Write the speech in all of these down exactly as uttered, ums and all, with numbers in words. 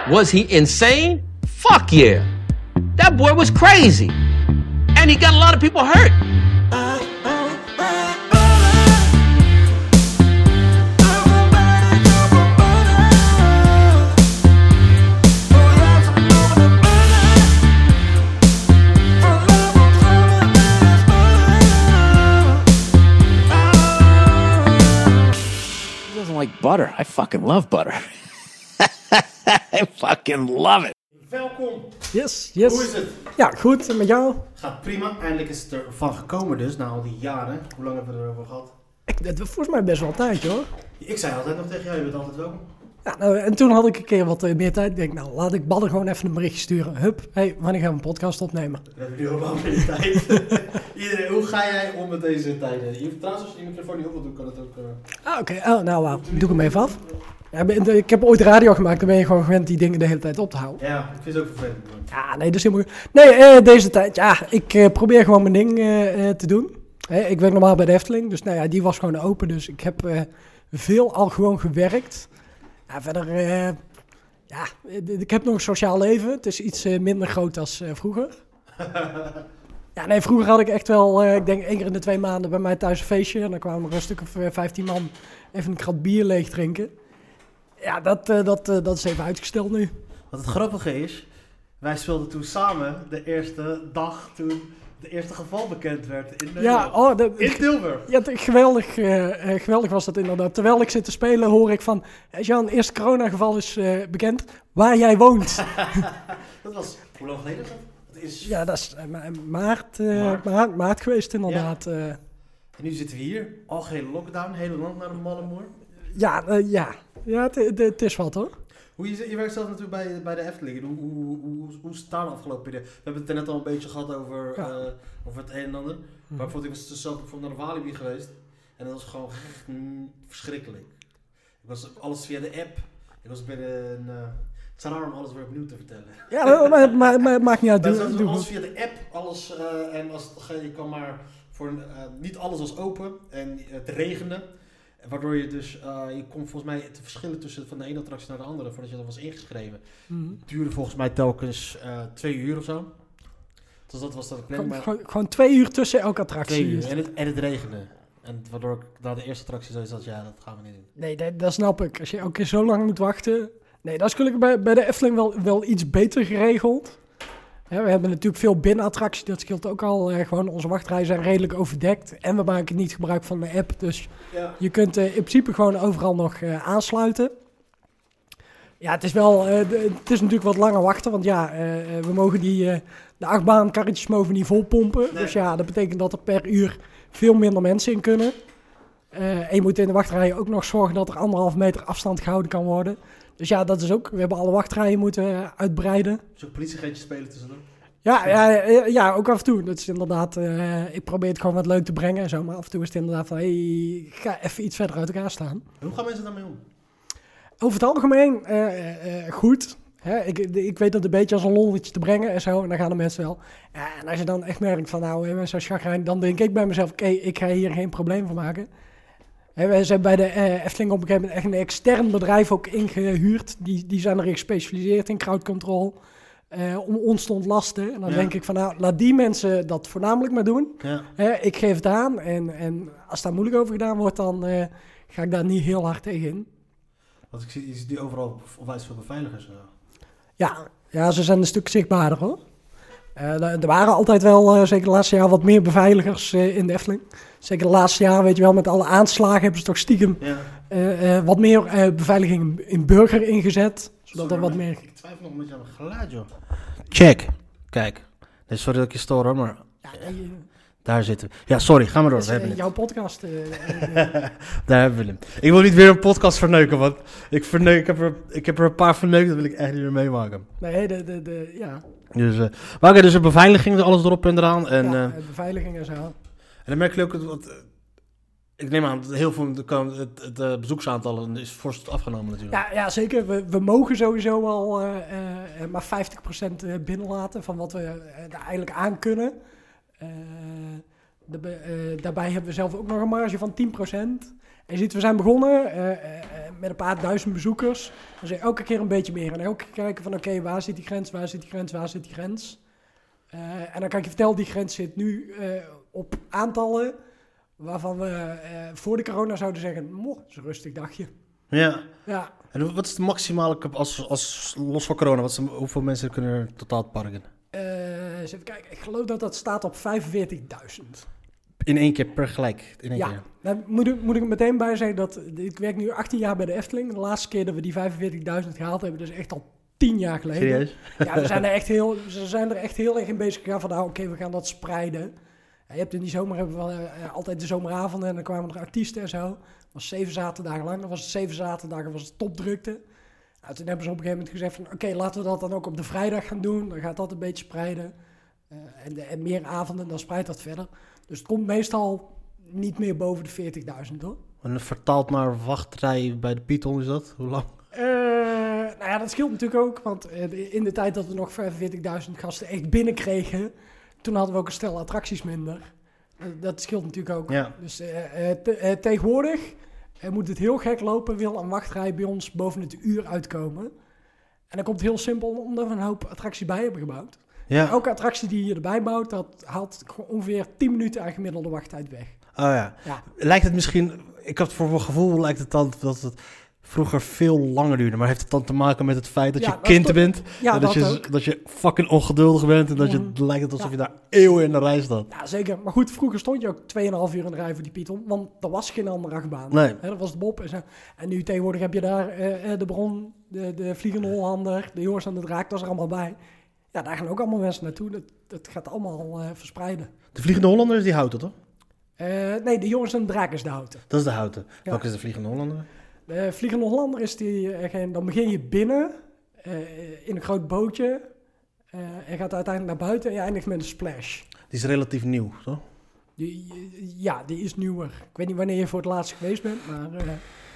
Was he insane? Fuck yeah. That boy was crazy. And he got a lot of people hurt. Like butter. I fucking love butter. I fucking love it. Welkom. Yes, yes. Hoe is het? Ja, goed. En met jou? Gaat prima. Eindelijk is het ervan gekomen dus, na al die jaren. Hoe lang hebben we erover gehad? Ik, het was volgens mij best wel een tijdje hoor. Ik zei altijd nog tegen jou, je bent altijd welkom. Ja, nou, en toen had ik een keer wat uh, meer tijd. Ik denk, nou, laat ik Badder gewoon even een berichtje sturen. Hup, hey, wanneer gaan we een podcast opnemen? We hebben nu helemaal meer tijd. Iedereen, hoe ga jij om met deze tijden? Je, trouwens, als je die microfoon niet op wil doen, kan het ook... Uh... Ah, oké. Okay. Oh, nou, uh, doe ik hem even af. Ja, ik heb ooit radio gemaakt, dan ben je gewoon gewend die dingen de hele tijd op te houden. Ja, ik vind het ook vervelend. Ja, nee, dat is helemaal goed. Nee, uh, deze tijd, ja, ik uh, probeer gewoon mijn ding uh, uh, te doen. Hey, ik werk normaal bij de Efteling, dus nou ja, die was gewoon open. Dus ik heb uh, veel al gewoon gewerkt. Ja, verder, uh, ja, ik heb nog een sociaal leven. Het is iets uh, minder groot als uh, vroeger. Ja, nee, vroeger had ik echt wel, uh, ik denk één keer in de twee maanden bij mij thuis een feestje. En dan kwamen er een stuk of uh, vijftien man even een krat bier leeg drinken. Ja, dat, uh, dat, uh, dat is even uitgesteld nu. Wat het grappige is, wij speelden toen samen de eerste dag toen de eerste geval bekend werd in Nederland. Ja, oh, de, in Tilburg. Ja, de, geweldig, uh, uh, geweldig was dat inderdaad. Terwijl ik zit te spelen hoor ik van, Jan, het eerste coronageval is uh, bekend, waar jij woont. Dat was, hoe lang geleden is dat? Dat is... Ja, dat is uh, maart, uh, maart. Maart, maart geweest inderdaad. Ja. Uh. En nu zitten we hier, algehele lockdown, hele land naar de Mallemoer. Ja, uh, ja. ja het is wat hoor. Hoe je, je werkt zelf natuurlijk bij, bij de Efteling. Hoe, hoe, hoe, hoe, hoe staan de afgelopen periode? We hebben het er net al een beetje gehad over, ja. uh, over het een en ander. Hmm. Maar bijvoorbeeld, ik was dus zelf bijvoorbeeld naar de Walibi geweest. En dat was gewoon echt mm, verschrikkelijk. Ik was alles via de app. Ik was bij de... Uh, het is raar om alles weer opnieuw te vertellen. Ja, maar, maar, maar het maakt niet uit. Doe, doe, doe alles via de app. Alles, uh, en als, je kan maar voor... Uh, niet alles was open. En het regende. Waardoor je dus, uh, je kon volgens mij te verschillen tussen van de ene attractie naar de andere, voordat je dat was ingeschreven. Mm-hmm. Het duurde volgens mij telkens uh, twee uur of zo. Dus dat was dat de planning. Gewoon, maar... gewoon twee uur tussen elke attractie. Twee uur. En het, en het regende. En waardoor ik na de eerste attractie zo zat, ja, dat gaan we niet doen. Nee, dat, dat snap ik. Als je elke keer zo lang moet wachten. Nee, dat is gelukkig bij, bij de Efteling wel, wel iets beter geregeld. Ja, we hebben natuurlijk veel binnenattracties, dat scheelt ook al. Uh, gewoon onze wachtrijen zijn redelijk overdekt. En we maken niet gebruik van de app. Dus ja. Je kunt uh, in principe gewoon overal nog uh, aansluiten. Ja, het is wel, uh, de, het is natuurlijk wat langer wachten. Want ja, uh, we mogen die, uh, de achtbaankarretjes mogen niet vol pompen. Nee. Dus ja, dat betekent dat er per uur veel minder mensen in kunnen. Uh, en je moet in de wachtrijen ook nog zorgen dat er anderhalf meter afstand gehouden kan worden. Dus ja, dat is ook... We hebben alle wachtrijen moeten uh, uitbreiden. Zo'n politiegeetje spelen tussendoor? Ja, ja, ja, ja, ook af en toe. Dat is inderdaad... Uh, ik probeer het gewoon wat leuk te brengen en zo. Maar af en toe is het inderdaad van... Hey, ga even iets verder uit elkaar staan. En hoe gaan mensen daarmee om? Over het algemeen uh, uh, goed. Hè, ik, ik weet dat een beetje als een lolletje te brengen en zo. En dan gaan de mensen wel. Ja, en als je dan echt merkt van... Nou, mensen zijn chagrijn. Dan denk ik bij mezelf... Oké, okay, ik ga hier geen probleem van maken. He, ze hebben bij de uh, Efteling op een gegeven moment echt een extern bedrijf ook ingehuurd. Die, die zijn erin gespecialiseerd in crowd control. Uh, om ons te ontlasten. En dan ja. denk ik van nou, laat die mensen dat voornamelijk maar doen. Ja. He, ik geef het aan. En, en als daar moeilijk over gedaan wordt, dan uh, ga ik daar niet heel hard tegen in. Want ik zie, je ziet nu overal onwijs veel beveiligers. Uh. Ja, ja, ze zijn een stuk zichtbaarder hoor. Uh, er waren altijd wel, uh, zeker de laatste jaar, wat meer beveiligers uh, in de Efteling. Zeker de laatste jaar, weet je wel, met alle aanslagen hebben ze toch stiekem ja. uh, uh, wat meer uh, beveiliging in burger ingezet. Zodat sorry, er wat meer... Ik twijfel nog een beetje aan het geluid, joh. Check. Kijk. Nee, sorry dat ik je stoor, hoor, maar... Ja, je... Daar zitten we. Ja, sorry, ga maar door. Is, we hebben uh, jouw het. podcast. Uh, uh, Daar hebben we hem. Ik wil niet weer een podcast verneuken, want ik, verneuk, ik, heb, er, ik heb er een paar verneukt, dat wil ik echt niet meer meemaken. Nee, de, de, de, ja. Dus, uh, maar oké, okay, dus de beveiliging, alles erop en eraan. En, ja, uh, beveiliging en zo. En dan merk je ook, want, uh, ik neem aan, dat heel veel, het, het, het uh, bezoeksaantal is fors afgenomen natuurlijk. Ja, ja zeker. We, we mogen sowieso al uh, uh, maar vijftig procent binnenlaten van wat we uh, er eigenlijk aan kunnen. Uh, De, uh, daarbij hebben we zelf ook nog een marge van tien procent. En je ziet, we zijn begonnen uh, uh, met een paar duizend bezoekers. Dan zie je elke keer een beetje meer. En elke keer kijken van, oké, okay, waar zit die grens, waar zit die grens, waar zit die grens? Uh, en dan kan ik je vertellen, die grens zit nu uh, op aantallen waarvan we uh, voor de corona zouden zeggen, moh, dat is een rustig dagje. Ja. Ja. En wat is de maximale, als, als los van corona, wat is de, hoeveel mensen kunnen er totaal het park in? Uh, eens even kijken, ik geloof dat dat staat op vijfenveertigduizend. In één keer per gelijk? In één ja, keer. dan moet ik, moet ik er meteen bij zeggen dat ik werk nu achttien jaar bij de Efteling. De laatste keer dat we die vijfenveertigduizend gehaald hebben, dus echt al tien jaar geleden. Serieus? Ja, we zijn er echt heel, ze zijn er echt heel erg in bezig gegaan van, nou oké, okay, we gaan dat spreiden. Ja, je hebt in die zomer hebben we uh, altijd de zomeravonden en dan kwamen er artiesten en zo. Dat was zeven zaterdagen lang. Dan was het zeven zaterdagen, was het topdrukte. Nou, toen hebben ze op een gegeven moment gezegd van, oké, okay, laten we dat dan ook op de vrijdag gaan doen. Dan gaat dat een beetje spreiden. Uh, en, de, en meer avonden, dan spreidt dat verder. Dus het komt meestal niet meer boven de veertigduizend hoor. En vertaald naar wachtrij bij de Python is dat? Hoe lang? Uh, nou ja, dat scheelt natuurlijk ook. Want uh, in de tijd dat we nog vijfenveertigduizend gasten echt binnenkregen, toen hadden we ook een stel attracties minder. Uh, dat scheelt natuurlijk ook. Ja. Dus uh, uh, te, uh, tegenwoordig uh, moet het heel gek lopen, wil een wachtrij bij ons boven het uur uitkomen. En dat komt heel simpel omdat we een hoop attracties bij hebben gebouwd. Ja. Elke attractie die je erbij bouwt, dat haalt ongeveer tien minuten aan gemiddelde wachttijd weg. Oh ja. Ja. Lijkt het misschien, ik had voor mijn gevoel lijkt het dan dat het vroeger veel langer duurde. Maar heeft het dan te maken met het feit dat Ja, je dat kind is bent? Ja, en dat, dat, je, ook. dat je fucking ongeduldig bent en dat je, het lijkt het alsof Ja. je daar eeuwen in de rij staat. Ja, zeker. Maar goed, vroeger stond je ook tweeënhalf uur in de rij voor die Python, want er was geen andere achtbaan. Nee. Hè, dat was de Bob. En, zo. En nu tegenwoordig heb je daar uh, de Bron, de, de Vliegende Hollander, de Joris en de Draak, dat is er allemaal bij. Ja, daar gaan ook allemaal mensen naartoe. Dat, dat gaat allemaal uh, verspreiden. De Vliegende Hollander is die houten, toch? Uh, nee, de Joris en de Draak is de houten. Dat is de houten. Ja. Welke is de Vliegende Hollander? De Vliegende Hollander is die, uh, dan begin je binnen uh, in een groot bootje uh, en gaat uiteindelijk naar buiten en je eindigt met een splash. Die is relatief nieuw, toch? Die, ja, die is nieuwer. Ik weet niet wanneer je voor het laatst geweest bent, maar... Uh,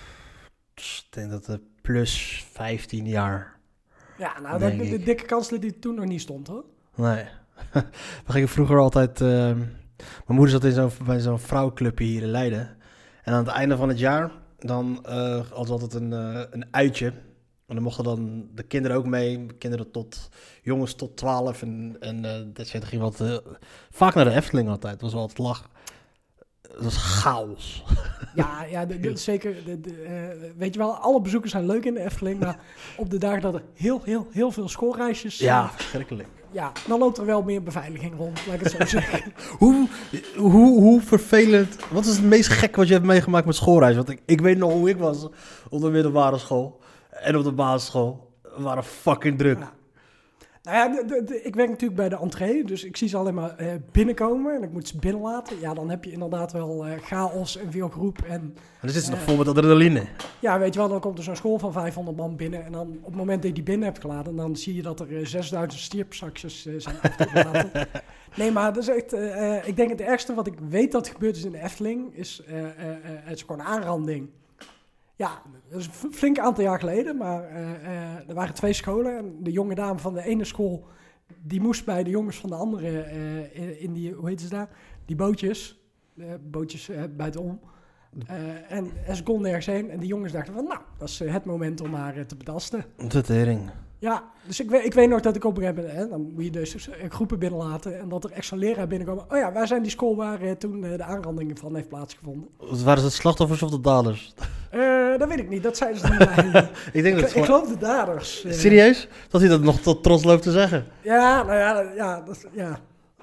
ik denk dat het plus vijftien jaar... Ja, nou, dat, de, de dikke kans dat die toen nog niet stond, hoor. Nee. We gingen vroeger altijd... Uh, mijn moeder zat in zo'n, bij zo'n vrouwenclubje hier in Leiden. En aan het einde van het jaar, dan uh, hadden we altijd een, uh, een uitje. En dan mochten dan de kinderen ook mee. Kinderen tot, jongens tot twaalf. En, en uh, dat shit ging wat... Uh, vaak naar de Efteling altijd. Dat was wel altijd lach. Dat was chaos. Ja, ja de, de, zeker. De, de, uh, weet je wel, alle bezoekers zijn leuk in de Efteling. Maar op de dagen dat er heel, heel, heel veel schoolreisjes... Ja, uh, verschrikkelijk. Ja, dan loopt er wel meer beveiliging rond, laat ik het zo zeggen. hoe, hoe, hoe vervelend... Wat is het meest gek wat je hebt meegemaakt met schoolreis? Want ik, ik weet nog hoe ik was op de middelbare school. En op de basisschool. We waren fucking druk. Ja. Nou ja, de, de, de, ik werk natuurlijk bij de entree, dus ik zie ze alleen maar uh, binnenkomen en ik moet ze binnenlaten. Ja, dan heb je inderdaad wel uh, chaos en veel groep. En, En dan zit ze uh, nog vol met adrenaline. Ja, weet je wel, dan komt er zo'n school van vijfhonderd man binnen. En dan op het moment dat je die binnen hebt geladen, dan zie je dat er uh, zesduizend stierpzakjes uh, zijn afgelaten. Nee, maar dat is echt, uh, ik denk het ergste wat ik weet dat gebeurd is in de Efteling, is, uh, uh, uh, het is gewoon een aanranding. Ja, dat is een flink aantal jaar geleden, maar uh, uh, er waren twee scholen. En de jonge dame van de ene school, die moest bij de jongens van de andere uh, in, in die, hoe heet ze daar? Die bootjes, uh, bootjes uh, buitenom. Uh, en, en ze kon nergens heen. En die jongens dachten van, nou, dat is uh, het moment om haar uh, te betasten. De tering. Ja, dus ik weet, ik weet nog dat ik op een gegeven moment, hè, dan moet je dus groepen binnenlaten en dat er extra leraar binnenkomen. Oh ja, wij zijn die school waar uh, toen uh, de aanranding van heeft plaatsgevonden. Waren ze het slachtoffers of de daders? Uh, dat weet ik niet, dat zeiden ze niet bij. ik denk ik, dat ik geloof de daders. Uh, Serieus? Dat hij dat nog tot trots loopt te zeggen? Ja, nou ja, ja. Dat, ja.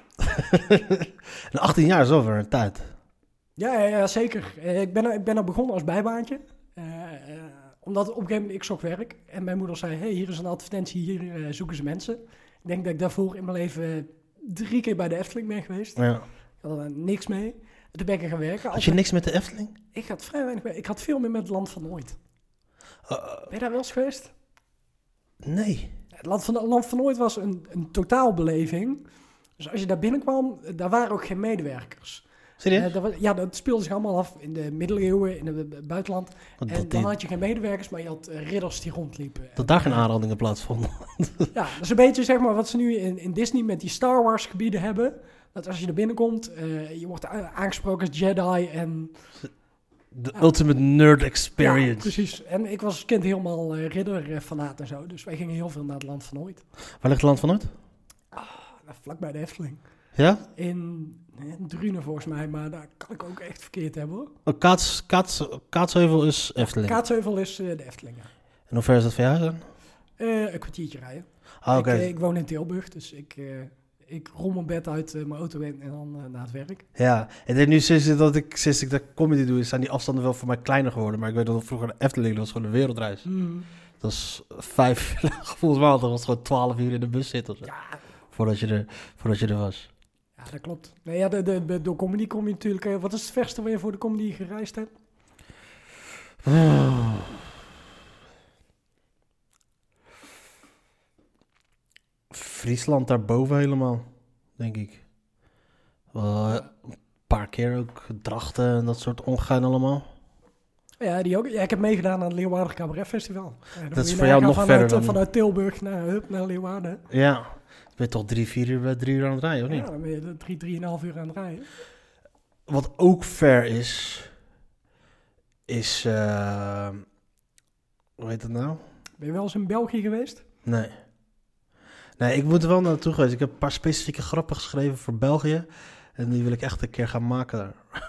En achttien jaar is over een tijd. Ja, ja, ja, zeker. Uh, ik ben, ik ben er begonnen als bijbaantje. Uh, uh, omdat op een gegeven moment ik zocht werk. En mijn moeder zei, hey, hier is een advertentie, hier uh, zoeken ze mensen. Ik denk dat ik daarvoor in mijn leven drie keer bij de Efteling ben geweest. Ja. Ik had er niks mee. En toen ben ik er gaan werken. Had je niks met de Efteling? Ik had vrij weinig mee. Ik had veel meer met het Land van Nooit. Uh, ben je daar wel eens geweest? Nee. Het Land van, Land van Nooit was een, een totaalbeleving. Dus als je daar binnenkwam, daar waren ook geen medewerkers. Serieus? Uh, dat was, ja, dat speelde zich allemaal af in de middeleeuwen, in het buitenland. Dat, en dat dan die, had je geen medewerkers, maar je had uh, ridders die rondliepen. Dat daar geen aanrandingen plaatsvonden. Ja, dat is een beetje zeg maar wat ze nu in, in Disney met die Star Wars gebieden hebben. Dat als je er binnenkomt, uh, je wordt a- aangesproken als Jedi en... De Ja. ultimate nerd experience. Ja, precies. En ik was als kind helemaal uh, ridderfanaat en zo. Dus wij gingen heel veel naar het Land van Ooit. Waar ligt het Land van Ooit? Nou, vlakbij de Efteling. Ja? In, in Drunen volgens mij, maar daar kan ik ook echt verkeerd hebben hoor. Oh, Kaats, Kaats, Kaatsheuvel is Efteling. Kaatsheuvel is uh, de Efteling, ja. En hoe ver is dat van jou dan? Uh, een kwartiertje rijden. Ah, oké. Ik, uh, ik woon in Tilburg, dus ik, uh, ik rol mijn bed uit uh, mijn auto in en dan uh, naar het werk. Ja, en ik nu sinds dat ik, sinds ik dat comedy doe, zijn die afstanden wel voor mij kleiner geworden. Maar ik weet dat het vroeger de Efteling was gewoon een wereldreis. Mm. Dat is vijf, volgens mij, dat was gewoon twaalf uur in de bus zitten of zo. Ja, Voordat je er, voordat je er was. ja, dat klopt. Nee, ja, de, de, de, door comedy kom je natuurlijk... Uh, wat is het verste waar je voor de comedy gereisd hebt? Oh. Friesland daarboven helemaal, denk ik. Wel, uh, een paar keer ook Drachten en dat soort ongein allemaal. Ja, die ook. Ja, ik heb meegedaan aan het Leeuwarden Cabaret Festival. Ja, dan Dat moet is je voor jou nagaan nog vanuit, verder dan- uh, Vanuit Tilburg naar, hup, naar Leeuwarden. Ja, dan ben je toch drie, vier uur, bij drie uur aan het rijden, of niet? Ja, dan ben je er drie, drieënhalf uur aan het rijden. Wat ook ver is, is, uh, hoe heet het nou? Ben je wel eens in België geweest? Nee. Nee, ik moet er wel naartoe geweest. Ik heb een paar specifieke grappen geschreven voor België. En die wil ik echt een keer gaan maken.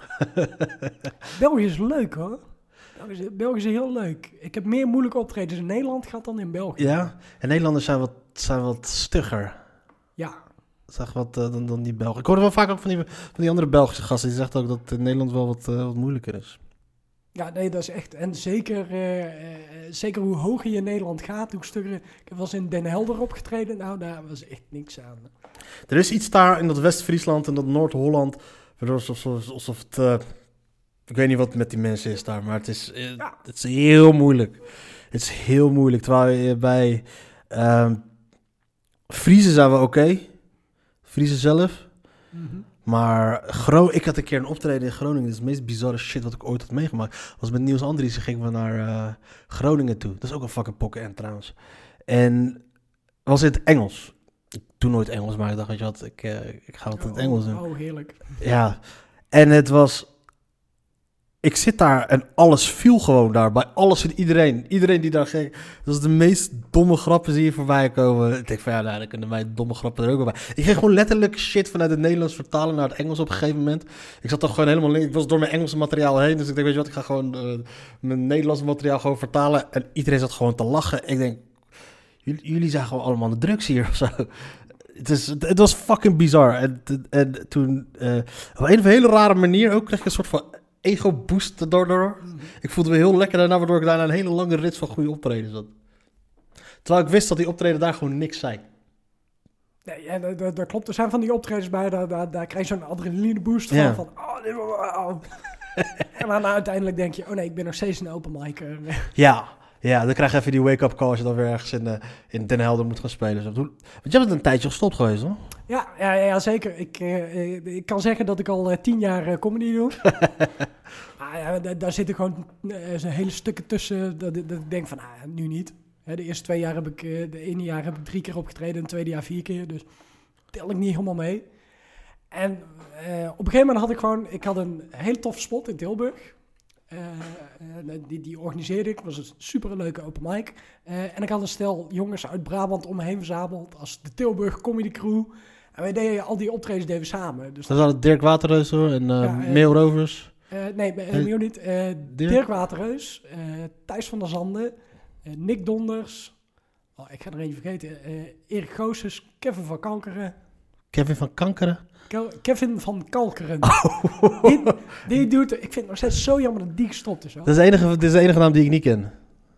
België is leuk hoor. België is, België is heel leuk. Ik heb meer moeilijke optredens in Nederland gehad dan in België. Ja, en Nederlanders zijn wat, zijn wat stugger. Ja. Zeg wat uh, dan, dan die Belgen. Ik hoorde wel vaak ook van die, van die andere Belgische gasten. Die zegt ook dat in Nederland wel wat, uh, wat moeilijker is. Ja, nee, dat is echt... En zeker, uh, uh, zeker hoe hoger je in Nederland gaat, hoe stugger... Ik heb wel eens in Den Helder opgetreden. Nou, daar was echt niks aan. Er is iets daar in dat West-Friesland en dat Noord-Holland. Waardoor alsof, alsof, alsof het... Uh, ik weet niet wat met die mensen is daar, maar het is, uh, Ja. het is heel moeilijk. Het is heel moeilijk. Terwijl je bij uh, Friese zijn we oké. Okay. Friese zelf. Mm-hmm. Maar Gro- ik had een keer een optreden in Groningen. Dat is het meest bizarre shit wat ik ooit had meegemaakt. Was met Niels Andriessen gingen we naar uh, Groningen toe. Dat is ook een fucking pokken end trouwens. En was in het Engels. Ik doe nooit Engels, maar ik dacht, weet je wat, ik, uh, ik ga het in het Engels doen. Oh, oh, heerlijk. Ja, en het was... Ik zit daar en alles viel gewoon daar. Bij alles en iedereen. Iedereen die daar ging. Dat was de meest domme grappen zie je voorbij komen. Ik denk van ja, nou, dan kunnen mijn domme grappen er ook wel bij. Ik ging gewoon letterlijk shit vanuit het Nederlands vertalen naar het Engels op een gegeven moment. Ik zat toch gewoon helemaal link. Ik was door mijn Engelse materiaal heen. Dus ik denk, weet je wat, ik ga gewoon uh, mijn Nederlandse materiaal gewoon vertalen. En iedereen zat gewoon te lachen. Ik denk, jullie, jullie zijn gewoon allemaal de drugs hier of zo. Het, is, het was fucking bizar. En, en toen, uh, op een of hele rare manier ook, kreeg ik een soort van ego-boost daardoor. Mm. Ik voelde me heel lekker daarna, waardoor ik daarna een hele lange rits van goede optredens had. Terwijl ik wist dat die optreden daar gewoon niks zijn. Nee, ja, dat, dat, dat klopt. Er zijn van die optredens bij, daar, daar, daar krijg je zo'n adrenaline boost van. Ja. van oh, dit, wow. En dan uiteindelijk denk je, oh nee, ik ben nog steeds een open micer. Ja, ja, dan krijg je even die wake-up call als je dan weer ergens in, uh, in Den Helder moet gaan spelen. Zo. Want je bent een tijdje gestopt geweest, hoor. Ja, ja, ja zeker. Ik, uh, ik kan zeggen dat ik al uh, tien jaar uh, comedy doe. ah, ja, daar, daar zitten gewoon uh, hele stukken tussen dat, dat ik denk van, ah, nu niet. Hè, de eerste twee jaar heb ik, uh, de ene jaar heb ik drie keer opgetreden en het tweede jaar vier keer. Dus tel ik niet helemaal mee. En uh, op een gegeven moment had ik gewoon, ik had een hele toffe spot in Tilburg. Uh, uh, die, die organiseerde ik. Het was een superleuke open mic. Uh, en ik had een stel jongens uit Brabant om me heen verzameld als de Tilburg Comedy Crew. En wij deden al die optredens deden we samen. Dus dat waren Dirk Waterreus en uh, ja, uh, Meel Rovers. Uh, nee, uh, niet. Uh, Dirk? Dirk Waterreus, uh, Thijs van der Zanden, uh, Nick Donders. Oh, ik ga er eentje vergeten. Uh, Erik Goossens, Kevin van Kankeren. Kevin van Kankeren? Kevin van Kalkeren. Oh. Die, die doet, ik vind het nog steeds zo jammer dat die gestopt is. Hoor. Dat is de enige, dat is de enige naam die ik niet ken.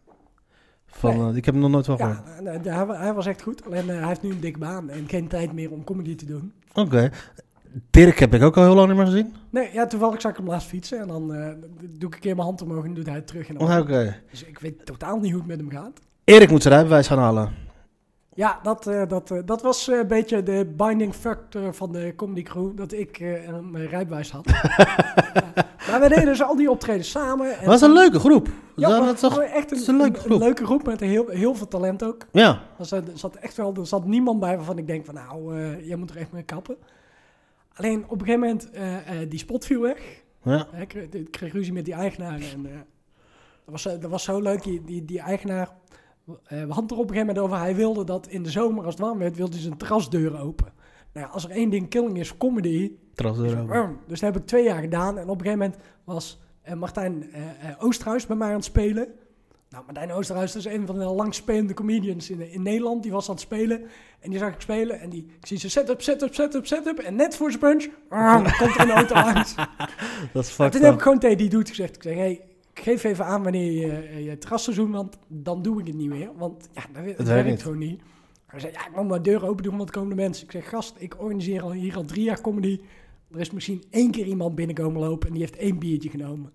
Van, nee. uh, ik heb hem nog nooit van gehoord. Ja, nee, hij, hij was echt goed. Alleen uh, hij heeft nu een dikke baan en geen tijd meer om comedy te doen. Oké. Okay. Dirk heb ik ook al heel lang niet meer gezien. Nee, ja, toevallig zag ik hem laatst fietsen en dan uh, doe ik een keer mijn hand omhoog en doet hij het terug. Oké. Okay. Dus ik weet totaal niet hoe het met hem gaat. Erik moet zijn rijbewijs gaan halen. Ja, dat, uh, dat, uh, dat was uh, een beetje de binding factor van de comedy crew, dat ik uh, een uh, rijbewijs had. ja. Maar we deden dus al die optredens samen. En dat was een leuke groep. Ja, dat maar, is toch echt een, een, een, leuke een, een leuke groep met heel, heel veel talent ook. Ja. Er zat, er zat echt wel, er zat niemand bij waarvan ik denk van nou, uh, jij moet er echt mee kappen. Alleen op een gegeven moment, uh, uh, die spot viel weg. Ja. Ik kreeg, ik kreeg ruzie met die eigenaar. En, uh, dat, was, dat was zo leuk, die, die, die eigenaar. Uh, we hadden het er op een gegeven moment over. Hij wilde dat in de zomer, als het warm werd, wilde hij zijn terrasdeur open. Nou ja, als er één ding killing is voor comedy. Terrasdeur open. Dus dat heb ik twee jaar gedaan. En op een gegeven moment was uh, Martijn uh, uh, Oosterhuis bij mij aan het spelen. Nou, Martijn Oosterhuis is een van de langstspelende comedians in, in Nederland. Die was aan het spelen. En die zag ik spelen. En die, ik zie ze set-up, set-up, set-up, set-up. En net voor zijn punch, uh, komt er een auto langs. Dat is fucked Toen heb ik gewoon tegen die dude gezegd. Ik zeg, hey, geef even aan wanneer je je terrasseizoen, want dan doe ik het niet meer. Want ja, dat, dat werkt niet. gewoon niet. Hij zei, ja, ik moet mijn deur open doen, want er komen de mensen. Ik zeg, gast, ik organiseer al hier al drie jaar comedy. Er is misschien één keer iemand binnenkomen lopen en die heeft één biertje genomen.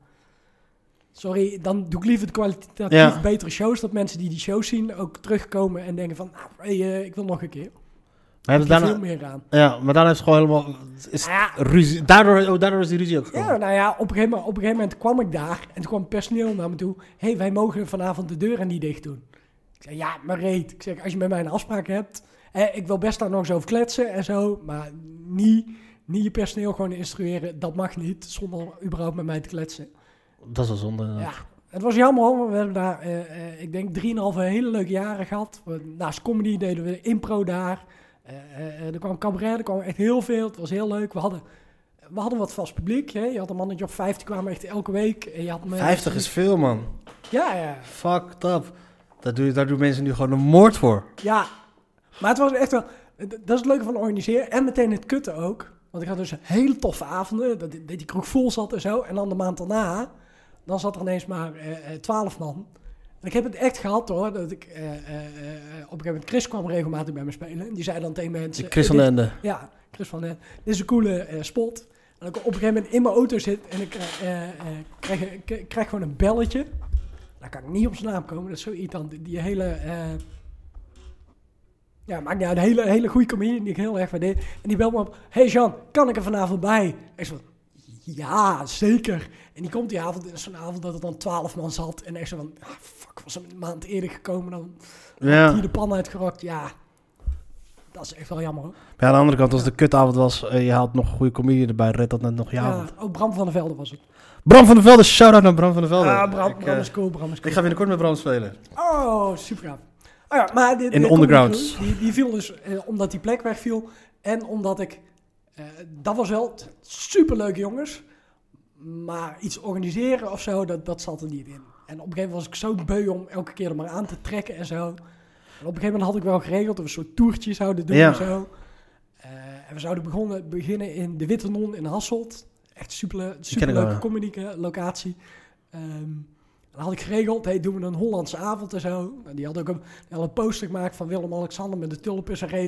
Sorry, dan doe ik liever de kwalitatief ja. betere shows. Dat mensen die die shows zien ook terugkomen en denken van, nou, hey, uh, ik wil nog een keer. Maar er daarna, veel meer aan. Ja, maar daarna is het gewoon helemaal... Is ja. ruzie, daardoor, oh, daardoor is die ruzie ook gekomen. Ja, nou ja, op een, gegeven moment, op een gegeven moment kwam ik daar en toen kwam het personeel naar me toe. Hé, hey, wij mogen vanavond de deuren niet dicht doen. Ik zei, ja, maar reet. Ik zeg, als je met mij een afspraak hebt, eh, ik wil best daar nog eens over kletsen en zo, maar niet, niet je personeel gewoon instrueren. Dat mag niet, zonder überhaupt met mij te kletsen. Dat is wel zonde. Ja, het was jammer hoor. We hebben daar, uh, uh, ik denk, drieënhalve hele leuke jaren gehad. We, naast comedy deden we impro daar. Uh, uh, er kwam cabaret, er kwam echt heel veel. Het was heel leuk. We hadden, we hadden wat vast publiek. Hè? Je had een mannetje of vijftig, kwamen echt elke week. En je had vijftig is veel, man. Ja, ja. Fucked up. Daar, doe, daar doen mensen nu gewoon een moord voor. Ja, maar het was echt wel... Dat is het leuke van organiseren. En meteen het kutten ook. Want ik had dus hele toffe avonden. Dat, dat die kroeg vol zat en zo. En dan de maand daarna... Dan zat er ineens maar twaalf uh, man. En ik heb het echt gehad hoor. Dat ik, uh, uh, uh, op een gegeven moment, Chris kwam regelmatig bij me spelen. En die zei dan tegen mensen... Chris van den Ende. Ja, Chris van den Ende. Dit is een coole uh, spot. En ik op een gegeven moment in mijn auto zit. En ik uh, uh, krijg, uh, krijg gewoon een belletje. Daar kan ik niet op zijn naam komen. Dat is zo irritant. Die, die hele... Uh, ja, maakt niet uit. Een hele, hele goede comedian die ik heel erg waardeer. En die belt me op. Hey Jean, kan ik er vanavond bij? Ik zo... Ja, zeker. En die komt die avond, in zo'n avond dat er dan twaalf man zat. En echt zo van, ah, fuck, was een maand eerder gekomen. Dan ja. had hier de pan uitgerokt. Ja, dat is echt wel jammer hoor. Maar aan de andere kant, als de kutavond was, uh, je haalt nog een goede comedie erbij, red dat net nog je avond. Ja, ook Bram van der Velde was het. Bram van der Velde, shout-out naar Bram van der Velde. Ja, Bram, ik, Bram uh, is cool, Bram is cool. Ik ga binnenkort met Bram spelen. Oh, super gaaf. Oh ja, maar dit, in de undergrounds. Die, die viel dus, uh, omdat die plek wegviel. En omdat ik, uh, dat was wel superleuk jongens. Maar iets organiseren of zo, dat, dat zat er niet in. En op een gegeven moment was ik zo beu om elke keer er maar aan te trekken en zo. En op een gegeven moment had ik wel geregeld dat we een soort toertje zouden doen ja. en zo. Uh, en we zouden begonnen, beginnen in de Witte Non in Hasselt. Echt super, super leuke comedy locatie. Um, dan had ik geregeld, hey, doen we een Hollandse avond en zo. En die had ook een, die had een poster gemaakt van Willem-Alexander met de tulp in zijn reet.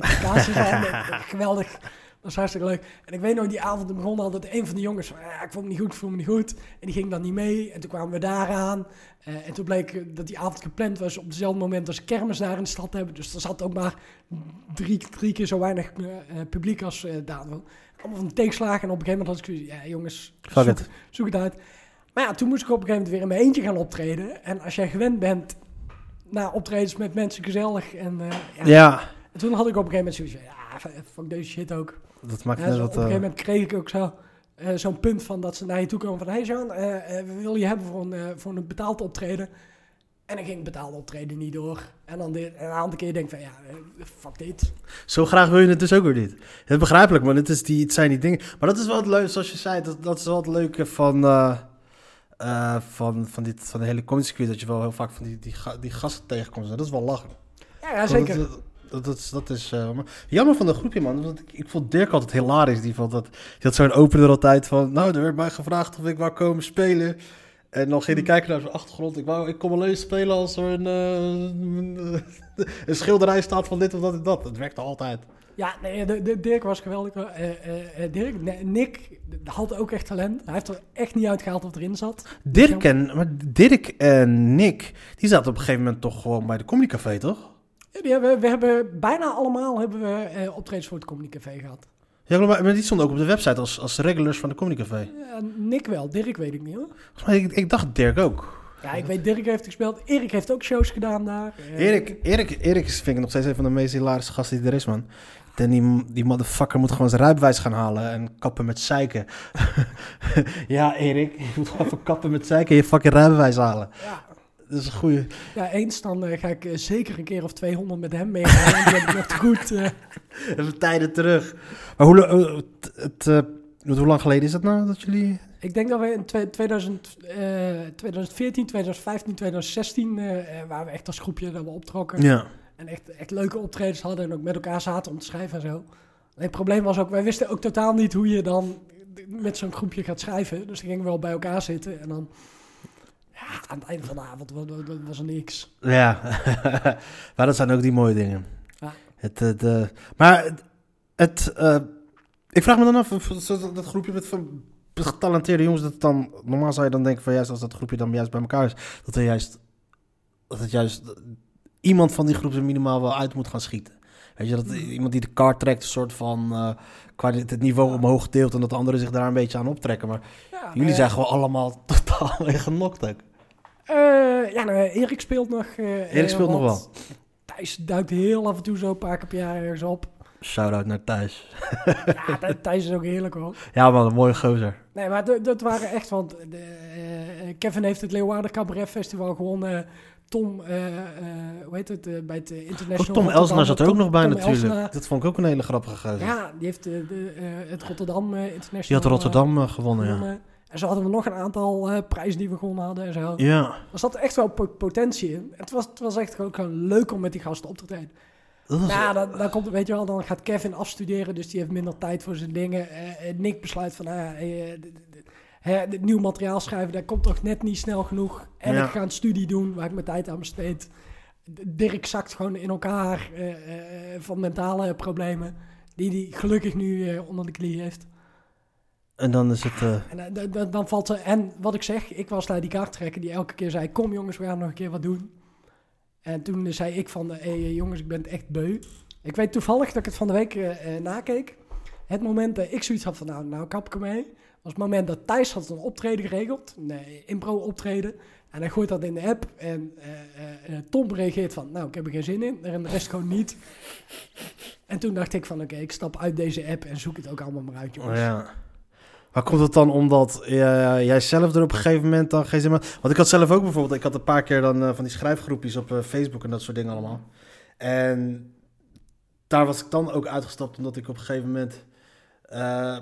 Geweldig. Dat is hartstikke leuk. En ik weet nog, die avond begon altijd een van de jongens van, ja, ik voel me niet goed, ik voel me niet goed. En die ging dan niet mee. En toen kwamen we daaraan. Uh, en toen bleek dat die avond gepland was op hetzelfde moment als kermis daar in de stad hebben. Dus er zat ook maar drie, drie keer zo weinig uh, publiek als uh, daar. Allemaal van tegenslagen. En op een gegeven moment had ik gezegd, ja jongens, zoek, zoek het uit. Maar ja, toen moest ik op een gegeven moment weer in mijn eentje gaan optreden. En als jij gewend bent naar optredens met mensen gezellig. En, uh, ja. ja. En toen had ik op een gegeven moment zoiets van, ja, fuck deze shit ook. Dat maakt ja, net zo, wat... Op een gegeven moment kreeg ik ook zo, uh, zo'n punt van dat ze naar je toe komen van... Hey Jean, uh, uh, we willen je hebben voor een, uh, voor een betaald optreden. En dan ging het betaalde optreden niet door. En dan de, een aantal keer denk ik van, ja, uh, fuck dit. Zo graag wil je het dus ook weer niet. Het is begrijpelijk, maar het, is die, het zijn die dingen... Maar dat is wel het leuke, zoals je zei, dat, dat is wel het leuke van... Uh, uh, van, van, dit, van de hele comedy circuit, dat je wel heel vaak van die, die, die gasten tegenkomt. Dat is wel lachen. Ja, ja zeker. Dat, dat, dat is, dat is uh, jammer van de groepje, man. Want ik, ik vond Dirk altijd hilarisch. Die, vond dat, die had zo'n opener altijd van... Nou, er werd mij gevraagd of ik wou komen spelen. En dan ging hij kijken naar zijn achtergrond. Ik, wou, ik kom alleen spelen als er een, uh, een schilderij staat van dit of dat en dat. Het werkte altijd. Ja, nee, de, de, Dirk was geweldig. Uh, uh, Dirk, nee, Nick had ook echt talent. Hij heeft er echt niet uitgehaald wat erin zat. Dirk en, maar Dirk en Nick, die zaten op een gegeven moment toch gewoon bij de Comedy Café, toch? Ja, die hebben, we hebben bijna allemaal hebben we, uh, optredens voor het Comedy Café gehad. Ja, maar die stond ook op de website als, als regulars van de Comedy Café. Ja, Nick wel, Dirk weet ik niet hoor. Volgens mij, ik, ik dacht Dirk ook. Ja, ik weet Dirk heeft gespeeld. Erik heeft ook shows gedaan daar. Erik, Erik, Erik vind ik nog steeds een van de meest hilarische gasten die er is, man. En die, die motherfucker moet gewoon zijn rijbewijs gaan halen en kappen met zeiken. Ja, Erik, je moet gewoon even kappen met zeiken en je fucking rijbewijs halen. Ja. Dat is een goeie. Ja, eens dan uh, ga ik uh, zeker een keer of tweehonderd met hem meegaan. Want die heb ik nog te goed. Uh... Even tijden terug. Maar hoe, uh, het, het, uh, hoe lang geleden is dat nou dat jullie... Ik denk dat we in tweeduizend, uh, twintig veertien, twintig vijftien, twintig zestien uh, waren we echt als groepje dat we optrokken. Ja. En echt, echt leuke optredens hadden en ook met elkaar zaten om te schrijven en zo. En het probleem was ook, wij wisten ook totaal niet hoe je dan met zo'n groepje gaat schrijven. Dus dan gingen we wel bij elkaar zitten en dan... Ja, aan het einde van de avond was er niks. Ja, maar dat zijn ook die mooie dingen. Ja. Het, het, uh, maar het... het uh, ik vraag me dan af, dat, dat groepje met van getalenteerde jongens, dat dan... Normaal zou je dan denken van juist als dat groepje dan juist bij elkaar is, dat er juist... Dat het juist... Iemand van die groep er minimaal wel uit moet gaan schieten. Weet je, dat iemand die de kaart trekt, een soort van... Uh, qua het niveau omhoog deelt en dat de anderen zich daar een beetje aan optrekken. Maar ja, jullie uh, zijn gewoon allemaal totaal mee genokt ook. Uh, ja, nou, Erik speelt nog... Uh, Erik speelt nog wel. Thijs duikt heel af en toe zo een paar keer per jaar ergens op. Shout-out naar Thijs. Ja, Thijs is ook heerlijk hoor. Ja man, een mooie gozer. Nee, maar d- dat waren echt... Want de, uh, Kevin heeft het Leeuwarden Cabaret Festival gewonnen... Tom, uh, uh, hoe heet het, uh, bij het uh, International... Oh, Tom Elsner zat er ook nog bij Tom natuurlijk. Elsner. Dat vond ik ook een hele grappige gozer. Ja, die heeft uh, de, uh, het Rotterdam uh, International... Die had Rotterdam uh, gewonnen, gewonnen. ja. En zo hadden we nog een aantal uh, prijzen die we gewonnen hadden en zo. Ja. Er zat echt wel po- potentie in. Het was, het was echt ook gewoon leuk om met die gasten op te treden. Was... Nou, dan, dan komt, weet je wel, dan gaat Kevin afstuderen, dus die heeft minder tijd voor zijn dingen. Uh, Nick besluit van, nou ja, uh, d- d- d- hè, dit nieuw materiaal schrijven, dat komt toch net niet snel genoeg. En Ja. ik ga een studie doen waar ik mijn tijd aan besteed. Dirk zakt gewoon in elkaar uh, uh, van mentale problemen, die hij gelukkig nu uh, onder de knie heeft. En dan is het... Uh... En uh, d- d- dan valt ze... En wat ik zeg, ik was daar die kaarttrekker die elke keer zei, kom jongens, we gaan nog een keer wat doen. En toen zei ik van, hé hey, jongens, ik ben het echt beu. Ik weet toevallig dat ik het van de week uh, uh, nakeek. Het moment dat ik zoiets had van, nou, nou kap ik ermee, was het moment dat Thijs had een optreden geregeld. Een uh, impro optreden. En hij gooit dat in de app. En uh, uh, uh, Tom reageert van, nou, ik heb er geen zin in. En de rest gewoon niet. En toen dacht ik van, oké, okay, ik stap uit deze app en zoek het ook allemaal maar uit, jongens. Ja. Maar komt het dan omdat uh, jij zelf er op een gegeven moment dan geen zin meer... Want ik had zelf ook bijvoorbeeld... Ik had een paar keer dan uh, van die schrijfgroepjes op uh, Facebook en dat soort dingen allemaal. En daar was ik dan ook uitgestapt omdat ik op een gegeven moment... Uh,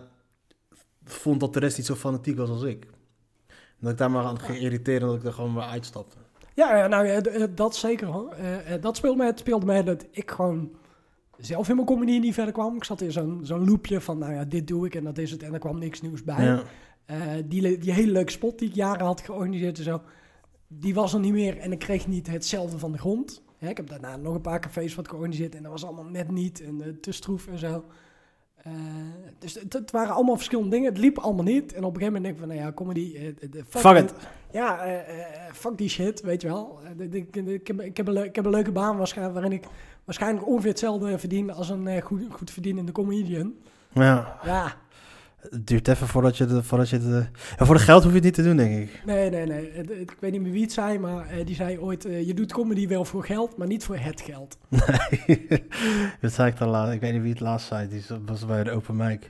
vond dat de rest niet zo fanatiek was als ik. En dat ik daar maar aan ging irriteren en dat ik er gewoon maar uitstapte. Ja, ja nou ja, d- dat zeker hoor. Uh, dat speelde mij, het speelde mij dat ik gewoon zelf in mijn comedy niet verder kwam. Ik zat in zo'n, zo'n loopje van, nou ja, dit doe ik en dat is het. En er kwam niks nieuws bij. Ja. Uh, die, die hele leuke spot die ik jaren had georganiseerd en zo, die was er niet meer en ik kreeg niet hetzelfde van de grond. Ja, ik heb daarna nog een paar cafés wat georganiseerd en dat was allemaal net niet en uh, te stroef en zo. Uh, dus het, het waren allemaal verschillende dingen. Het liep allemaal niet. En op een gegeven moment denk ik van, nou ja, comedy... Uh, de, fuck Fuck it. Ja, uh, uh, fuck die shit, weet je wel. Uh, de, de, de, ik, heb, ik, heb een le- ik heb een leuke baan waarschijnlijk, waarin ik waarschijnlijk ongeveer hetzelfde verdien als een uh, goed, goed verdienende comedian. Ja. Ja. Het duurt even voordat je... De, voordat je de, ja, voor de geld hoef je het niet te doen, denk ik. Nee, nee, nee. Het, het, ik weet niet meer wie het zei, maar uh, die zei ooit... Uh, je doet comedy wel voor geld, maar niet voor het geld. Nee, dat zei ik dan laat. Ik weet niet wie het laatst zei. Die was bij de open mic.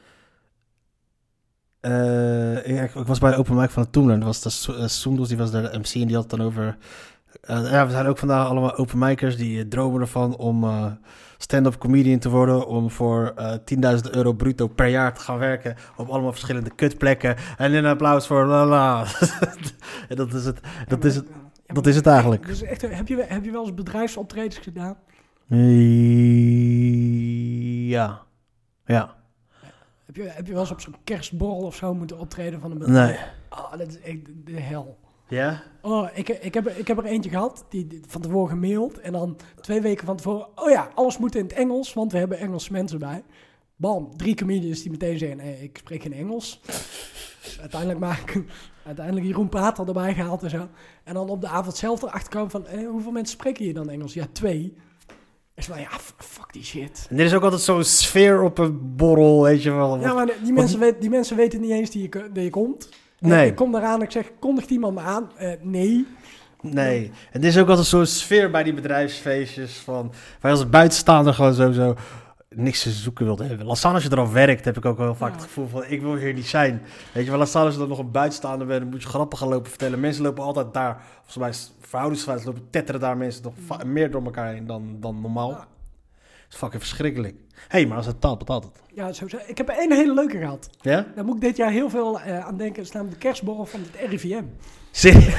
Uh, ik, ik was bij de open mic van het Toemler. Dat was de uh, Soendos, die was daar de M C en die had het dan over... Uh, ja, we zijn ook vandaag allemaal open micers die uh, dromen ervan om uh, stand-up comedian te worden. Om voor uh, tienduizend euro bruto per jaar te gaan werken op allemaal verschillende kutplekken. En een applaus voor la la. En dat is het. Dat Ja, is het. ja, Dat maar- is het eigenlijk. Dus echt, heb, je, heb je wel eens bedrijfsoptredens gedaan? Ja. Ja. Heb je, heb je wel eens op zo'n kerstborrel of zo moeten optreden van een bedrijf? Nee. Oh, dat is echt de hel. Ja? Oh, ik, ik, heb, ik heb er eentje gehad, die, die van tevoren gemaild. En dan twee weken van tevoren, oh ja, alles moet in het Engels, want we hebben Engelse mensen bij. Bam, drie comedians die meteen zeggen, nee, ik spreek geen Engels. Dus uiteindelijk maak uiteindelijk Jeroen Pater erbij gehaald en zo. En dan op de avond zelf erachter komen van, eh, hoeveel mensen spreken hier dan Engels? Ja, twee. Is van, ja, f- fuck die shit. En dit is ook altijd zo'n sfeer op een borrel, weet je wel. Ja, maar die, die, mensen, weet, die mensen weten niet eens die je, ko- dat je komt. Nee. Ik kom eraan en ik zeg, kondigt iemand me aan? Uh, nee. Nee. En dit is ook altijd zo'n sfeer bij die bedrijfsfeestjes van... Wij als buitenstaander gewoon sowieso... niks te zoeken wilde hebben. Laat staan als je er al werkt, heb ik ook wel heel vaak Ja. het gevoel van, ik wil hier niet zijn. Weet je wel, laat staan als je dan nog een buitenstaander bent, dan moet je grappen gaan lopen vertellen. Mensen lopen altijd daar, volgens mij is verhoudingsgewijs, lopen tetteren daar mensen nog va- meer door elkaar heen dan, dan normaal. Ja. Dat is fucking verschrikkelijk. Hé, hey, maar als het betaalt, betaalt het. Ja, zo, ik heb er één hele leuke gehad. Ja? Daar moet ik dit jaar heel veel uh, aan denken. Het is namelijk de kerstborrel van het R I V M. Zie-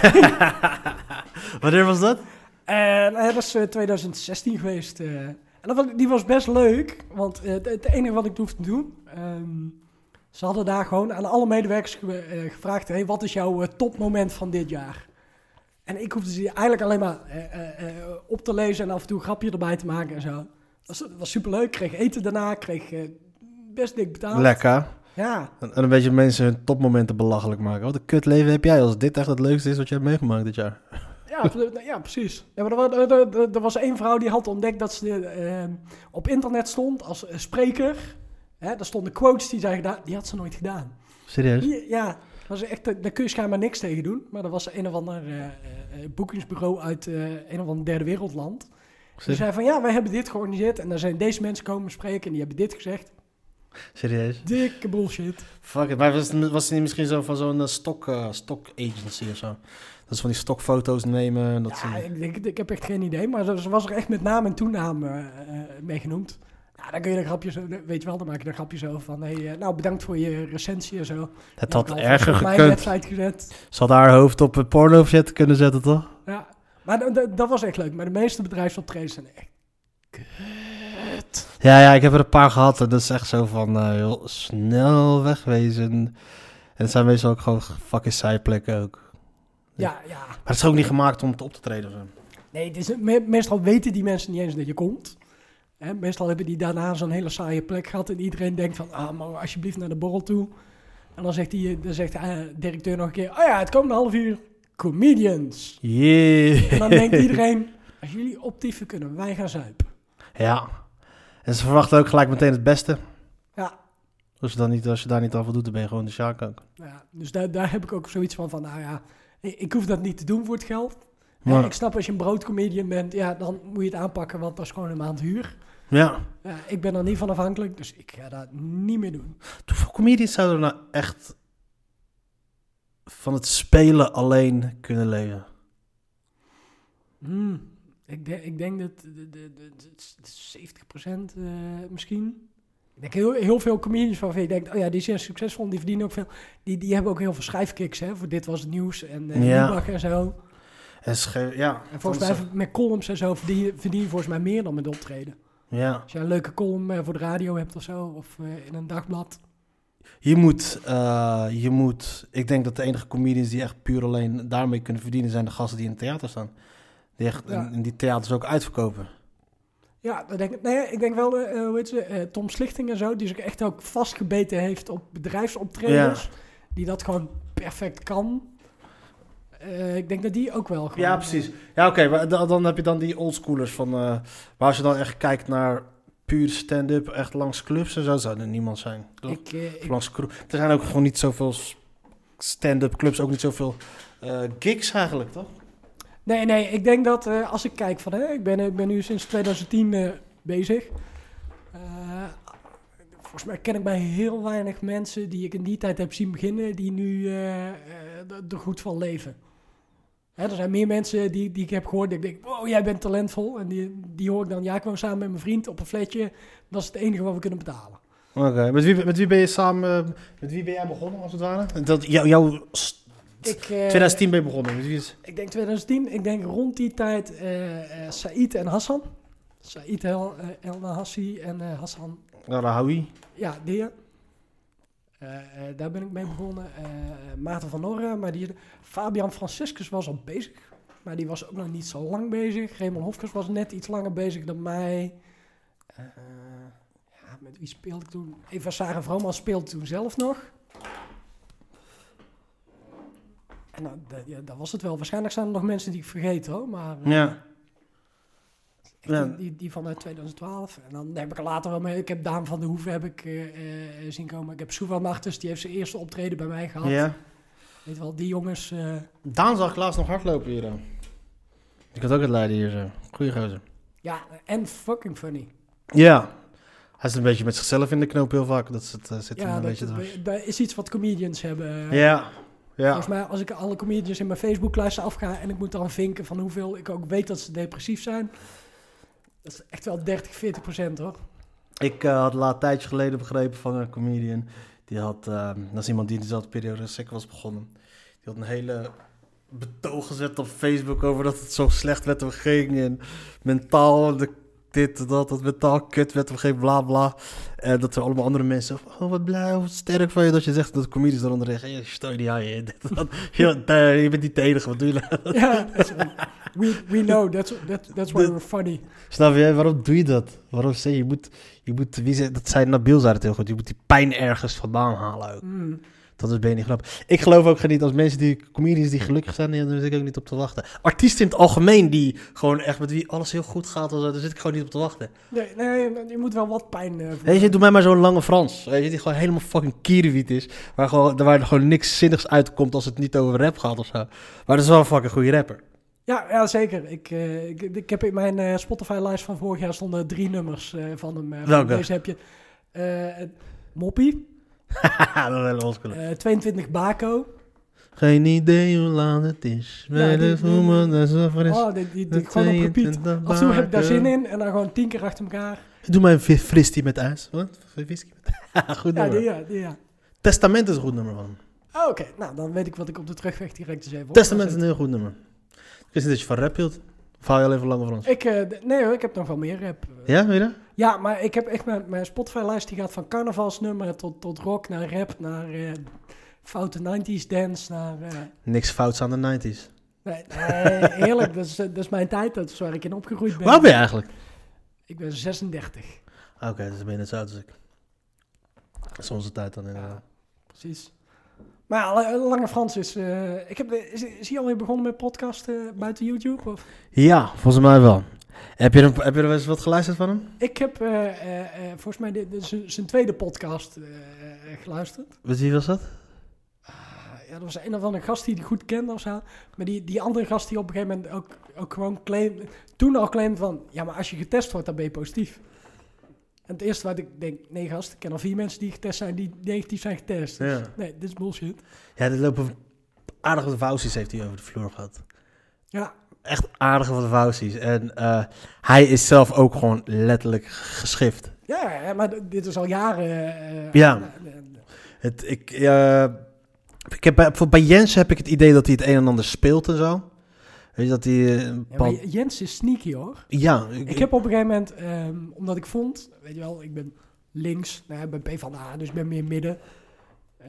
Wanneer was dat? En uh, dat is uh, twintig zestien geweest. Uh, en dat was, die was best leuk, want uh, het, het enige wat ik hoefde te doen... Um, ze hadden daar gewoon aan alle medewerkers ge, uh, gevraagd... Hey, wat is jouw uh, topmoment van dit jaar? En ik hoefde ze eigenlijk alleen maar uh, uh, uh, op te lezen... en af en toe een grapje erbij te maken en zo. Dat was, dat was superleuk. Ik kreeg eten daarna, kreeg uh, best dik betaald. Lekker. Ja. En, en een beetje mensen hun topmomenten belachelijk maken. Wat een kut leven heb jij als dit echt het leukste is wat je hebt meegemaakt dit jaar. Ja, ja, precies. Ja, maar er, er, er, er was één vrouw die had ontdekt dat ze uh, op internet stond als uh, spreker. Hè, daar stonden quotes die zij gedaan, die had ze nooit gedaan. Serieus? Die, ja, dat was echt, daar kun je schijnbaar niks tegen doen. Maar dat was een of ander uh, uh, boekingsbureau uit uh, een of ander derde wereldland. Die zei van ja, wij hebben dit georganiseerd en daar zijn deze mensen komen spreken en die hebben dit gezegd. Serieus? Dikke bullshit. Fuck it. Maar was het, was het niet misschien zo van zo'n uh, stok, uh, stok agency of zo? Dat ze van die stokfoto's nemen. En dat Ja, ze... ik, denk, ik heb echt geen idee, maar ze was er echt met naam en toenaam uh, uh, mee genoemd. Ja, dan kun je er grapjes, weet je wel, dan maak je er grapjes over van, hey, uh, nou bedankt voor je recensie en zo. Het Die had heb ik erger alvast op mijn gekund. website gezet. Ze had haar hoofd op een porno zet kunnen zetten, toch? Ja, maar d- d- dat was echt leuk. Maar de meeste bedrijfsoptredens zijn echt kut. Ja, ja, ik heb er een paar gehad. En dat is echt zo van, uh, heel snel wegwezen. En het zijn meestal ook gewoon fucking zijplekken ook. Ja, ja. Maar het is ook niet gemaakt om het op te treden of zo. Nee, het is, me- meestal weten die mensen niet eens dat je komt. Hè, meestal hebben die daarna zo'n hele saaie plek gehad. En iedereen denkt van, ah, maar alsjeblieft naar de borrel toe. En dan zegt, die, dan zegt de uh, directeur nog een keer, oh ja, het komende half uur, comedians. Yeah. En dan denkt iedereen, als jullie optieven kunnen, wij gaan zuipen. Ja. En ze verwachten ook gelijk meteen het beste. Ja. Als je, dan niet, als je daar niet aan voldoet, dan ben je gewoon de sjaak ook. Ja, dus daar, daar heb ik ook zoiets van, van nou ja, ik, ik hoef dat niet te doen voor het geld. Maar- Ja, ik snap als je een broodcomedian bent, ja, dan moet je het aanpakken, want dat is gewoon een maand huur. Ja. Ja, ik ben er niet van afhankelijk, dus ik ga dat niet meer doen. Hoeveel comedians zouden er nou echt van het spelen alleen kunnen leven? Hmm, ik, de, ik denk dat de, de, de, de zeventig procent uh, misschien. Ik denk heel, heel veel comedians waarvan je denkt, oh ja, die zijn succesvol, die verdienen ook veel. Die, die hebben ook heel veel schrijfkicks, hè, voor Dit Was Het Nieuws en uh, Ja. Lubach en zo. En sche- ja. En volgens mij met columns en zo verdien je, verdien je volgens mij meer dan met optreden. Ja. Als je een leuke column uh, voor de radio hebt of zo, of uh, in een dagblad. Je moet, uh, je moet, ik denk dat de enige comedians die echt puur alleen daarmee kunnen verdienen zijn de gasten die in het theater staan. Die echt Ja. in, in die theaters ook uitverkopen. Ja, dat denk ik, nee, ik denk wel, uh, hoe heet ze, uh, Tom Slichting en zo, die zich echt ook vastgebeten heeft op bedrijfsoptredens. Die dat gewoon perfect kan. Uh, ik denk dat die ook wel gewoon... Ja, precies. Ja, oké, maar dan, dan heb je dan die oldschoolers van, uh, maar als je dan echt kijkt naar puur stand-up, echt langs clubs en zo, zou er niemand zijn. uh, ik, uh, Of ik, langs cru- er zijn ook gewoon niet zoveel stand-up clubs, ook niet zoveel uh, gigs eigenlijk, toch? nee, nee, ik denk dat uh, als ik kijk van, hè, ik ben, ik ben nu sinds twintig tien uh, bezig. Uh, volgens mij ken ik bij heel weinig mensen die ik in die tijd heb zien beginnen, die nu uh, uh, er goed van leven. Hè, er zijn meer mensen die, die ik heb gehoord, dat ik denk, wow, jij bent talentvol. En die, die hoor ik dan, ja, ik woon samen met mijn vriend op een flatje. Dat is het enige wat we kunnen betalen. Oké, okay. met, wie, met wie ben je samen, uh, met wie ben jij begonnen als het ware? Dat, jou, jouw st- Ik, uh, twintig tien ben je begonnen, met wie is... Ik denk twintig tien, ik denk rond die tijd uh, uh, Said en Hassan. Said El, uh, El Nahassi en uh, Hassan, Rahoui. ja, die. Uh, uh, daar ben ik mee begonnen. Uh, Maarten van Norre, maar die, Fabian Franciscus was al bezig. Maar die was ook nog niet zo lang bezig. Raymond Hofkes was net iets langer bezig dan mij. Uh, ja, met wie speelde ik toen? Eva Sarah Vrooman speelde toen zelf nog. En nou, dat, ja, dat was het wel. Waarschijnlijk zijn er nog mensen die ik vergeet hoor. Maar uh, Ja. echt Ja. die, die, die vanuit twintig twaalf. En dan heb ik er later wel mee. Ik heb Daan van der Hoeven heb ik, uh, uh, zien komen. Ik heb Soeval Martens, die heeft zijn eerste optreden bij mij gehad. Ja. Weet je wel, die jongens. Uh, Daan zag ik laatst nog hardlopen hier dan. Ik had ook het leiden hier zo. Goeie gozer. ja, en fucking funny. Ja. Hij zit een beetje met zichzelf in de knoop heel vaak. Dat zit, uh, zit hem Ja, een dat, beetje dwars. dat is iets wat comedians hebben. Ja, ja. Volgens mij, als ik alle comedians in mijn Facebooklijst afga en ik moet dan vinken van hoeveel ik ook weet dat ze depressief zijn, dat is echt wel dertig, veertig procent hoor. Ik uh, had laat een tijdje geleden begrepen van een comedian. Die had, uh, dat is iemand die in dezelfde periode als ik was begonnen. Die had een hele betoog gezet op Facebook over dat het zo slecht met hem ging. En mentaal de, dit, dat, dat mentaal kut met hem ging, bla bla. En dat er allemaal andere mensen, oh wat blij, wat sterk van je dat je zegt dat de comedians daaronder zeggen. Hey, steun die aan je. Dit, dat. Je, je bent niet de enige, wat doe je nou? Ja, we, we know, that's, that, that's why we're funny. Snap je, waarom doe je dat? Waarom zeg je, je moet, je moet wie zei, dat zei Nabil zei het heel goed, je moet die pijn ergens vandaan halen ook. Mm. Dat is ben je niet grappig. Ik geloof ook niet als mensen die, comedians die gelukkig zijn, daar zit ik ook niet op te wachten. Artiesten in het algemeen die gewoon echt met wie alles heel goed gaat, daar zit ik gewoon niet op te wachten. Nee, nee, je moet wel wat pijn uh, Weet je, doe mij maar zo'n lange Frans, weet je, die gewoon helemaal fucking kierenwiet is, waar, gewoon, waar er gewoon niks zinnigs uitkomt als het niet over rap gaat of zo. Maar dat is wel een fucking goede rapper. Ja, ja, zeker. Ik, uh, ik, ik heb in mijn uh, Spotify-lijst van vorig jaar stonden drie nummers uh, van hem. Uh, van Welke? deze heb je uh, Moppie, Dat is helemaal cool. uh, tweeëntwintig Bako. Geen idee hoe laat het is. Ja, Bij die- de woman, dat is wel fris. Oh, die, die, die, gewoon op repeat. Af en toe heb ik daar zin in en dan gewoon tien keer achter elkaar. Doe mij een vi- fristie met ijs. Wat? Whisky met Goed Ja, nummer. die, ja, die, ja. Testament is een goed nummer van hem. Oh, oké. Nou, dan weet ik wat ik op de terugweg direct eens even op Testament ga is een heel goed nummer. Ik wist niet dat je van rap hield. Of hou je alleen van Lange Frans? Ik, uh, d- nee hoor, ik heb nog wel meer rap. Ja, weet je dat? Ja, maar ik heb echt mijn, mijn Spotify-lijst die gaat van carnavalsnummeren tot, tot rock naar rap, naar uh, foute nineties dance, naar... Uh, Niks fouts aan de nineties. nee, nee, heerlijk. Dat is, uh, dat is mijn tijd, dat is waar ik in opgegroeid ben. Waar ben je eigenlijk? Ik ben zesendertig. Oké, okay, dus dan ben je net zo oud als ik. Dat is onze tijd dan inderdaad. Precies. Maar ja, Lange Frans is... Uh, ik heb, de- is, is hij alweer begonnen met podcasten buiten YouTube? Of? Ja, volgens mij wel. Heb je er, heb je er wel eens wat geluisterd van hem? Ik heb uh, uh, uh, volgens mij de, de, z- zijn tweede podcast uh, uh, geluisterd. Met wie was dat? Ja, er was een of andere gast die die goed kende of zo. Maar die, die andere gast die op een gegeven moment ook, ook gewoon claim, toen al claimde van... Ja, maar als je getest wordt, dan ben je positief. En het eerste wat ik denk... Nee gast, ik ken al vier mensen die getest zijn die negatief zijn getest. Dus, Ja. nee, dit is bullshit. Ja, dit lopen aardige wat vouwsies heeft hij over de vloer gehad. Ja, Echt aardige wat vouwsies. En uh, hij is zelf ook gewoon letterlijk geschift. ja, ja, maar d- dit is al jaren... Uh, Ja. uh, uh, Het, ik, uh, ik heb bij, voor- bij Jens heb ik het idee dat hij het een en ander speelt en zo. Weet je, dat hij... uh, een ja, bepaald- maar Jens is sneaky hoor. ja, Ik heb op een gegeven moment, ehm, omdat ik vond, weet je wel, ik ben links, nou, ik ben PvdA, dus ik ben meer midden. Uh,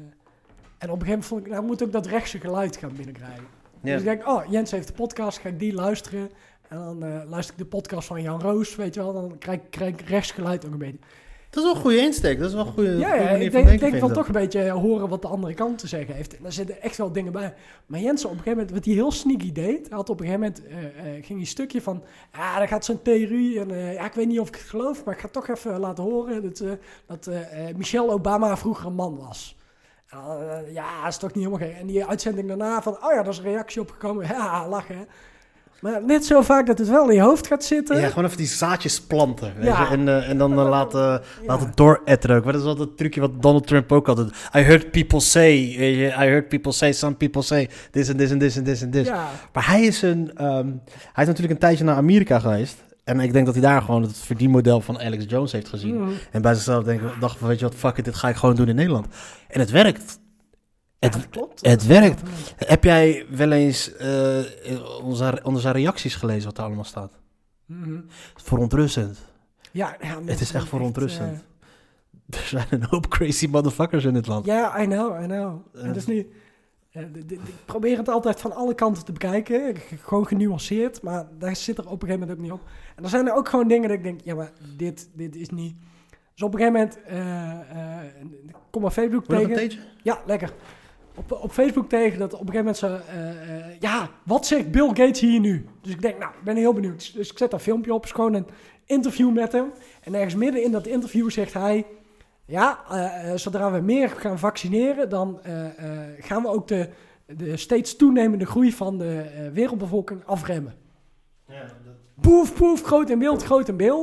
en op een gegeven moment vond ik, nou moet ook dat rechtse geluid gaan binnenkrijgen. Ja. Dus ik denk, oh, Jens heeft de podcast, ga ik die luisteren. En dan uh, luister ik de podcast van Jan Roos, weet je wel, dan krijg, krijg ik rechtsgeluid ook een beetje. Dat is wel een goede insteek. Dat is wel een goede, Ja, goede ja, manier ik van denk, ik denken, denk van vind toch een beetje horen wat de andere kant te zeggen heeft. En daar zitten echt wel dingen bij. Maar Jens op een gegeven moment, wat hij heel sneaky deed, hij had op een gegeven moment, uh, uh, ging hij een stukje van, ah, daar gaat zo'n theorie en uh, ja, ik weet niet of ik het geloof, maar ik ga het toch even laten horen dat, uh, dat uh, uh, Michelle Obama vroeger een man was. En, uh, ja, dat is toch niet helemaal gek. En die uitzending daarna van, oh ja, daar is een reactie opgekomen, ja, lachen hè. Maar net zo vaak dat het wel in je hoofd gaat zitten. Ja, gewoon even die zaadjes planten. Weet Ja. je? En, uh, en dan uh, laten, Ja. laten dooretteren ook. Dat is wel dat trucje wat Donald Trump ook altijd... I heard people say... weet je, I heard people say... Some people say... This and this and this and this and this. Ja. Maar hij is, een, um, hij is natuurlijk een tijdje naar Amerika geweest. En ik denk dat hij daar gewoon het verdienmodel van Alex Jones heeft gezien. Mm. En bij zichzelf denk, dacht van, weet je wat, fuck it, dit ga ik gewoon doen in Nederland. En het werkt. Ja, Het, dat klopt. het werkt. Heb jij wel eens uh, onze, onze reacties gelezen wat er allemaal staat? Mm. Verontrustend. Ja, ja, Het mensen is zijn echt verontrustend. uh, Er zijn een hoop crazy motherfuckers in dit land. Ja, I know, I know. Eh. Het is niet... eh, d- d- ik probeer het altijd van alle kanten te bekijken. Ik- Gewoon genuanceerd, maar daar zit er op een gegeven moment ook niet op. En er zijn er ook gewoon dingen dat ik denk, ja, maar dit, dit is niet... Dus op een gegeven moment, eh, eh, ik kom op Facebook Wil je nog tegen... een theetje? Ja, lekker. Op, op Facebook tegen dat op een gegeven moment ze... eh, eh, ja, wat zegt Bill Gates hier nu? Dus ik denk, nou, ik ben heel benieuwd. Dus ik zet dat filmpje op, is gewoon een interview met hem. En ergens midden in dat interview zegt hij... Ja, uh, uh, zodra we meer gaan vaccineren, dan uh, uh, gaan we ook de, de steeds toenemende groei van de uh, wereldbevolking afremmen. Ja, dat... Poef, poef, groot in beeld, groot in beeld.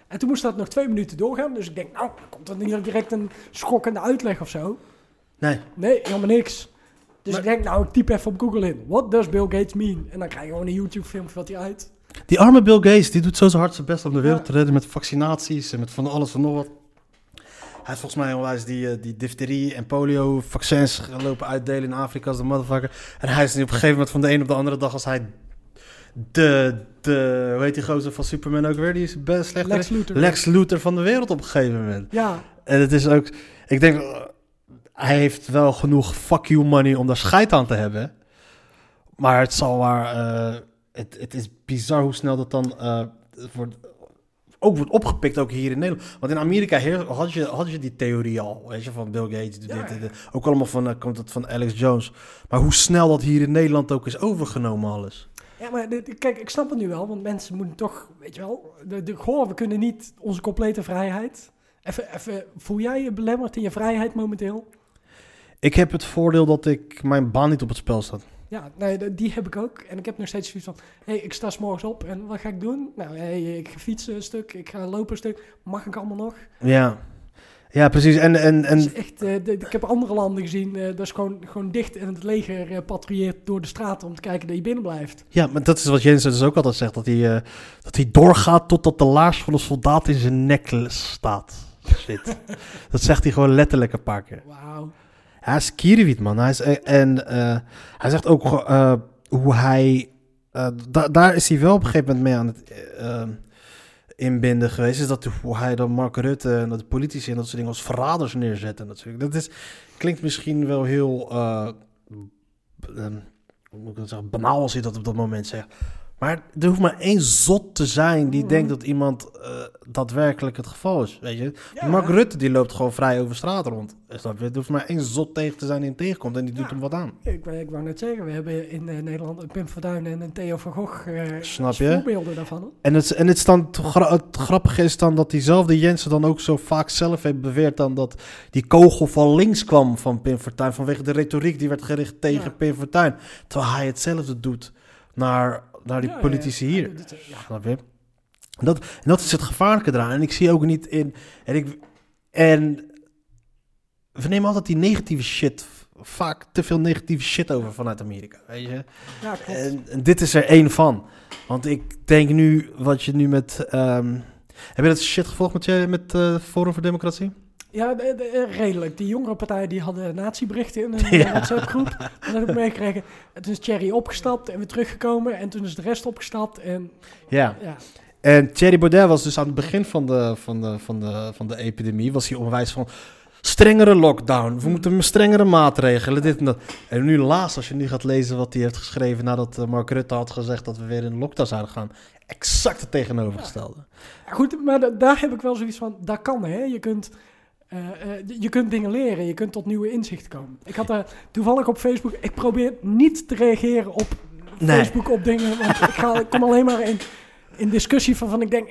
En toen moest dat nog twee minuten doorgaan. Dus ik denk, nou, dan komt er niet direct een schokkende uitleg of zo. Nee. Nee, helemaal niks. Dus Maar- ik denk, nou, ik typ even op Google in. What does Bill Gates mean? En dan krijg je gewoon een YouTube-filmpje wat hij uit. Die arme Bill Gates, die doet zo zijn hard zijn best om de wereld Ja. te redden met vaccinaties en met van alles en nog wat. Hij heeft volgens mij onwijs die, eh, die difterie en polio vaccins lopen uitdelen in Afrika als de motherfucker. En hij is nu op een gegeven moment van de een op de andere dag als hij de, de hoe heet die gozer van Superman ook weer? Die is best slecht. Lex Luthor. Lex Luthor van de wereld op een gegeven moment. Ja, En het is ook, ik denk, uh, hij heeft wel genoeg fuck you money om daar scheid aan te hebben. Maar het zal maar, uh, het, het is bizar hoe snel dat dan uh, wordt, ook wordt opgepikt, ook hier in Nederland. Want in Amerika heer, had, je, had je die theorie al, weet je, van Bill Gates, dit, Ja, dit, ja. dit. Ook allemaal van, uh, komt het van Alex Jones. Maar hoe snel dat hier in Nederland ook is overgenomen alles. ja maar dit- kijk, ik snap het nu wel. Want mensen moeten toch, weet je wel... De, de, goh, we kunnen niet onze complete vrijheid... Even, even, voel jij je belemmerd in je vrijheid momenteel? Ik heb het voordeel dat ik mijn baan niet op het spel staat. Ja, nee, de- die heb ik ook. En ik heb nog steeds zoiets van... Hé, hey, ik sta 's morgens op en wat ga ik doen? Nou, hey, ik ga fietsen een stuk, ik ga lopen een stuk. Mag ik allemaal nog? Ja, ja precies. En, en, en Het is echt, eh, de- ik heb andere landen gezien, eh, dat is gewoon, gewoon dicht en het leger eh, patrouilleert door de straten om te kijken dat je binnen blijft. ja, maar dat is wat Jens dus ook altijd zegt. Dat hij, uh, dat hij doorgaat totdat de laars van een soldaat in zijn nek staat. Shit. Dat zegt hij gewoon letterlijk een paar keer. Wauw. Hij is kierenwiet, man. Hij is, en uh, hij zegt ook uh, hoe hij... Uh, da- daar is hij wel op een gegeven moment mee aan het uh, inbinden geweest. Is dat hoe hij dan Mark Rutte en de politici en dat soort dingen als verraders neerzet. En dat, soort dingen. Dat is, klinkt misschien wel heel... Uh, um, hoe moet ik dat zeggen? Banaal als hij dat op dat moment zegt. Maar er hoeft maar één zot te zijn die Mm. denkt dat iemand uh, daadwerkelijk het geval is. Weet je? Ja. Mark Rutte die loopt gewoon vrij over straat rond. Snap je? Er hoeft maar één zot tegen te zijn die hem tegenkomt en die doet Ja. hem wat aan. Ik, wou- ik wou net zeggen, we hebben in uh, Nederland een Pim Fortuyn en een Theo van Gogh uh, Snap als je? voorbeelden daarvan. Hoor. En het, en het, is dan, het gra- het grappige is dan dat diezelfde Jensen dan ook zo vaak zelf heeft beweerd dan dat die kogel van links kwam van Pim Fortuyn vanwege de retoriek die werd gericht tegen Ja. Pim Fortuyn. Terwijl hij hetzelfde doet naar, naar die Ja, politici ja, hier. ja, dit- ja. Snap je? En dat, en dat is het gevaarlijke eraan. En ik zie ook niet in... En, ik, en we nemen altijd die negatieve shit... Vaak te veel negatieve shit over vanuit Amerika. Weet je? Ja, klopt. En, en dit is er één van. Want ik denk nu... Wat je nu met... Um, heb je dat shit gevolgd met, je, met uh, Forum voor Democratie? Ja, de, de, redelijk. Die jongere partijen die hadden nazi-berichten in een Ja. WhatsApp-groep. En dat heb ik meegekregen. En toen is Thierry opgestapt en weer teruggekomen. En toen is de rest opgestapt. En Ja. ja, En Thierry Baudet was dus aan het begin van de, van de, van de, van de epidemie... was hij onwijs van... strengere lockdown, we moeten strengere maatregelen, dit en dat. En nu laatst, als je nu gaat lezen wat hij heeft geschreven... nadat Mark Rutte had gezegd dat we weer in lockdown zouden gaan... exact het tegenovergestelde. Ja, goed, maar da- daar heb ik wel zoiets van, dat kan hè. Je kunt, uh, uh, je kunt dingen leren, je kunt tot nieuwe inzichten komen. Ik had uh, toevallig op Facebook, ik probeer niet te reageren op Nee. Facebook op dingen, want ik, ga, ik kom alleen maar in, in discussie van, van ik denk...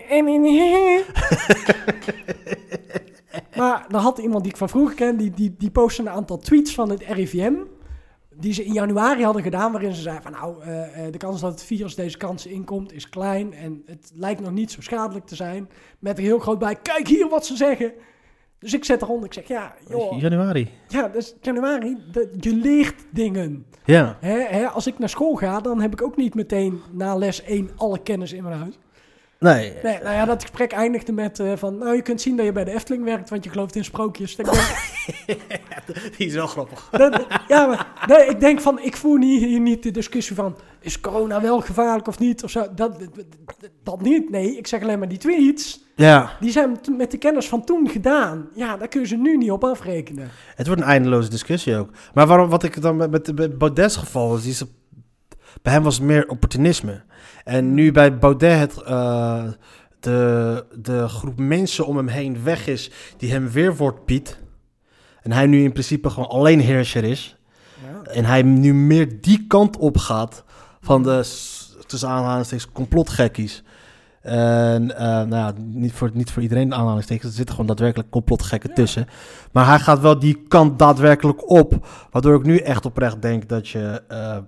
Maar er had iemand die ik van vroeger ken, die, die, die postte een aantal tweets van het R I V M... die ze in januari hadden gedaan, waarin ze zeiden van nou, uh, uh, de kans dat het virus deze kans inkomt is klein en het lijkt nog niet zo schadelijk te zijn. Met er heel groot bij, kijk hier wat ze zeggen. Dus ik zet eronder, ik zeg ja, joh, Januari. ja, dus januari, de, je leert dingen. Ja. Hè, hè, als ik naar school ga, dan heb ik ook niet meteen na les één alle kennis in mijn huis. Nee. Nee, nou ja, dat gesprek eindigde met uh, van, nou je kunt zien dat je bij de Efteling werkt, want je gelooft in sprookjes. Dat ik denk, Die is wel grappig. Dat, ja, maar nee, ik denk van, ik voer niet, hier niet de discussie van, is corona wel gevaarlijk of niet? Of zo. Dat, dat, dat niet, nee. Ik zeg alleen maar die tweets, Ja. die zijn t- met de kennis van toen gedaan. Ja, daar kun je ze nu niet op afrekenen. Het wordt een eindeloze discussie ook. Maar waarom, wat ik dan met, met, met Baudet's geval was, die is, bij hem was het meer opportunisme. En nu bij Baudet het, uh, de, de groep mensen om hem heen weg is, die hem weerwoord biedt. En hij nu in principe gewoon alleen heerser is. Ja. En hij nu meer die kant op gaat van de, tussen aanhalingstekens, complotgekkies. En uh, nou ja, niet voor, niet voor iedereen aanhalingstekens, er zitten gewoon daadwerkelijk complotgekken Ja. tussen. Maar hij gaat wel die kant daadwerkelijk op, waardoor ik nu echt oprecht denk dat je... Uh,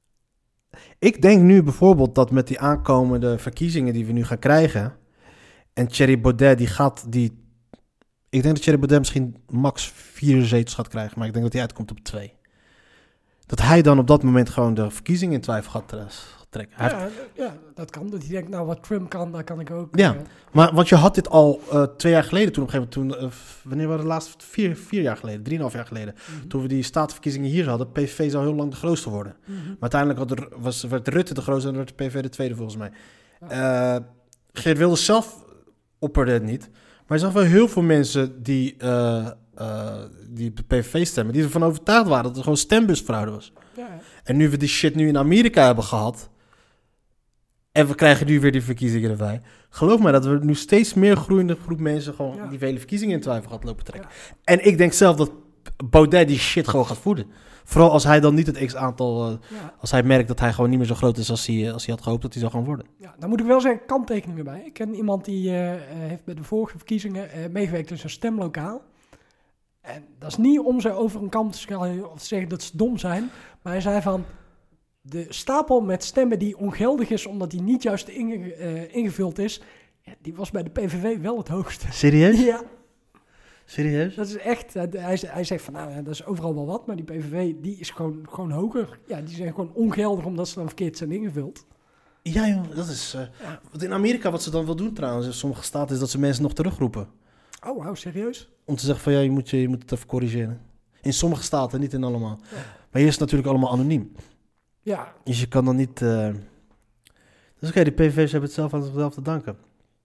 ik denk nu bijvoorbeeld dat met die aankomende verkiezingen die we nu gaan krijgen, En Thierry Baudet, die gaat... Die, ik denk dat Thierry Baudet misschien max vier zetels gaat krijgen. Maar ik denk dat hij uitkomt op twee. Dat hij dan op dat moment gewoon de verkiezingen in twijfel gaat uh, trekken. Hij Ja, heeft, ja, dat kan. Dat hij denkt, nou wat Trump kan, dat kan ik ook. Ja. Eh, maar want je had dit al uh, twee jaar geleden, toen op een gegeven moment, toen, uh, wanneer waren de laatste, vier, vier jaar geleden, drieënhalf jaar geleden, mm-hmm. toen we die statenverkiezingen hier hadden, P V V zou heel lang de grootste worden. Mm-hmm. Maar uiteindelijk had er, was, werd Rutte de grootste en werd de P V V de tweede volgens mij. Uh, Geert Wilders zelf opperde het niet, maar je zag wel heel veel mensen die, uh, uh, die op de P V V stemmen, die ervan overtuigd waren dat het gewoon stembusfraude was. Ja. En nu we die shit nu in Amerika hebben gehad, en we krijgen nu weer die verkiezingen erbij. Geloof mij dat we nu steeds meer groeiende groep mensen gewoon Ja. die vele verkiezingen in twijfel gaat lopen trekken. Ja. En ik denk zelf dat Baudet die shit gewoon gaat voeden. Vooral als hij dan niet het x-aantal... Uh, Ja. als hij merkt dat hij gewoon niet meer zo groot is als hij, als hij had gehoopt dat hij zou gaan worden. Ja, dan moet ik wel zeggen, kanttekeningen bij. Ik ken iemand die uh, heeft bij de vorige verkiezingen uh, meegewerkt in zo'n stemlokaal. En dat is niet om ze over een kant te schalen of te zeggen dat ze dom zijn. Maar hij zei van, de stapel met stemmen die ongeldig is omdat die niet juist inge, uh, ingevuld is, ja, die was bij de P V V wel het hoogste. Serieus? Ja, Serieus? dat is echt, uh, hij, hij zegt van, nou ja, dat is overal wel wat, maar die P V V die is gewoon, gewoon hoger. Ja, die zijn gewoon ongeldig omdat ze dan verkeerd zijn ingevuld. Ja, joh, dat is... Uh, Ja. wat in Amerika wat ze dan wel doen trouwens, in sommige staten, is dat ze mensen nog terugroepen. Oh, wauw, serieus? Om te zeggen van, ja, je moet, je, je moet het even corrigeren. In sommige staten, niet in allemaal. Ja. Maar hier is het natuurlijk allemaal anoniem. Ja, Dus je kan dan niet... Uh... Dus oké, okay, die P V V's hebben het zelf aan zichzelf te danken.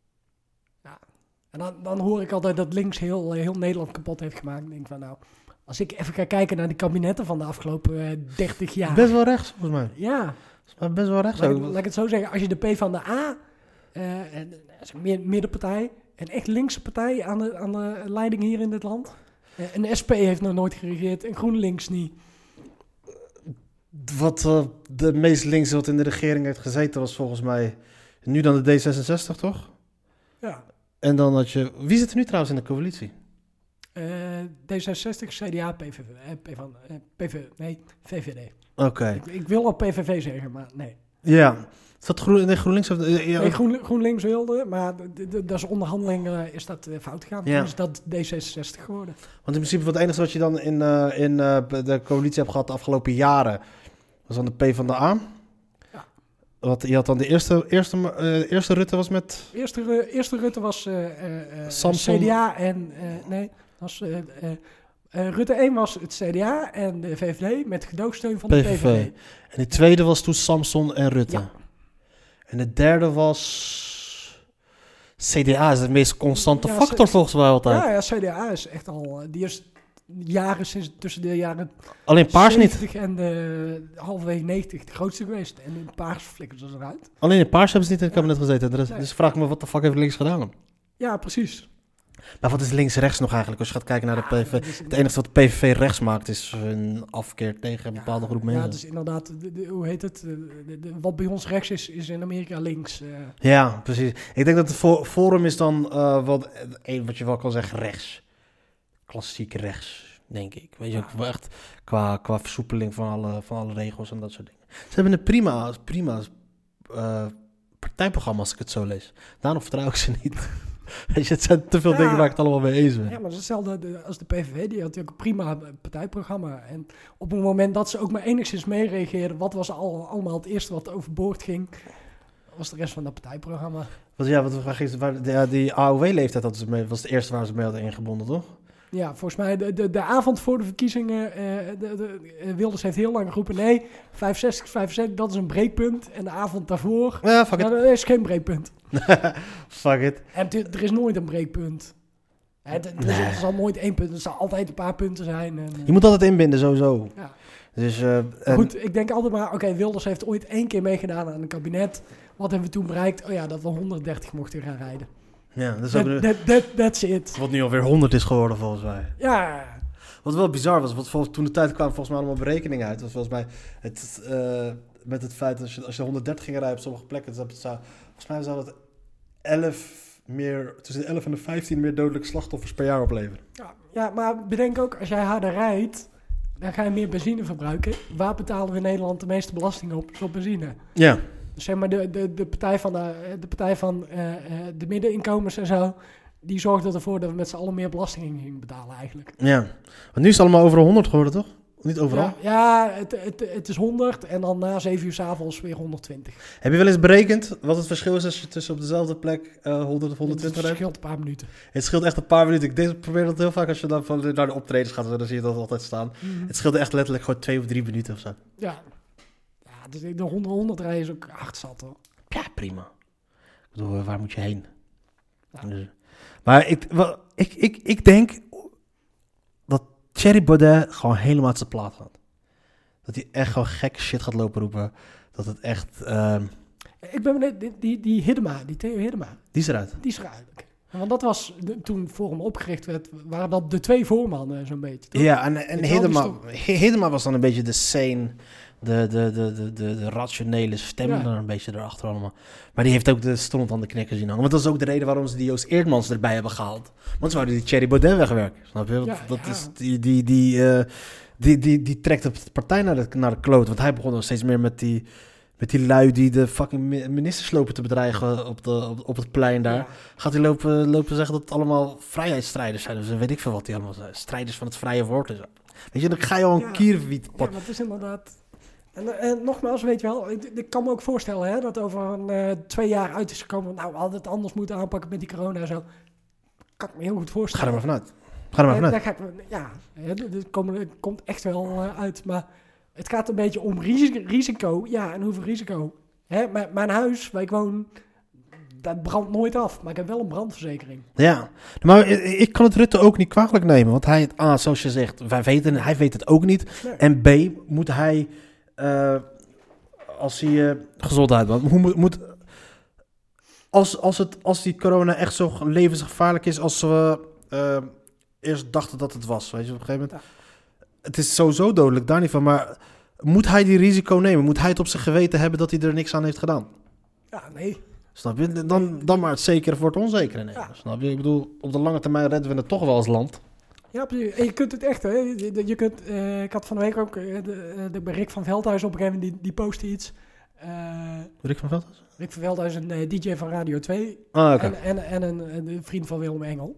en dan, dan hoor ik altijd dat links heel, heel Nederland kapot heeft gemaakt. Ik denk van nou, als ik even ga kijken naar de kabinetten van de afgelopen uh, dertig jaar. Best wel rechts, volgens mij. Ja, Best wel rechts laat ik, ook. laat ik het zo zeggen. Als je de P van de A, uh, en, dat is een meer- middenpartij, een echt linkse partij aan de, aan de leiding hier in dit land. Uh, en de S P heeft nog nooit geregeerd en GroenLinks niet. Wat uh, de meest linkse wat in de regering heeft gezeten was volgens mij nu dan de D zesenzestig, toch? Ja. En dan had je... Wie zit er nu trouwens in de coalitie? Uh, D zesenzestig, C D A, P V V, eh, P van, eh, P V, nee, V V D. Oké. Okay. Ik, ik wil al P V V zeggen, maar nee. Ja. Is dat Groen, nee, GroenLinks? Of, uh, ja. Nee, Groen, GroenLinks wilde, maar d- d- dat is onderhandelingen, is dat uh, fout gegaan. Ja. Toen is dat D zesenzestig geworden. Want in principe wat het enige wat je dan in, uh, in uh, de coalitie hebt gehad de afgelopen jaren was dan de P van de A. Ja. Wat, je had dan de eerste, eerste, uh, eerste Rutte was met... Eerste, Ru- eerste Rutte was uh, uh, uh, Samson. C D A en... Uh, nee, was, uh, uh, uh, Rutte één was het C D A en de V V D met gedoogsteun van de P V V. P V V. En de tweede was toen Samson en Rutte. Ja. En de derde was... C D A is de meest constante Ja, factor C- volgens mij altijd. Ja, ja, C D A is echt al... uh, die is jaren sinds tussen de jaren Alleen paars niet. zeventig en de halverwege negentig de grootste geweest. En in paars flikkeren ze eruit. Alleen in paars hebben ze niet in het kabinet gezeten. Er is, Nee. Dus vraag ik me, wat de fuck heeft links gedaan? Ja, precies. Maar wat is links-rechts nog eigenlijk? Als je gaat kijken naar de Ja, P V V. dat is- Het enige wat de P V V rechts maakt is een afkeer tegen een bepaalde groep Ja, mensen. het is inderdaad, de, de- hoe heet het? De, de- de- wat bij ons rechts is, is in Amerika links. eh. Ja, precies. Ik denk dat het voor, Forum is dan uh, wat, een, wat je wel kan zeggen rechts. Klassiek rechts, denk ik. Weet je, ook wel echt qua, qua versoepeling van alle, van alle regels en dat soort dingen. Ze hebben een prima, prima uh, partijprogramma als ik het zo lees. Daarom vertrouw ik ze niet. Weet je, het zijn te veel Ja. dingen waar ik het allemaal mee eens ben. Ja, maar dat is hetzelfde de- als de P V V. Die had natuurlijk een prima partijprogramma. En op het moment dat ze ook maar enigszins meereageerden, wat was al, allemaal het eerste wat overboord ging, was de rest van dat partijprogramma. Want ja, wat, waar ging ze- waar, ja, die A O W-leeftijd hadden ze mee, was het eerste waar ze mee hadden ingebonden, toch? Ja, volgens mij de, de, de avond voor de verkiezingen, eh, de, de, eh, Wilders heeft heel lang geroepen, nee, vijfenzestig, vijfenzestig, dat is een breekpunt. En de avond daarvoor, Ja, fuck ja, it. dat is geen breekpunt. Fuck it. En het- er is nooit een breekpunt. Het, het, is- Nee. er zal nooit één punt, er zal altijd een paar punten zijn. En, eh, Je moet altijd inbinden, sowieso. Ja. Dus, uh, en, Goed, ik denk altijd maar, oké, Wilders heeft ooit één keer meegedaan aan een kabinet. Wat hebben we toen bereikt? Oh ja, dat we honderddertig mochten gaan rijden. ja, dat is ook That, een- that, that, that's it. wat nu alweer honderd is geworden, volgens mij. Ja, Wat wel bizar was, want volgens, toen de tijd kwamen volgens mij allemaal berekeningen uit. Dat was volgens mij het, uh, met het feit dat als je, als je honderddertig ging rijden op sommige plekken, dus dat zou, volgens mij zou dat elf meer, tussen de elf en de vijftien meer dodelijke slachtoffers per jaar opleveren. ja, ja, maar bedenk ook, als jij harder rijdt, dan ga je meer benzine verbruiken. Waar betalen we in Nederland de meeste belasting op? Op benzine. Ja. Dus zeg maar de, de, de partij van, de, de, partij van uh, uh, de middeninkomens en zo, die zorgde ervoor dat we met z'n allen meer belasting gingen betalen eigenlijk. Ja, want nu is het allemaal over honderd geworden, toch? Niet overal? Ja, ja het, het, het is honderd en dan na zeven uur 's avonds weer honderdtwintig. Heb je wel eens berekend wat het verschil is als je tussen op dezelfde plek uh, honderd of honderdtwintig Het rijdt? scheelt een paar minuten. Het scheelt echt een paar minuten. Ik denk, probeer dat heel vaak als je dan van de, naar de optredens gaat, dan zie je dat altijd staan. Mm. Het scheelt echt letterlijk gewoon twee of drie minuten of zo. Ja, ja dus de honderd, honderd rijden is ook hard zat hoor. Ja, prima. Ik bedoel, waar moet je heen? Ja. Dus, maar ik, wel, ik, ik, ik denk dat Thierry Baudet gewoon helemaal uit zijn plaat gaat. Dat hij echt gewoon gekke shit gaat lopen roepen. Dat het echt... Uh, Ik ben benieuwd, die, die, die Hiddema, die Theo Hiddema, die is eruit. die is eruit. Want dat was, de, toen Forum opgericht werd, waren dat de twee voormannen zo'n beetje. Toch? Ja, en, en Weet je wel, Hiddema, dus Hiddema was dan een beetje de sane, de, de, de, de, de, de rationele stem Ja. dan een beetje erachter allemaal. Maar die heeft ook de stront aan de knikker zien hangen. Want dat is ook de reden waarom ze die Joost Eerdmans erbij hebben gehaald. Want ze wouden die Thierry Baudet wegwerken. Snap je? Want Ja, dat ja. is die, die, die, uh, die, die, die trekt de partij naar de, naar de kloot. Want hij begon nog steeds meer met die, met die lui die de fucking ministers lopen te bedreigen op, de, op, op het plein daar. Ja. Gaat hij lopen, lopen zeggen dat het allemaal vrijheidsstrijders zijn. Dus weet ik veel wat die allemaal zijn. Strijders van het vrije woord en zo. Weet je, dan ga je al een Ja. kierwiet Ja, pakken. maar het is inderdaad... En, en nogmaals, weet je wel, ik, ik kan me ook voorstellen hè, dat over een, uh, twee jaar uit is gekomen. Nou, we hadden het anders moeten aanpakken met die corona en zo. Kan ik me heel goed Ga voorstellen. er maar vanuit. Ga er maar En vanuit. daar ga ik, ja, hè, dat komt, dat komt echt wel uh, uit. Maar het gaat een beetje om risico. risico. Ja, en hoeveel risico? Hè, mijn, mijn huis, waar ik woon, dat brandt nooit af. Maar ik heb wel een brandverzekering. Ja, maar ik kan het Rutte ook niet kwalijk nemen. Want hij, ah, zoals je zegt, wij weten, hij weet het ook niet. Nee. En B, moet hij, uh, als hij uh, gezondheid, want hoe moet, moet als, als, het, als die corona echt zo levensgevaarlijk is als we uh, eerst dachten dat het was, weet je, op een gegeven moment. Ja. Het is sowieso dodelijk, daar niet van, maar moet hij die risico nemen? Moet hij het op zijn geweten hebben dat hij er niks aan heeft gedaan? Ja, nee. Snap je? Dan, dan maar het zekere voor het onzekere nemen. Ja. Snap je? Ik bedoel, op de lange termijn redden we het toch wel als land. Ja, precies. En je kunt het echt, hè. Je, je kunt, uh, ik had van de week ook uh, de, de, de Rick van Veldhuis op een gegeven moment, die, die postte iets. Uh, Rick van Veldhuis? Rick van Veldhuis, een uh, D J van Radio twee. Ah, oké. En, en, en een, een vriend van Willem Engel.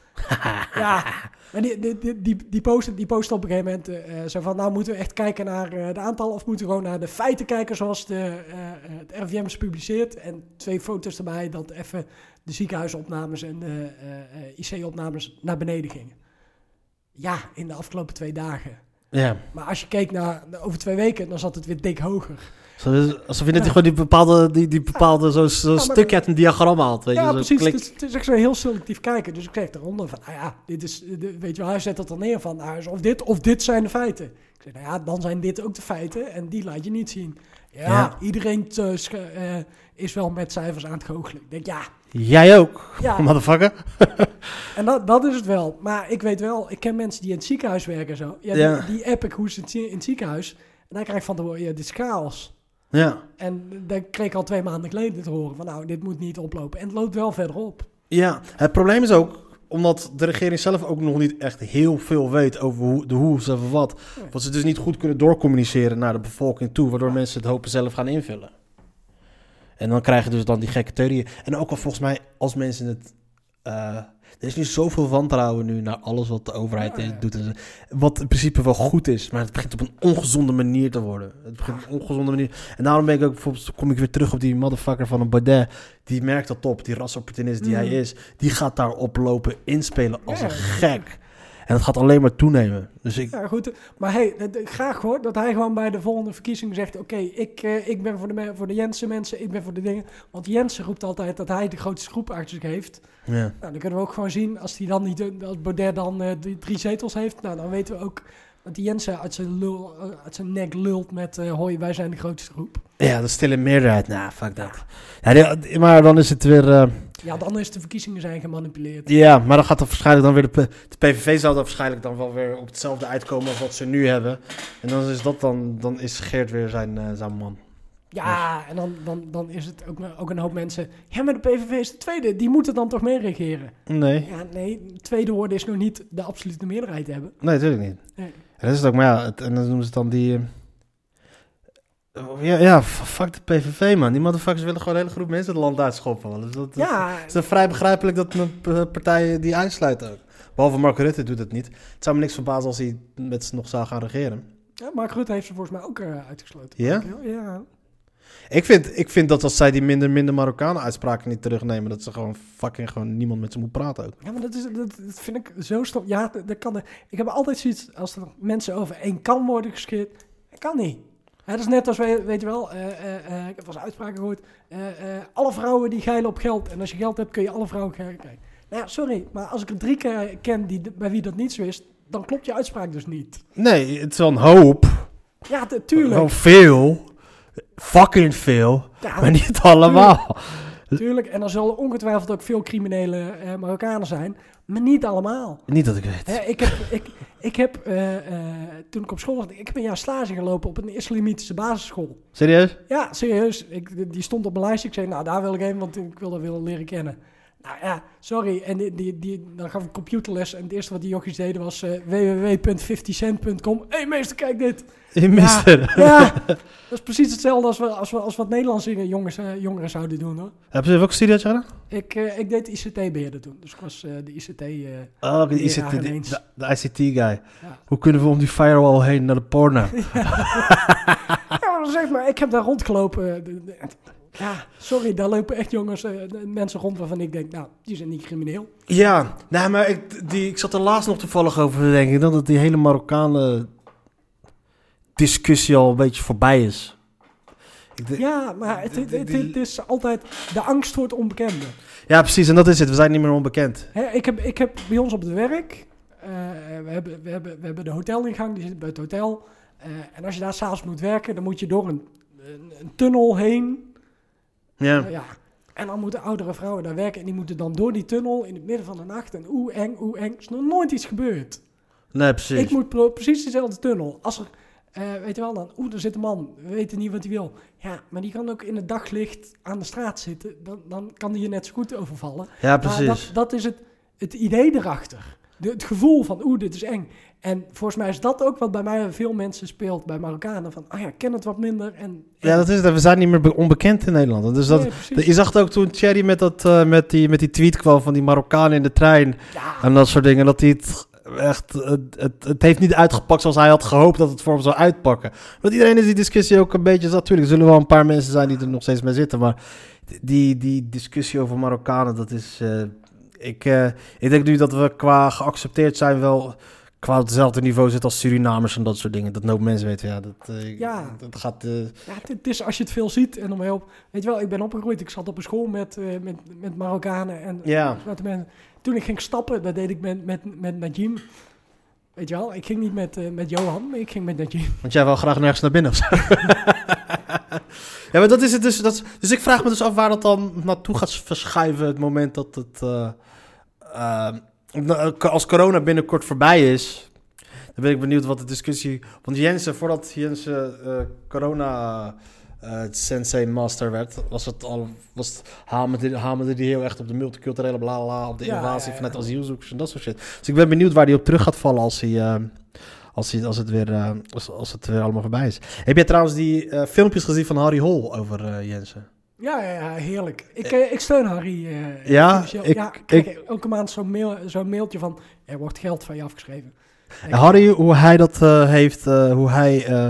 Ja, maar die, die, die, die, die, post, die post op een gegeven moment uh, zo van, nou moeten we echt kijken naar uh, de aantallen of moeten we gewoon naar de feiten kijken zoals de, uh, het R I V M is gepubliceerd. En twee foto's erbij dat even de ziekenhuisopnames en de uh, uh, I C-opnames naar beneden gingen. Ja, in de afgelopen twee dagen. Ja. Maar als je keek naar, naar over twee weken, dan zat het weer dik hoger. Alsof je net ja. gewoon die bepaalde, die, die bepaalde ja. zo'n zo ja, stukje uit een diagram haalt. Weet ja, je, zo precies. klik. Het is, het is echt zo heel selectief kijken. Dus ik zeg eronder van, nou ja, dit is, weet je wel, hij zet dat er neer van, nou, of dit of dit zijn de feiten. Ik zeg, nou ja, dan zijn dit ook de feiten en die laat je niet zien. Ja, ja. iedereen te, uh, is wel met cijfers aan het goochelen. Ik denk, ja. Jij ook, ja. motherfucker. En dat, dat is het wel. Maar ik weet wel, ik ken mensen die in het ziekenhuis werken en zo. Ja, ja. Die, die app ik hoe ze het in het ziekenhuis. En dan krijg ik van te horen, ja, dit is chaos. Ja. En dan kreeg ik al twee maanden geleden te horen van, nou, dit moet niet oplopen. En het loopt wel verder op. Ja, het probleem is ook, omdat de regering zelf ook nog niet echt heel veel weet over hoe, de hoe of wat. Nee. Wat ze dus niet goed kunnen doorcommuniceren naar de bevolking toe, waardoor mensen het hopen zelf gaan invullen. En dan krijg je dus dan die gekke theorieën. En ook al volgens mij, als mensen het... Uh, er is nu zoveel wantrouwen nu naar alles wat de overheid ja, ja. doet. En wat in principe wel goed is, maar het begint op een ongezonde manier te worden. Het begint op een ongezonde manier. En daarom ben ik ook, bijvoorbeeld, kom ik weer terug op die motherfucker van een Baudet. Die merkt dat op, die rasopportunist die mm. hij is. Die gaat daar oplopen, inspelen als ja, een gek. En dat gaat alleen maar toenemen. Dus ik... Ja, goed. Maar hey, graag hoor, dat hij gewoon bij de volgende verkiezingen zegt... Oké, okay, ik, uh, ik ben voor de, voor de Jensen mensen, ik ben voor de dingen. Want Jensen roept altijd dat hij de grootste groep achter zich heeft. Ja. Nou, dan kunnen we ook gewoon zien, als hij dan niet, als Baudet dan uh, die drie zetels heeft... Nou, dan weten we ook dat die Jensen uit zijn, lul, uh, uit zijn nek lult met... Uh, hoi, wij zijn de grootste groep. Ja, de stille meerderheid. Nou, fuck dat. Ja, die, maar dan is het weer... Uh... Ja, dan is de verkiezingen zijn gemanipuleerd. Ja, maar dan gaat er waarschijnlijk dan weer de, P- de P V V zou dan waarschijnlijk dan wel weer op hetzelfde uitkomen als wat ze nu hebben. En dan is dat dan, dan is Geert weer zijn, uh, zijn man. Ja, dus. En dan, dan, dan is het ook, ook een hoop mensen... Ja, maar de P V V is de tweede, die moeten dan toch mee regeren? Nee. Ja, nee, tweede worden is nog niet de absolute meerderheid hebben. Nee, natuurlijk niet. Nee. En dat is het ook, maar ja, het, en dan noemen ze dan die... Uh, Ja, ja, fuck de P V V, man. Die motherfuckers willen gewoon een hele groep mensen het land uitschoppen. Man. Dus dat, dat Ja. is dan vrij begrijpelijk dat een partij die uitsluit ook. Behalve Mark Rutte doet het niet. Het zou me niks verbazen als hij met ze nog zou gaan regeren. Ja, Mark Rutte heeft ze volgens mij ook uh, uitgesloten. Ja? Ja. Ik vind, ik vind dat als zij die minder, minder Marokkanen uitspraken niet terugnemen, dat ze gewoon fucking gewoon niemand met ze moet praten ook. Ja, maar dat, is, dat, dat vind ik zo stom. Ja, dat, dat kan. Ik heb altijd zoiets, als er mensen over één kan worden gescheerd, dat kan niet. Ja, dat is net als, weet je wel, uh, uh, uh, ik heb wel eens uitspraken gehoord, uh, uh, alle vrouwen die geilen op geld. En als je geld hebt, kun je alle vrouwen geilen krijgen. Nou ja, sorry, maar als ik er drie keer ken die, bij wie dat niet zo is, dan klopt je uitspraak dus niet. Nee, het is wel een hoop. Ja, t- tuurlijk. Gewoon veel. Fucking veel. Ja, maar niet allemaal. Tuurlijk, en er zullen ongetwijfeld ook veel criminele uh, Marokkanen zijn, maar niet allemaal. Niet dat ik weet. Hè, ik heb, ik, ik heb uh, uh, toen ik op school was, ik heb een jaar stage gelopen op een islamitische basisschool. Serieus? Ja, serieus. Ik, die stond op mijn lijstje. Ik zei, nou, daar wil ik heen, want ik wil dat willen leren kennen. Nou ja, sorry. En die, die, die, dan gaf ik computerles en het eerste wat die jochies deden was uh, w w w punt vijftig cent punt com. Hé hey, meester, kijk dit. Je mist ja, het. Ja, dat is precies hetzelfde als, we, als, we, als wat Nederlandse jongens, uh, jongeren zouden doen, hoor. Heb je welke studie had je gedaan? Ik, uh, ik deed I C T-beheerder toen. Dus ik was uh, de I C T... Uh, Oh, de I C T, leraar de, ineens. de, de I C T-guy. Ja. Hoe kunnen we om die firewall heen naar de porno? Ja, maar zeg maar, ik heb daar rondgelopen. De- de- Ja, sorry, daar lopen echt jongens, uh, mensen rond waarvan ik denk, nou, die zijn niet crimineel. Ja, nou, maar ik, die, ik zat er laatst nog toevallig over te denken. Dat het die hele Marokkanen discussie al een beetje voorbij is. Ik denk- Ja, maar het, het, het, Die- het is altijd de angst voor het onbekende. ja, precies. En dat is het. We zijn niet meer onbekend. Hè, ik, heb, ik heb bij ons op het werk, uh, we, hebben, we, hebben, we hebben de hotelingang, die zit bij het hotel. Uh, en als je daar s'avonds moet werken, dan moet je door een, een, een tunnel heen. Ja. Uh, ja. En dan moeten oudere vrouwen daar werken en die moeten dan door die tunnel in het midden van de nacht. En oeh eng, oeh eng, is nog nooit iets gebeurd. Nee, precies. Ik moet pro- precies dezelfde tunnel. Als er, uh, weet je wel dan, oeh, er zit een man, we weten niet wat hij wil. Ja, maar die kan ook in het daglicht aan de straat zitten. Dan, dan kan die je net zo goed overvallen. Ja, precies. Maar dat, dat is het, het idee erachter. De, het gevoel van, oeh, dit is eng. En volgens mij is dat ook wat bij mij veel mensen speelt, bij Marokkanen. Van, ah ja, ik ken het wat minder. En, en Ja, dat is het. We zijn niet meer be- onbekend in Nederland. Dus dat, Nee, precies. je zag het ook toen Thierry met, dat, uh, met, die, met die tweet kwam van die Marokkanen in de trein. Ja, En dat soort dingen. Dat hij het echt... Het, het, het heeft niet uitgepakt zoals hij had gehoopt dat het voor hem zou uitpakken. Want iedereen is die discussie ook een beetje... Natuurlijk, er zullen wel een paar mensen zijn die er nog steeds mee zitten. Maar die, die discussie over Marokkanen, dat is... Uh, ik, uh, ik denk nu dat we qua geaccepteerd zijn wel... qua hetzelfde niveau zitten als Surinamers en dat soort dingen. Dat een hoop mensen weten, ja, dat, uh, Ja. dat gaat... Uh, ja het, het is als je het veel ziet en om heel... Weet je wel, ik ben opgegroeid. Ik zat op een school met, uh, met, met Marokkanen. En, Ja. met de mensen. Toen ik ging stappen, dat deed ik met, met, met Najim. Weet je wel, ik ging niet met, uh, met Johan, maar ik ging met Najim. Want jij wil graag nergens naar binnen of zo. Ja, maar dat is het dus. Dat is, dus ik vraag me dus af waar dat dan naartoe gaat verschuiven. Het moment dat het... Uh, uh, als corona binnenkort voorbij is... Dan ben ik benieuwd wat de discussie... Want Jensen, voordat Jensen uh, corona... Uh, sensei master werd, was het al, was het, hamerde, hamerde die heel echt op de multiculturele blabla, op de Ja, innovatie ja, ja. vanuit asielzoekers en dat soort shit. Dus ik ben benieuwd waar die op terug gaat vallen als, hij, uh, als, hij, als, het, weer, uh, als, als het weer allemaal voorbij is. Heb jij trouwens die uh, filmpjes gezien van Harry Hol over uh, Jensen? Ja, ja, ja, heerlijk. Ik, uh, ik steun Harry. Uh, Ja, financieel. ik- ja, ik krijg ik- elke maand zo'n, mail, zo'n mailtje van, er wordt geld van je afgeschreven. En Harry, hoe hij dat uh, heeft, uh, hoe hij uh,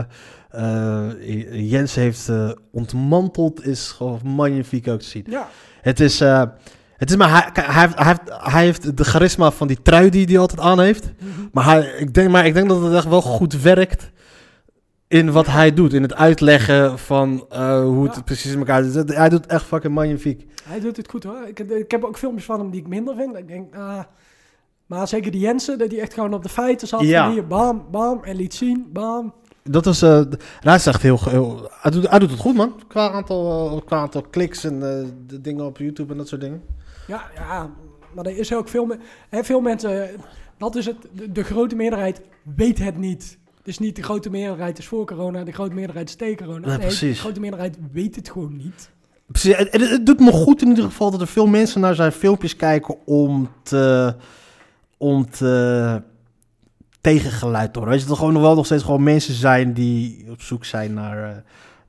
uh, Jensen heeft uh, ontmanteld, is gewoon magnifiek ook te zien. Ja, Het is, uh, het is maar, hij, kijk, hij, heeft, hij, heeft, hij heeft de charisma van die trui die hij altijd aan heeft. Maar, hij, ik denk, maar ik denk dat het echt wel goed werkt in wat hij doet. In het uitleggen van uh, hoe het Ja. precies in elkaar zit. Hij doet echt fucking magnifiek. hij doet het goed hoor. Ik, ik heb ook filmpjes van hem die ik minder vind. Ik denk, ah... Maar zeker die Jensen, dat die echt gewoon op de feiten zat. Ja. Van hier, bam, bam, en liet zien, bam. Dat is, uh, hij is echt heel, heel hij, doet, hij doet het goed, man. Qua aantal, uh, qua aantal kliks en uh, de dingen op YouTube en dat soort dingen. Ja, ja, maar er is ook veel, me- hè, veel mensen, dat is het, de, de grote meerderheid weet het niet. Het is niet de grote meerderheid is voor corona, de grote meerderheid is tegen corona. Ja, nee, precies. de grote meerderheid weet het gewoon niet. Precies. Het, het, het doet me goed in ieder geval dat er veel mensen naar zijn filmpjes kijken om te... om te tegengeluid te horen. Weet je, dat er gewoon nog wel nog steeds gewoon mensen zijn die op zoek zijn naar, uh,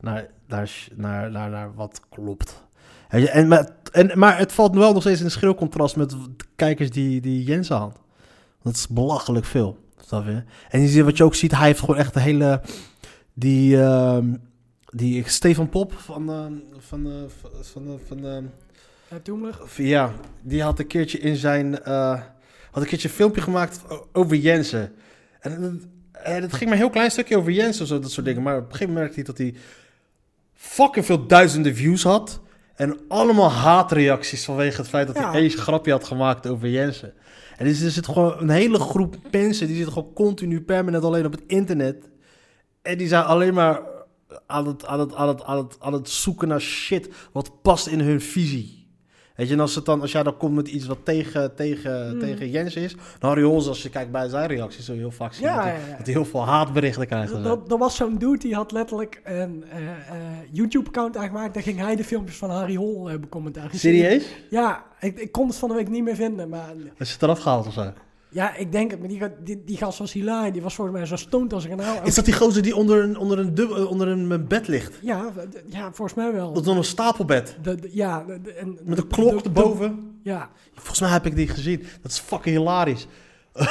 naar, naar, naar, naar, naar wat klopt. En, en, maar, en, maar het valt wel nog steeds in een schril contrast met de kijkers die, die Jensen had. Dat is belachelijk veel. Snap je? En je ziet, wat je ook ziet, hij heeft gewoon echt de hele... Die, uh, die Stefan Pop van... Uh, van, uh, van, uh, van uh, Ja, Toemler. ja, die had een keertje in zijn... Uh, had een keertje een filmpje gemaakt over Jensen. En, en het ging maar een heel klein stukje over Jensen of zo, dat soort dingen. Maar op een gegeven moment merkte hij dat hij fucking veel duizenden views had. En allemaal haatreacties vanwege het feit dat Ja. hij één grapje had gemaakt over Jensen. En dus er zit gewoon een hele groep mensen, die zitten gewoon continu permanent alleen op het internet. En die zijn alleen maar aan het, aan het, aan het, aan het, aan het zoeken naar shit wat past in hun visie. Weet je, en als, het dan, als jij dan komt met iets wat tegen, tegen, Mm. tegen Jens is... Dan Harry Hols, als je kijkt bij zijn reacties, zul je heel vaak zien Ja, dat, hij, ja, ja. dat hij heel veel haatberichten krijgt. en zo. Er was zo'n dude die had letterlijk een uh, uh, YouTube-account aangemaakt. Daar ging hij de filmpjes van Harry Hol uh, becommentaren. Serieus? Ja, ik, ik kon het van de week niet meer vinden. Maar Is het eraf gehaald of zo? ja, ik denk het. Maar die, die, die gast was hilarisch. Die was volgens mij zo stoned als ik een oude. Is dat die gozer die onder een, onder een, dub- onder een bed ligt? Ja, d- ja, volgens mij wel. Dat is dan een stapelbed. De, de- ja, de- de- en, Met een de- klok de- de- erboven. Ja, Volgens mij heb ik die gezien. Dat is fucking hilarisch. en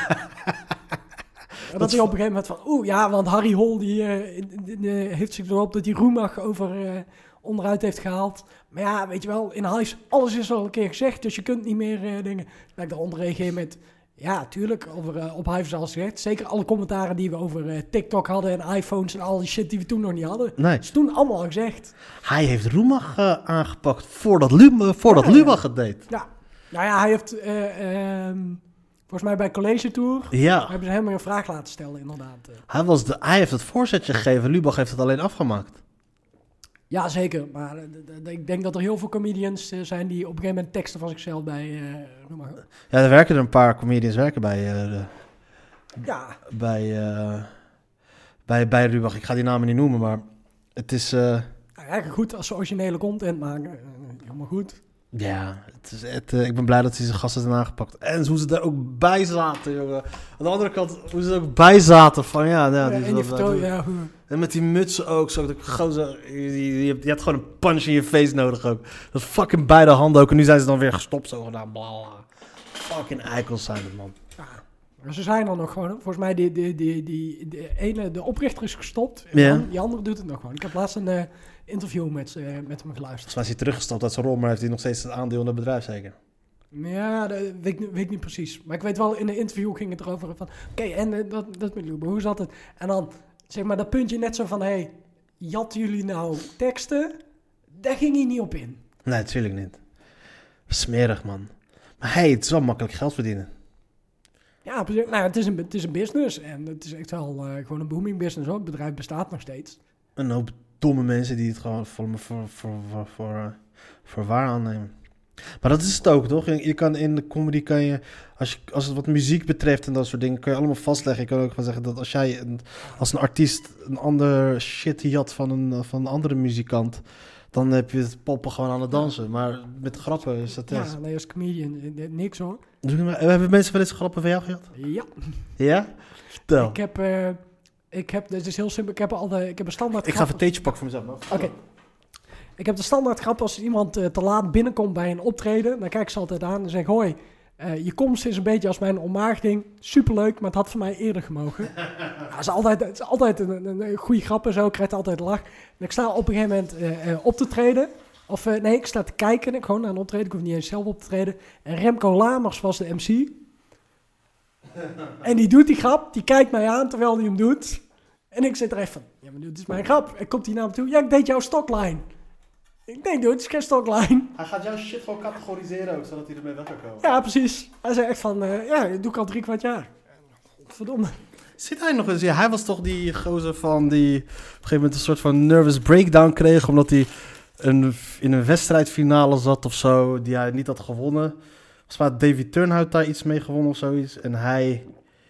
dat hij op een gegeven moment van... Oeh, ja, want Harry Hol die, uh, in- in- in- heeft zich erop dat hij Roemach over uh, onderuit heeft gehaald. Maar ja, weet je wel, in huis, alles is al een keer gezegd. Dus je kunt niet meer uh, dingen... Dat ik daaronder reageer met... Ja, tuurlijk, over, uh, op Hive is alles gezegd. Zeker alle commentaren die we over uh, TikTok hadden en iPhones en al die shit die we toen nog niet hadden. Nee. Dat is toen allemaal al gezegd. Hij heeft Roemach uh, aangepakt voordat, Lum- voordat Ja. Lubach het deed. Ja, nou ja, hij heeft... Uh, um, volgens mij bij College Tour... Ja, hebben ze helemaal een vraag laten stellen, inderdaad. Uh, hij, was de, hij heeft het voorzetje gegeven. Lubach heeft het alleen afgemaakt. Ja, zeker. Maar uh, d- d- ik denk dat er heel veel comedians uh, zijn die op een gegeven moment teksten van zichzelf bij... Uh, noem maar. Ja, er werken er een paar comedians werken bij, uh, de, Ja, bij, uh, bij, bij Lubach. Ik ga die namen niet noemen, maar het is... Uh, nou, eigenlijk goed als ze originele content maken. Uh, helemaal goed. ja, het is het, uh, ik ben blij dat hij zijn gasten zijn aangepakt. En hoe ze er ook bij zaten, jongen. Aan de andere kant, hoe ze er ook bij zaten van... Ja, nou, Ja, die is en die wel- vertel, ja, hoe- En met die mutsen ook. Zo, dat gozer, je, je, je, hebt- je hebt gewoon een punch in je face nodig ook. Dat fucking beide handen ook. En nu zijn ze dan weer gestopt zo gedaan. Bla bla. Fucking eikels zijn het, man. ja. Maar ze zijn er nog gewoon. Volgens mij, die, die, die, die, de ene, de oprichter is gestopt. En Ja. dan- die andere doet het nog gewoon. Ik heb laatst een uh, interview met, uh, met hem geluisterd. Volgens mij is hij teruggestopt uit zijn rol. Maar heeft hij nog steeds het aandeel in het bedrijf zeker. Ja, dat weet ik, niet- weet ik niet precies. Maar ik weet wel, in een interview ging het erover van... Oké, en uh, dat, dat met Lubo, hoe zat het? En dan, zeg maar, dat puntje net zo van... Hey, jatten jullie nou teksten? Daar ging hij niet op in. Nee, natuurlijk niet. Smerig, man. Maar hey, het is wel makkelijk geld verdienen. Ja, precies. Nou, het is een, het is een business. En het is echt wel uh, gewoon een booming business, hoor. Het bedrijf bestaat nog steeds. Een hoop domme mensen die het gewoon voor, voor, voor, voor, voor, uh, voor waar aannemen. Maar dat is het ook, toch? Je, je kan in de comedy kan je, als, je, als het wat muziek betreft en dat soort dingen, kan je allemaal vastleggen. Je kan ook gewoon zeggen dat als jij een, als een artiest een ander shit jat van een, van een andere muzikant, dan heb je het poppen gewoon aan het dansen. Maar met grappen is dat Ja, test. nee, als comedian, eh, niks hoor. Dus, hebben mensen wel eens grappen van jou gehad? Ja. Ja? Vertel. Ik heb, uh, ik heb, dit is heel simpel, ik heb al de, ik heb een standaard Ik ga grap. even een theetje pakken voor mezelf. Oké. Ik heb de standaard grap als iemand uh, te laat binnenkomt bij een optreden. Dan kijk ik ze altijd aan en zeg: hoi, uh, je komst is een beetje als mijn ontmaagding. Superleuk, maar het had voor mij eerder gemogen. Ja, het is altijd, het is altijd een, een, een goede grap en zo. Ik krijg altijd lach. En ik sta op een gegeven moment uh, uh, op te treden. Of uh, nee, ik sta te kijken. Ik gewoon naar een optreden. Ik hoef niet eens zelf op te treden. En Remco Lamers was de M C. En die doet die grap. Die kijkt mij aan terwijl hij hem doet. En ik zit er even van: ja, maar dit is mijn grap. En komt hij naar me toe: ja, ik deed jouw stockline. Ik denk, dude, het is geen stockline. Hij gaat jouw shit gewoon categoriseren ook, zodat hij ermee weg kan komen. Ja, precies. Hij zei echt van, uh, ja, dat doe ik al drie kwart jaar. Verdomme. Zit hij nog eens? Ja, hij was toch die gozer van die op een gegeven moment een soort van nervous breakdown kreeg, omdat hij een, in een wedstrijdfinale zat of zo, die hij niet had gewonnen. Volgens mij had David Turnhout daar iets mee gewonnen of zoiets. En hij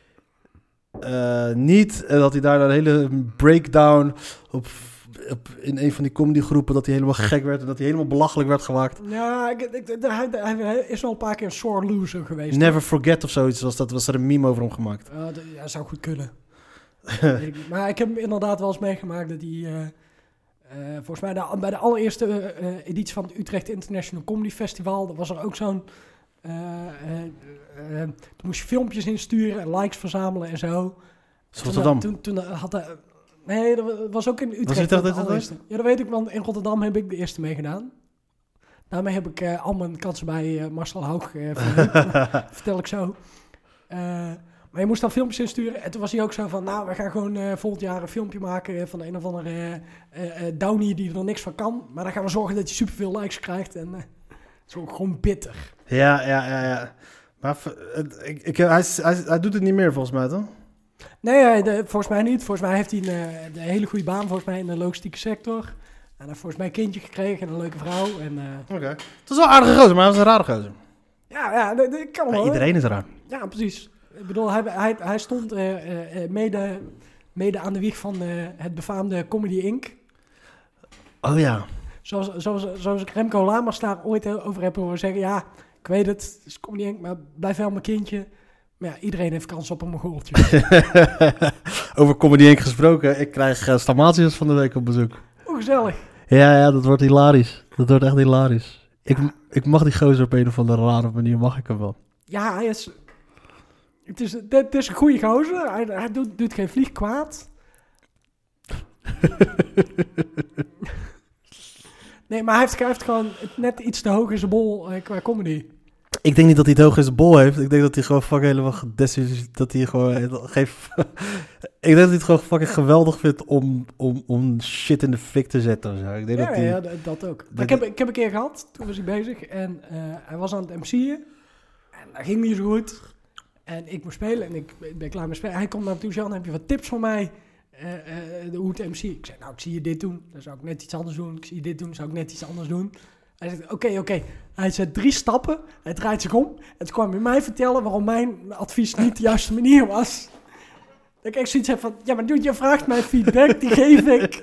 uh, niet. En dat hij daar een hele breakdown op, op in een van die comedygroepen, dat hij helemaal gek werd en dat hij helemaal belachelijk werd gemaakt. Ja, ik, ik, ik, hij, hij is wel een paar keer een sore loser geweest. Never Forget of zoiets, was, dat, was er een meme over hem gemaakt. Uh, d- ja, zou goed kunnen. Weet ik niet. Maar ik heb hem inderdaad wel eens meegemaakt dat hij... Uh, Uh, volgens mij de, bij de allereerste uh, uh, editie van het Utrecht International Comedy Festival was er ook zo'n... Uh, uh, uh, toen moest je filmpjes insturen en likes verzamelen en zo. Rotterdam? Toen, toen, toen had hij... Nee, dat was ook in Utrecht. Was Utrecht dat allereerste. Ja, dat weet ik, want in Rotterdam heb ik de eerste meegedaan. Daarmee heb ik uh, al mijn kansen bij uh, Marcel Haug uh, vertel ik zo. Uh, maar je moest dan filmpjes insturen. En toen was hij ook zo van... Nou, we gaan gewoon uh, volgend jaar een filmpje maken... van een of andere uh, uh, uh, Downie die er niks van kan. Maar dan gaan we zorgen dat je superveel likes krijgt. En uh, het is ook gewoon bitter. Ja, ja, ja, ja. Maar uh, ik, ik, hij, hij, hij doet het niet meer volgens mij, toch? Nee, de, volgens mij niet. Volgens mij heeft hij een, een hele goede baan volgens mij in de logistieke sector. En hij heeft volgens mij een kindje gekregen en een leuke vrouw. En, uh... Oké. Okay. Het was wel een aardige gozer, maar hij was een rare gozer. Ja, ja, dat, dat kan wel. Ja, iedereen is raar. Ja, precies. Ik bedoel, hij, hij, hij stond uh, uh, mede, mede aan de wieg van uh, het befaamde Comedy Incorporated. Oh ja. Zoals, zoals, zoals ik Remco Lamers daar ooit over heb horen zeggen. Ja, ik weet het, het is Comedy Incorporated, maar blijf wel mijn kindje. Maar ja, iedereen heeft kans op een Mongooltje. Over Comedy Incorporated gesproken, ik krijg uh, Stamatius van de week op bezoek. Oh, gezellig. Ja, ja, dat wordt hilarisch. Dat wordt echt hilarisch. Ik, ik mag die gozer op een of andere rare manier, mag ik hem wel. Ja, hij is... Het is, het is een goede gozer. Hij, hij doet, doet geen vlieg kwaad. Nee, maar hij heeft, hij heeft gewoon net iets te hoog in zijn bol uh, qua comedy. Ik denk niet dat hij het hoog in zijn bol heeft. Ik denk dat hij gewoon fucking helemaal gedesillusioneerd... Dat hij gewoon... Geef, ik denk dat hij het gewoon fucking geweldig vindt om, om, om shit in de fik te zetten. Of zo. Ik denk ja, dat hij, ja, dat ook. Maar ik, heb, ik heb een keer gehad, toen was hij bezig. En uh, hij was aan het M C'en. En dat ging niet zo goed. En ik moest spelen en ik ben klaar met spelen. Hij komt naar me toe, Jan, heb je wat tips voor mij? Uh, uh, hoe het M C? Ik zei, nou, ik zie je dit doen. Dan zou ik net iets anders doen. Ik zie je dit doen, dan zou ik net iets anders doen. Hij zegt, oké, okay, oké. Okay. Hij zet drie stappen. Hij draait zich om. En toen kwam hij mij vertellen waarom mijn advies niet de juiste manier was. Dat ik echt zoiets heb van, ja, maar dude, je vraagt mij feedback, die geef ik.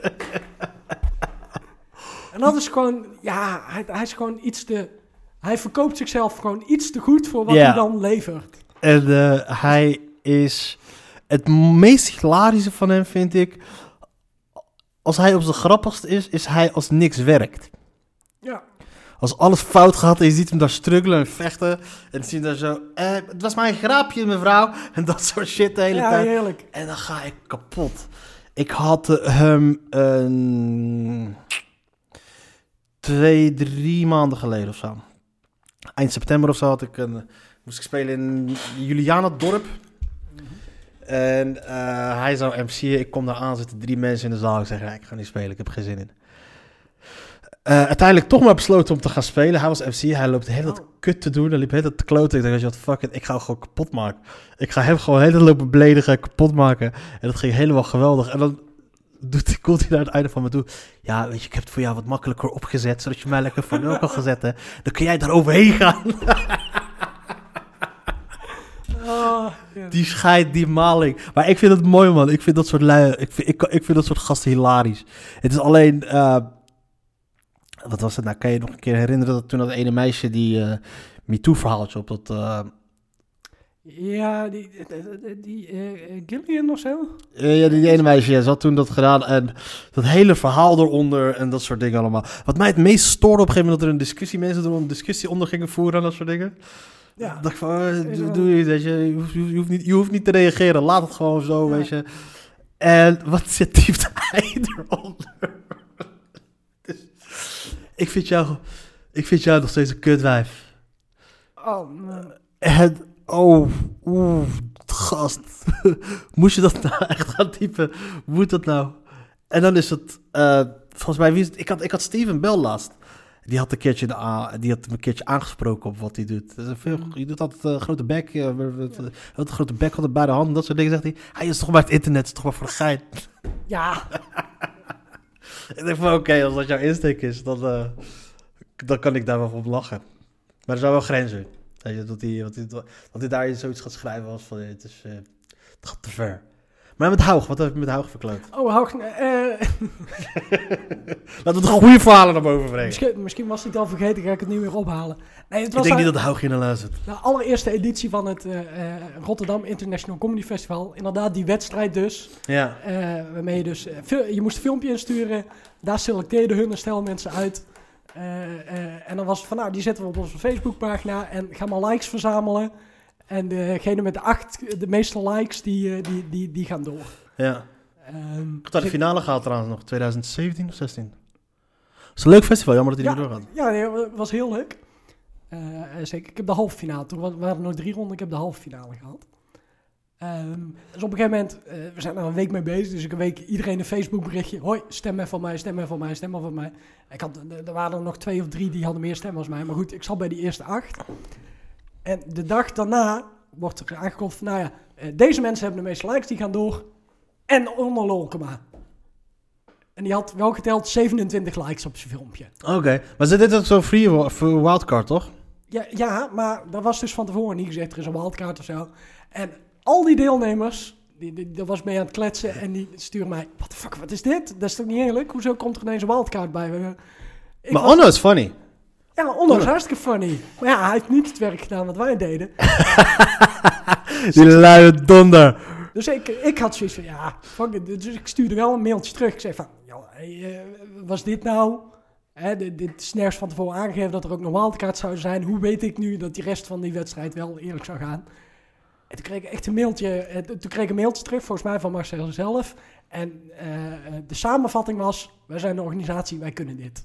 En dat is gewoon, ja, hij, hij is gewoon iets te... Hij verkoopt zichzelf gewoon iets te goed voor wat yeah. hij dan levert. En uh, hij is... Het meest hilarische van hem vind ik... Als hij op zijn grappigst is, is hij als niks werkt. Ja. Als alles fout gaat en je ziet hem daar struggelen en vechten. En dan zie je daar zo... Eh, het was maar een grapje, mevrouw. En dat soort shit de hele ja, tijd. Ja, heerlijk. En dan ga ik kapot. Ik had uh, hem een... Twee, drie maanden geleden of zo. Eind september of zo had ik een... Moest ik spelen in Julianadorp. En uh, hij zou M C'en. Ik kom daar aan, zitten drie mensen in de zaal. Ik zeg, ja, ik ga niet spelen, ik heb er geen zin in. Uh, uiteindelijk toch maar besloten om te gaan spelen. Hij was M C, hij loopt de hele tijd kut te doen. Hij liep de hele tijd te kloten. Ik dacht, wat, fuck it, ik ga hem gewoon kapot maken. Ik ga hem gewoon de hele tijd lopen beledigen, kapot maken. En dat ging helemaal geweldig. En dan doet, komt hij naar het einde van me toe. Ja, weet je, ik heb het voor jou wat makkelijker opgezet, zodat je mij lekker voor nul kan gaan zetten. Dan kun jij daar overheen gaan. Oh, yeah. Die scheid, die maling. Maar ik vind het mooi, man. Ik vind dat soort lui, ik vind, ik, ik vind dat soort gasten hilarisch. Het is alleen... Uh, wat was het nou? Kan je nog een keer herinneren dat toen dat ene meisje die uh, MeToo-verhaaltje op dat... Uh... Ja, die, die, die uh, Gillian of zo? Uh, ja, die, die ene meisje, ja, ze had toen dat gedaan. En dat hele verhaal eronder en dat soort dingen allemaal. Wat mij het meest stoorde op een gegeven moment, dat er een discussie, mensen er een discussie onder gingen voeren en dat soort dingen. Ja. Ik dacht van, uh, doe, doe je, weet je, je hoeft, je, hoeft niet, je hoeft niet te reageren, laat het gewoon zo, ja. Weet je. En wat zit die hij eronder? Ik vind jou, ik vind jou nog steeds een kutwijf. Oh, man. En, oh, oeh, gast. Moest je dat nou echt gaan typen? Moet dat nou? En dan is het, uh, volgens mij, wie is het? Ik had, ik had Steven Bell laatst. Die had, een keertje de, uh, die had een keertje aangesproken op wat hij doet. Dus veel, je doet altijd een uh, grote bek. Uh, een ja. grote bek altijd bij de hand. Dat soort dingen zegt hij. Hij is toch maar het internet, is toch maar voor de gein. Ja. Ik denk van, oké, okay, als dat jouw insteek is, dan, uh, dan kan ik daar wel op lachen. Maar er zijn wel grenzen. Weet je, dat, hij, dat, hij, dat hij daar zoiets gaat schrijven als van, het, is, uh, het gaat te ver. Maar met Haug, wat heb je met Haug verkloot? Oh, Haug... eh Laten we de goede verhalen naar boven brengen. misschien, misschien was hij het al vergeten, ga ik het niet meer ophalen. Nee, het Ik was denk a- niet dat Haug hier naar luistert. de allereerste editie van het eh, eh, Rotterdam International Comedy Festival. Inderdaad, die wedstrijd dus. Ja. eh, waarmee je dus... eh, fil- je moest een filmpje insturen. Daar selecteerden hun een stel mensen uit. Eh, eh, en dan was het van, nou, die zetten we op onze Facebookpagina. En ga maar likes verzamelen. En degene met de acht, de meeste likes, die, eh, die, die, die gaan door. Ja. Ehm, Ik had de finale gehaald trouwens nog, twintig zeventien of zestien. Het is een leuk festival, jammer dat hij Ja. niet doorgaat. Ja, nee, het was heel leuk. Eh, zeker. Ik heb de halve finale. Toen wa- waren er nog drie ronden. Ik heb de halve finale gehad. Ehm, dus op een gegeven moment, eh, we zijn er een week mee bezig. Dus ik een week iedereen een Facebook berichtje. Hoi, stem even voor mij, stem even voor mij, stem even voor mij. Ik had, er waren er nog twee of drie die hadden meer stemmen als mij. Maar goed, ik zat bij die eerste acht. En de dag daarna wordt er aangekondigd van, nou ja, eh, deze mensen hebben de meeste likes, die gaan door. En Onno Lolkema. En die had wel geteld zevenentwintig likes op zijn filmpje. Oké, maar zit dit ook zo'n free wa- voor wildcard, toch? Ja, ja, maar dat was dus van tevoren niet gezegd. Er is een wildcard of zo. En al die deelnemers, die, die, daar was mee aan het kletsen. En die sturen mij, what the fuck, wat is dit? Dat is toch niet eerlijk? Hoezo komt er ineens een wildcard bij? We- Ik Maar was- Onno is funny. Ja, Onno is hartstikke funny. Maar ja, hij heeft niet het werk gedaan wat wij deden. Die luie donder. Dus ik, ik had zoiets van, ja, fuck it. Dus ik stuurde wel een mailtje terug. Ik zei van, ja, hey, eh, was dit nou... Hè, dit, dit is nergens van tevoren aangegeven dat er ook nog wildcards zouden zijn. Hoe weet ik nu dat die rest van die wedstrijd wel eerlijk zou gaan? En toen kreeg ik echt een mailtje, eh, toen kreeg ik een mailtje terug, volgens mij van Marcel zelf. En uh, de samenvatting was, wij zijn de organisatie, wij kunnen dit.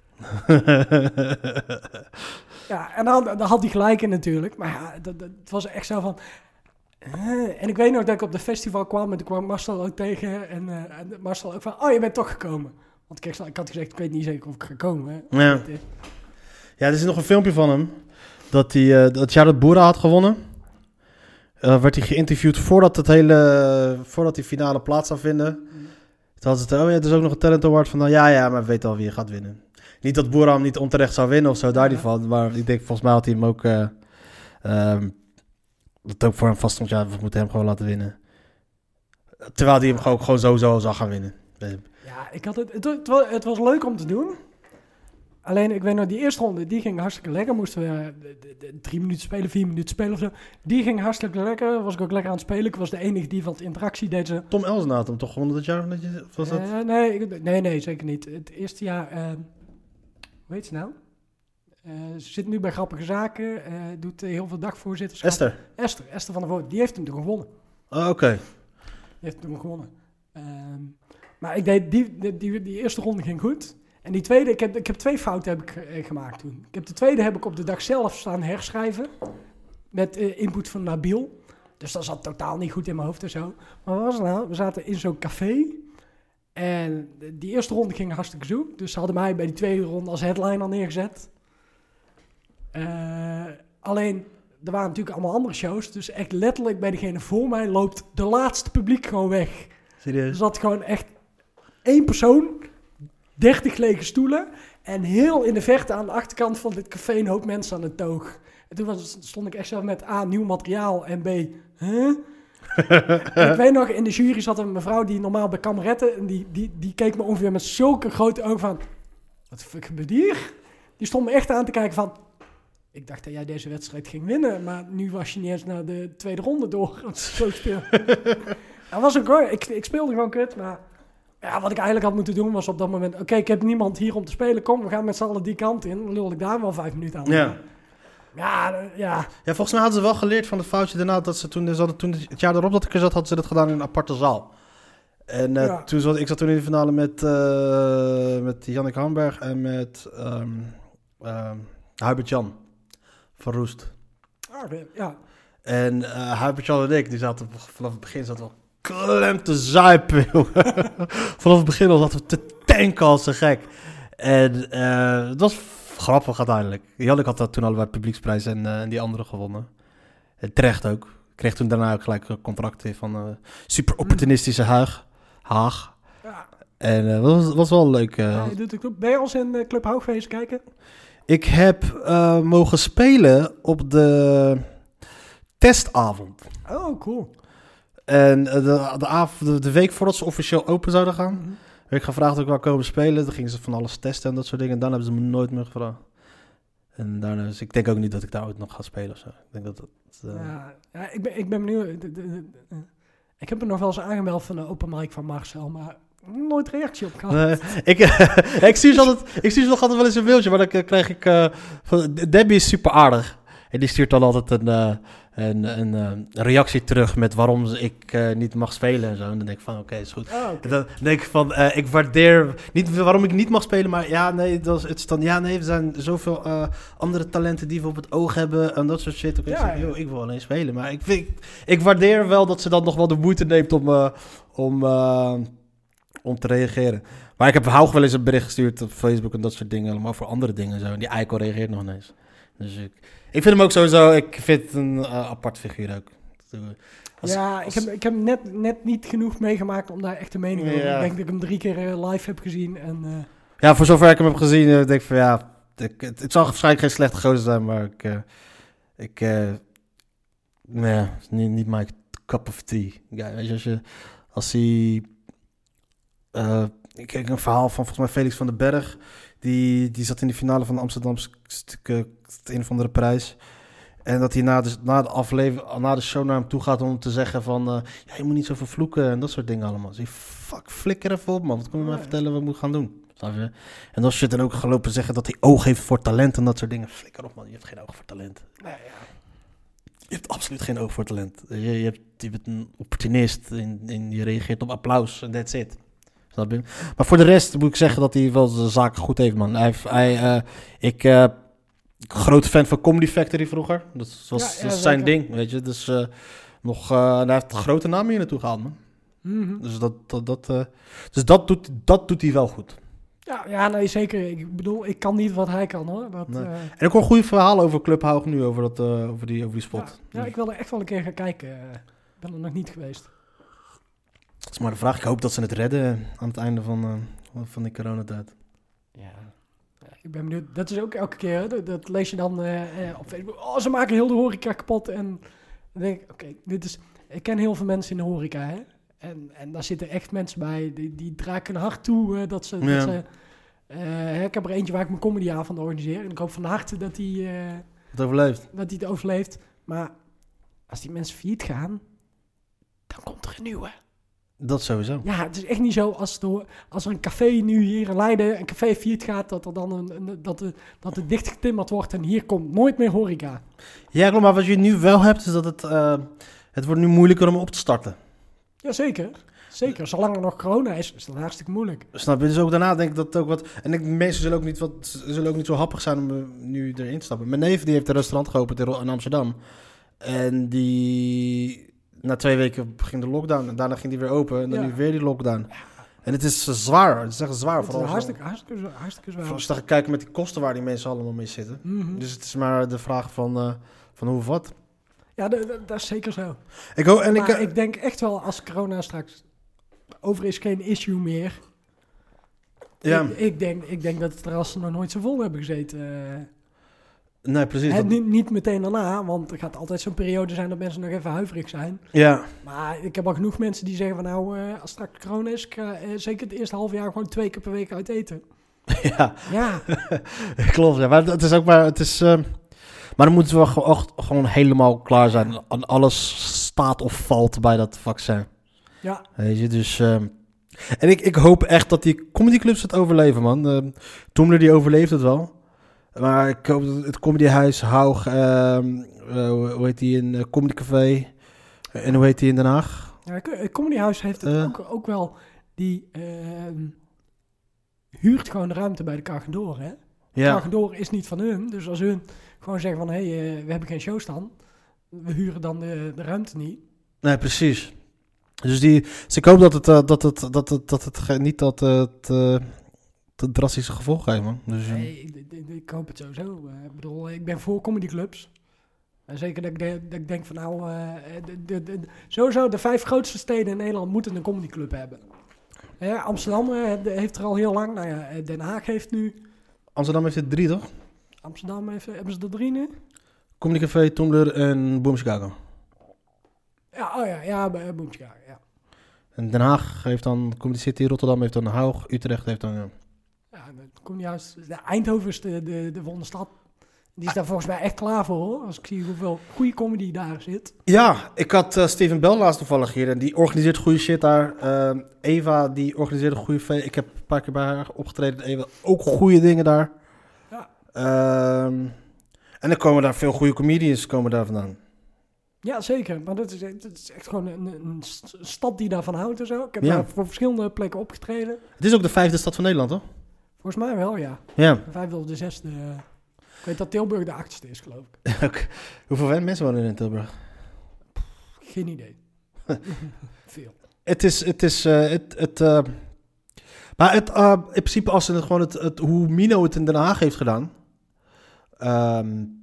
Ja, en dan, dan had hij gelijk in natuurlijk. Maar ja, dat, dat, het was echt zo van... Uh, en ik weet nog dat ik op de festival kwam en toen kwam Marcel ook tegen. En, uh, en Marcel ook van, oh, je bent toch gekomen. Want ik, ik had gezegd, ik weet niet zeker of ik ga komen. Hè. Ja. Ja, er is nog een filmpje van hem. Dat hij uh, dat jaar dat Boera had gewonnen. Uh, werd hij geïnterviewd voordat het hele, voordat die finale plaats zou vinden. Mm. Toen had het, oh ja, er is ook nog een talent award van, nou, ja, ja, maar we weten al wie je gaat winnen. Niet dat Boera hem niet onterecht zou winnen of zo, daar niet van. Maar ik denk, volgens mij had hij hem ook, uh, um, dat ook voor hem vast stond, ja, we moeten hem gewoon laten winnen. Terwijl hij hem gewoon, gewoon sowieso zou gaan winnen. Ja, ik had het, het, het, was, het was leuk om te doen. Alleen, ik weet nog, die eerste ronde, die ging hartstikke lekker. Moesten we de, de, de, drie minuten spelen, vier minuten spelen of zo. Die ging hartstikke lekker. Was ik ook lekker aan het spelen. Ik was de enige die wat interactie deed. Ze. Tom Elsen had hem toch gewonnen dat jaar? Dat je, was dat? Uh, nee, ik, nee, nee, zeker niet. Het eerste jaar, uh, hoe heet ze nou? Uh, ze zit nu bij Grappige Zaken. Uh, doet uh, heel veel dagvoorzitterschap. Esther. Esther, Esther van der Voort. Die heeft hem toen gewonnen. Oh, oké. Okay. Die heeft hem toen gewonnen. Uh, maar ik deed die, die, die, die eerste ronde ging goed. En die tweede, ik heb, ik heb twee fouten heb ik, uh, gemaakt toen. Ik heb de tweede heb ik op de dag zelf staan herschrijven. Met uh, input van Nabil. Dus dat zat totaal niet goed in mijn hoofd en zo. Maar wat was het nou? We zaten in zo'n café. En die eerste ronde ging hartstikke zoek. Dus ze hadden mij bij die tweede ronde als headliner neergezet. Uh, alleen, er waren natuurlijk allemaal andere shows. Dus echt letterlijk bij degene voor mij loopt de laatste publiek gewoon weg. Serieus? Er zat gewoon echt één persoon, dertig lege stoelen. En heel in de verte aan de achterkant van dit café een hoop mensen aan het toog. En toen was, stond ik echt zo met A, nieuw materiaal en B, huh? Ik weet nog, in de jury zat een mevrouw die normaal bij kameretten... en die, die, die keek me ongeveer met zulke grote ogen van... Wat de fuck gebeurt hier? Die stond me echt aan te kijken van... Ik dacht dat jij deze wedstrijd ging winnen... maar nu was je niet eens naar de tweede ronde door. Zo speel. Dat was ook hoor. Ik, ik speelde gewoon kut, maar... Ja, wat ik eigenlijk had moeten doen was op dat moment... Oké, okay, ik heb niemand hier om te spelen. Kom, we gaan met z'n allen die kant in. Dan lul ik daar wel vijf minuten aan. Ja. Ja, ja. Ja, volgens mij hadden ze wel geleerd van het foutje daarna... dat ze toen, ze hadden toen het jaar erop dat ik er zat... hadden ze dat gedaan in een aparte zaal. En uh, ja. toen zat, ik zat toen in de finale met, uh, met Jannik Hamberg... en met um, um, Hubert-Jan van Roest. Ah, okay, ja. En uh, Hubert-Jan en ik, die zaten vanaf het begin zaten wel klem te zuipen. Vanaf het begin al zaten we te tanken als een gek. En uh, het was grappig uiteindelijk. Jannik had dat toen allebei publieksprijs en, uh, en die andere gewonnen. En terecht ook. Ik kreeg toen daarna ook gelijk een contract van uh, super opportunistische Haag. Haag. Ja. En dat uh, was, was wel leuk. Uh. Ja, je doet de club. Ben je al eens in de Club Haag geweest kijken? Ik heb uh, mogen spelen op de testavond. Oh, cool. En uh, de, de, avond, de, de week voordat ze officieel open zouden gaan, Mhm. werd ik gevraagd of ik wou komen spelen. Toen gingen ze van alles testen en dat soort dingen. En dan hebben ze me nooit meer gevraagd. En daarna, dus ik denk ook niet dat ik daar ooit nog ga spelen of zo. Ik denk dat dat... Uh... Ja, ja, ik ben, ik ben benieuwd. De- de- de- de- Ik heb me nog wel eens aangemeld van de open mic van Marcel, maar nooit reactie op gehad. Nee, ik, ik stuur ze altijd, ik stuur ze nog altijd wel eens een mailtje, maar dan k- krijg ik... Uh, van, Debbie is super aardig. En die stuurt dan altijd een, uh, een, een, uh, een reactie terug met waarom ik uh, niet mag spelen en zo. En dan denk ik van, oké, okay, is goed. Oh, okay. En dan denk ik van, uh, ik waardeer... Niet waarom ik niet mag spelen, maar ja, nee, dat is, het is dan... Ja, nee, er zijn zoveel uh, andere talenten die we op het oog hebben en dat soort shit. Okay, Ja, zeg, ja. joh, ik wil alleen spelen. Maar ik, vind, ik waardeer wel dat ze dan nog wel de moeite neemt om... Uh, om uh, om te reageren. Maar ik heb Haug wel eens een bericht gestuurd op Facebook en dat soort dingen. Allemaal voor andere dingen en zo. En die eikel reageert nog eens. Dus ik, ik vind hem ook sowieso... Ik vind het een uh, apart figuur ook. Als, ja, als, ik heb, ik heb net, net niet genoeg meegemaakt om daar echt een mening over. Ja. Ik denk dat ik hem drie keer uh, live heb gezien. En, uh, ja, voor zover ik hem heb gezien, uh, denk ik van ja... Ik, het, het zal waarschijnlijk geen slechte gozer zijn, maar ik... Uh, ik uh, nee, niet, niet mijn cup of tea. Ja, weet je, als je... Als hij... Uh, ik kreeg een verhaal van volgens mij Felix van den Berg. Die, die zat in de finale van de Amsterdamse uh, een of andere prijs. En dat hij na de, na de aflevering, na de show naar hem toe gaat om te zeggen van... Uh, ja, je moet niet zoveel vloeken en dat soort dingen allemaal. Dus fuck, flikker even op, man. Wat kun je me ja. vertellen wat we moeten gaan doen? Snap je? En als je dan ook gelopen zeggen dat hij oog heeft voor talent en dat soort dingen. Flikker op, man. Je hebt geen oog voor talent. nee, ja. Je hebt absoluut geen oog voor talent. Je, je, hebt, je bent een opportunist en, en je reageert op applaus en that's it. Snap je? Maar voor de rest moet ik zeggen dat hij wel de zaken goed heeft, man. Hij, heeft, hij uh, ik, uh, grote fan van Comedy Factory vroeger. Dat was, Ja, ja, dat zijn zeker. ding, weet je. Dus uh, nog, uh, hij heeft een grote naam hier naartoe gehaald, man. Mm-hmm. Dus dat, dat, dat, uh, dus dat, doet, dat doet hij wel goed. Ja, ja, nee, zeker. Ik bedoel, ik kan niet wat hij kan, hoor. Dat, Nee. uh, En ik hoor goede verhalen over Club Haug nu, over, dat, uh, over, die, over die spot. ja, ja, ik wil er echt wel een keer gaan kijken. Ik ben er nog niet geweest. Dat is maar de vraag. Ik hoop dat ze het redden aan het einde van, uh, van die coronatijd. Ja. Ja, ik ben benieuwd. Dat is ook elke keer, hè, dat, dat lees je dan uh, uh, op Facebook. Oh, ze maken heel de horeca kapot. En dan denk ik, oké, okay, dit is... Ik ken heel veel mensen in de horeca, hè. En, en daar zitten echt mensen bij, die, die draken een hart toe uh, dat ze... Ja. Dat ze uh, ik heb er eentje waar ik mijn comedyavond organiseer. En ik hoop van harte dat hij uh, Het overleeft. dat hij het overleeft. Maar als die mensen failliet gaan, dan komt er een nieuwe. Dat sowieso. Ja, het is echt niet zo als, de, als er een café nu hier in Leiden, een café failliet gaat, dat er dan een, een, dat, de, dat het dichtgetimmerd wordt en hier komt nooit meer horeca. Ja, klopt. Maar wat je nu wel hebt, is dat het... Uh, het wordt nu moeilijker om op te starten. Jazeker. Zeker. Zolang er nog corona is, is dat hartstikke moeilijk. Snap je? Dus ook daarna denk ik dat het ook wat... En ik, mensen zullen ook, niet wat, zullen ook niet zo happig zijn om uh, nu erin te stappen. Mijn neef die heeft een restaurant geopend in, in Amsterdam. En die... Na twee weken ging de lockdown. En daarna ging die weer open. En dan Ja. nu weer die lockdown. En het is uh, zwaar. Het is echt zwaar. Het is Vooral hartstikke, hartstikke, hartstikke Voor zwaar. als je gaat kijken met die kosten waar die mensen allemaal mee zitten. Mm-hmm. Dus het is maar de vraag van, uh, van hoe of wat. Ja, dat, dat, dat is zeker zo. Ik hoop, en Maar ik, uh, ik denk echt wel als corona straks over is, geen issue meer. ja, Ik, ik, denk, ik denk dat het terrassen nog nooit zo vol hebben gezeten. nee, precies. Hè, Dat, niet, niet meteen daarna, want er gaat altijd zo'n periode zijn dat mensen nog even huiverig zijn. ja, Maar ik heb al genoeg mensen die zeggen van nou, uh, als straks corona is, ik ga uh, zeker het eerste half jaar gewoon twee keer per week uit eten. ja, Ja, klopt. Ja. Maar het is ook maar, het is, uh, maar dan moeten we gewoon, gewoon helemaal klaar zijn. Aan alles staat of valt bij dat vaccin. ja. Weet je, dus... Uh, en ik, ik hoop echt dat die comedyclubs het overleven, man. Uh, Toemler die overleeft het wel. Maar ik hoop dat het comedyhuis, Haug, uh, uh, hoe heet die in uh, Comedy Café en hoe heet die in Den Haag? Ja, het Comedyhuis heeft het Uh. ook, ook wel, die uh, huurt gewoon de ruimte bij de Cargendoor, hè. Ja, Cargendoor is niet van hun, dus als hun gewoon zeggen van hé, hey, uh, we hebben geen shows dan, we huren dan de, de ruimte niet. nee, precies. Dus, die, dus ik hoop dat het, uh, dat het, dat het, dat het ge- niet dat het uh, te drastische gevolgen heeft, man. Dus, uh, Nee, ik, ik, ik hoop het sowieso. Uh, ik bedoel, ik ben voor comedyclubs. En zeker dat ik, de, dat ik denk van nou, uh, de, de, de, sowieso de vijf grootste steden in Nederland moeten een comedyclub hebben. Ja, Amsterdam uh, heeft er al heel lang. Nou ja, Den Haag heeft nu. Amsterdam heeft er drie, toch? Amsterdam heeft, hebben ze er drie nu? Comedy Café, Toemler en Boom Chicago. Ja, oh ja, ja, bij Boomsja, ja. En Den Haag heeft dan Comedy City, Rotterdam heeft dan Haug, Utrecht heeft dan... Ja. Ja, dat komt juist. De Eindhoven is de, de, de volgende stad. Die is daar volgens mij echt klaar voor, hoor. Als ik zie hoeveel goede comedy daar zit. Ja, ik had uh, Steven Bell laatst toevallig hier en die organiseert goede shit daar. Uh, Eva, die organiseert een goede feest. Ik heb een paar keer bij haar opgetreden. Eva, ook goede dingen daar. Ja. Uh, en dan komen daar veel goede comedians komen daar vandaan. Ja, zeker. Maar dat is, dat is echt gewoon een, een stad die daarvan houdt en zo. Ik heb Ja. daar voor verschillende plekken opgetreden. Het is ook de vijfde stad van Nederland, toch? Volgens mij wel, ja. Ja. De vijfde of de zesde. Uh, ik weet dat Tilburg de achtste is, geloof ik. Okay. Hoeveel mensen wonen er in Tilburg? Geen idee. Veel. Het is, het is, uh, het, het, uh, maar het, uh, in principe als het gewoon het, het, hoe Mino het in Den Haag heeft gedaan, um,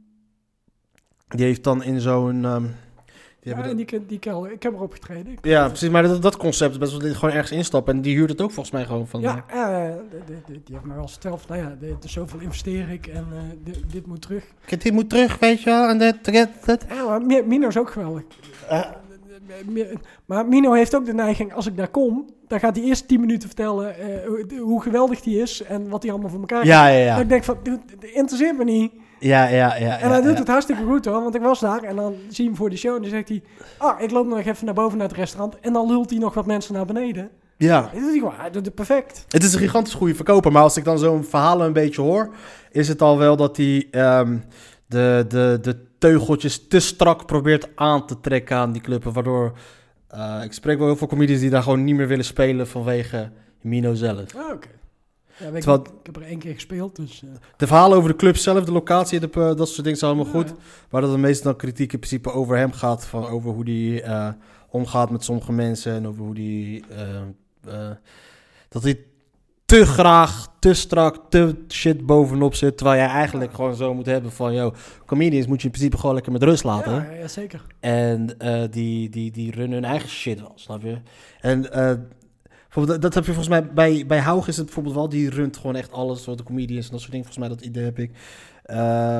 die heeft dan in zo'n, um, die Ja, hebben en de, die, die kerel, ik heb erop getreden. Ik- ja precies, maar dat, dat concept is best wel gewoon ergens instappen en die huurt het ook volgens mij gewoon van. Ja, uh, de, de, de, die heeft mij wel eens verteld van, nou ja, de, de, zoveel investeer ik en uh, dit, dit moet terug. Uh, dit moet terug, weet je wel, en dit, dit, dit. Ja, maar Mi- Mino is ook geweldig. Uh, Maar Mino heeft ook de neiging, als ik daar kom, dan gaat hij eerst tien minuten vertellen uh, hoe, hoe geweldig die is en wat hij allemaal voor elkaar ja, ja, Dat ja. ik denk van, dude, dit interesseert me niet. Ja, ja, ja. En hij ja, doet ja. het hartstikke goed hoor, want ik was daar en dan zie je hem voor de show en dan zegt hij, ah, ik loop nog even naar boven naar het restaurant en dan lult hij nog wat mensen naar beneden. Ja. Dat doet hij gewoon, hij doet het perfect. Het is een gigantisch goede verkoper, maar als ik dan zo'n verhalen een beetje hoor, is het al wel dat hij um, de, de, de teugeltjes te strak probeert aan te trekken aan die club, waardoor uh, ik spreek wel heel veel comedians die daar gewoon niet meer willen spelen vanwege Mino zelf. Ah, oké. Okay. Ja, weet ik, Terwijl- ik, ik heb er één keer gespeeld, dus... Uh, De verhalen over de club zelf, de locatie, de, uh, dat soort dingen zijn allemaal ja, goed, maar dat er meestal dan kritiek in principe over hem gaat, van over hoe hij uh, omgaat met sommige mensen en over hoe hij uh, uh, dat hij te graag, te strak, te shit bovenop zit. Terwijl jij eigenlijk gewoon zo moet hebben van, yo, comedians moet je in principe gewoon lekker met rust laten. ja, ja, zeker. En uh, die, die, die runnen hun eigen shit wel, snap je? En uh, bijvoorbeeld, dat heb je volgens mij, bij, bij Haug is het bijvoorbeeld wel, die runt gewoon echt alles, zo de comedians en dat soort dingen. Volgens mij, dat idee heb ik. Uh,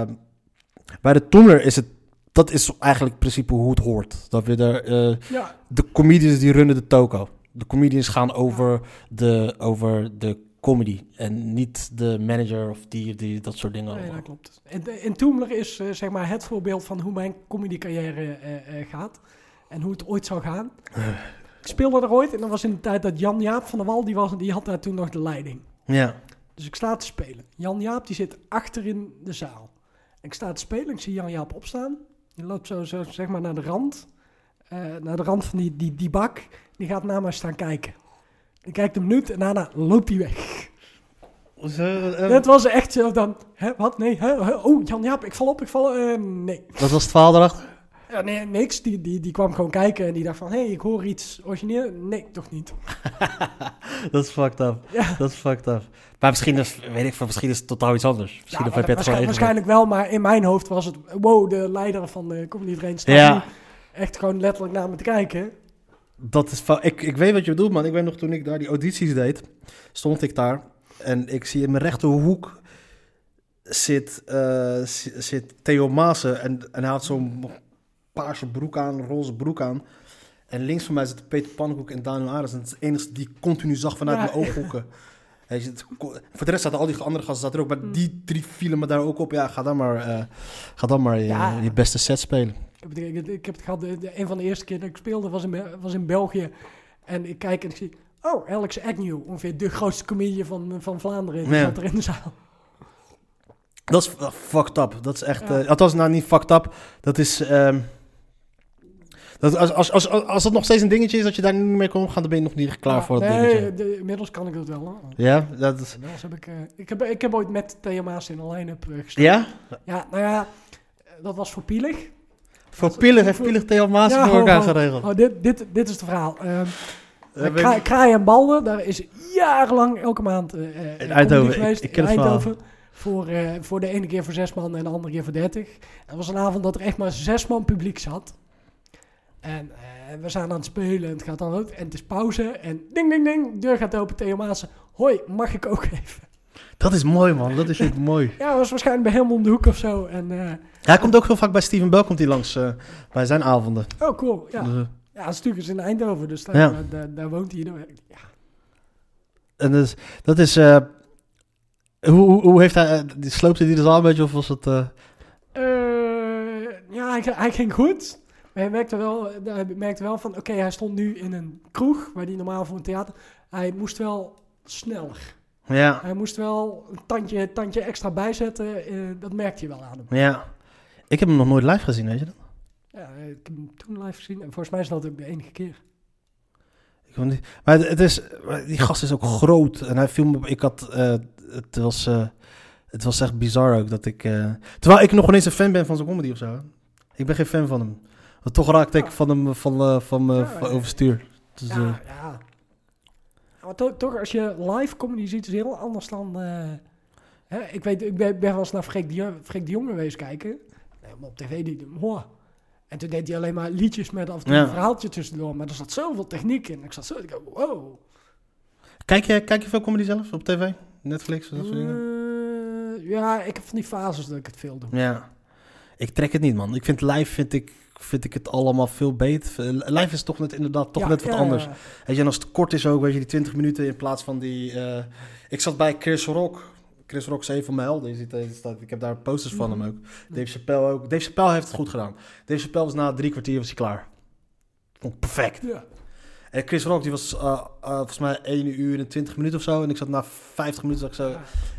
bij de Toemler is het, dat is eigenlijk in principe hoe het hoort. Dat we er, uh, Ja, de comedians die runnen de toko. De comedians gaan over de, over de comedy en niet de manager of die, die dat soort dingen. nee, allemaal. dat klopt. En, en Toemler is uh, zeg maar het voorbeeld van hoe mijn comedycarrière uh, uh, gaat. En hoe het ooit zou gaan. Ik speelde er ooit en dat was in de tijd dat Jan Jaap van der Wal, die, was, die had daar toen nog de leiding. Ja. Dus ik sta te spelen. Jan Jaap die zit achter in de zaal. Ik sta te spelen, ik zie Jan Jaap opstaan. Die loopt zo, zo zeg maar naar de rand. Uh, naar de rand van die, die, die bak. Die gaat naar mij staan kijken. Die kijkt een minuut en daarna loopt hij weg. Zo, um, Het was echt zo dan... Hè, wat? Nee, hè? Hè? Oh, Jan Jaap, ik val op, ik val... Uh, nee. Wat was het verhaal erachter? Ja, nee, niks. Die, die, die kwam gewoon kijken en die dacht van... Hé, hey, ik hoor iets origineel. Nee, toch niet. Dat is fucked up. Ja. Dat is fucked up. Maar misschien is, weet ik veel, misschien is het totaal iets anders. Misschien Ja, of heb je het gewoon waarschijnlijk, waarschijnlijk wel, maar in mijn hoofd was het... Wow, de leider van de Comedy Train staat Ja. nu echt gewoon letterlijk naar me te kijken. Dat is fa- ik, ik weet wat je bedoelt, man. Ik weet nog toen ik daar die audities deed, stond ik daar en ik zie in mijn rechterhoek zit, uh, z- zit Theo Maassen en, en hij had zo'n paarse broek aan, roze broek aan. En links van mij zitten Peter Pannenkoek en Daniel Arendt. En het is het enige die ik continu zag vanuit Ja. mijn ooghoeken. Hij zit, voor de rest zaten al die andere gasten zaten er ook, maar die drie vielen me daar ook op. Ja, ga dan maar, uh, ga dan maar je, Ja. je beste set spelen. Ik heb het, ik, ik heb het gehad, de, de- een van de eerste keer dat ik speelde was in, Be- was in België. En ik kijk en ik zie... Oh, Alex Agnew, ongeveer de grootste comedian van, van Vlaanderen. Die Ja. zat er in de zaal. Dat is uh, fucked up. Dat is echt... Ja. Uh, althans, nou niet fucked up. Dat is... Um, dat als, als, als, als dat nog steeds een dingetje is dat je daar niet mee kan omgaan, dan ben je nog niet klaar Ja, voor dat nee, dingetje. de- inmiddels kan ik dat wel. Hoor. Ja? Dat is, Inmiddels heb ik, uh, ik, heb, ik heb ooit met Theo Maas in een line-up uh, gestaan. ja? Ja, nou ja, uh, dat was voor Pielig. Voor Pielig heeft Pielig Theo Maas Ja, voor ho, elkaar ho. geregeld. Oh, dit, dit, dit is het verhaal. Uh, Uh, Kra- Kraaien en Balden, daar is jarenlang elke maand uh, uh, In comedy Eindhoven, geweest. ik- ik ken in het verhaal. Eindhoven. Voor, uh, voor de ene keer voor zes man en de andere keer voor dertig. Het was een avond dat er echt maar zes man publiek zat. En uh, we zijn aan het spelen en het gaat dan ook. En het is pauze en ding, ding, ding. Deur gaat open, Theo Maassen. Hoi, mag ik ook even? Dat is mooi, man. Dat is echt mooi. Ja, dat was waarschijnlijk bij hem om de hoek of zo. En, uh, Hij komt ook heel vaak bij Steven Bell komt hij langs uh, bij zijn avonden. oh, cool. Ja. Dus, uh, Ja, Stuk is in Eindhoven, dus daar, Ja. daar, daar, daar woont hij. Ja. En dus, dat is... Uh, hoe, hoe, hoe heeft hij... Uh, sloopte hij de zaal een beetje of was het... Uh... Uh, ja, hij, hij ging goed. Maar hij merkte wel, hij merkte wel van... Oké, okay, hij stond nu in een kroeg, waar hij normaal voor een theater... Hij moest wel sneller. Ja. Hij moest wel een tandje, tandje extra bijzetten. Uh, dat merkte je wel aan hem. Ja. Ik heb hem nog nooit live gezien, weet je dat? Ja, ik heb hem toen live gezien. En volgens mij is dat ook de enige keer. Ik niet, maar het is... Die gast is ook groot. En hij viel me op... Ik had... Uh, het was... Uh, het was echt bizar ook dat ik... Uh, terwijl ik nog ineens een fan ben van zijn comedy of zo. Ik ben geen fan van hem. Maar toch raakte ik van hem van, uh, van, uh, ja, van ja. overstuur. Dus, ja, uh, ja. Maar to- toch, als je live comedy ziet, is het heel anders dan... Uh, hè, ik weet, ik ben, ben wel eens naar Freek de, Freek de Jong geweest kijken. Nee, maar op tv die... Wow. En toen deed hij alleen maar liedjes met af en toe Ja. een verhaaltje tussendoor. Maar er zat zoveel techniek in. Ik zat zo... Ik dacht, wow. Kijk je, kijk je veel comedy zelf op tv? Netflix? Dat soort dingen? Uh, ja, ik heb van die fases dat ik het veel doe. Ja. Ik trek het niet, man. Ik vind live vind ik, vind ik het allemaal veel beter. Live is toch net inderdaad toch Ja, net wat ja, anders. ja. Weet je, en als het kort is ook, weet je, die twintig minuten in plaats van die... Uh, ik zat bij Chris Rock. Chris Rock is een van mijn helden. Je ziet, uh, staat, ik heb daar posters van hem ook. Dave Chappelle ook. Dave Chappelle heeft het goed gedaan. Dave Chappelle was na drie kwartier was hij klaar. Vond ik perfect. Ja. En Chris Rock, die was uh, uh, volgens mij één uur en twintig minuten of zo. En ik zat na vijftig minuten, zag ik zo... Ja.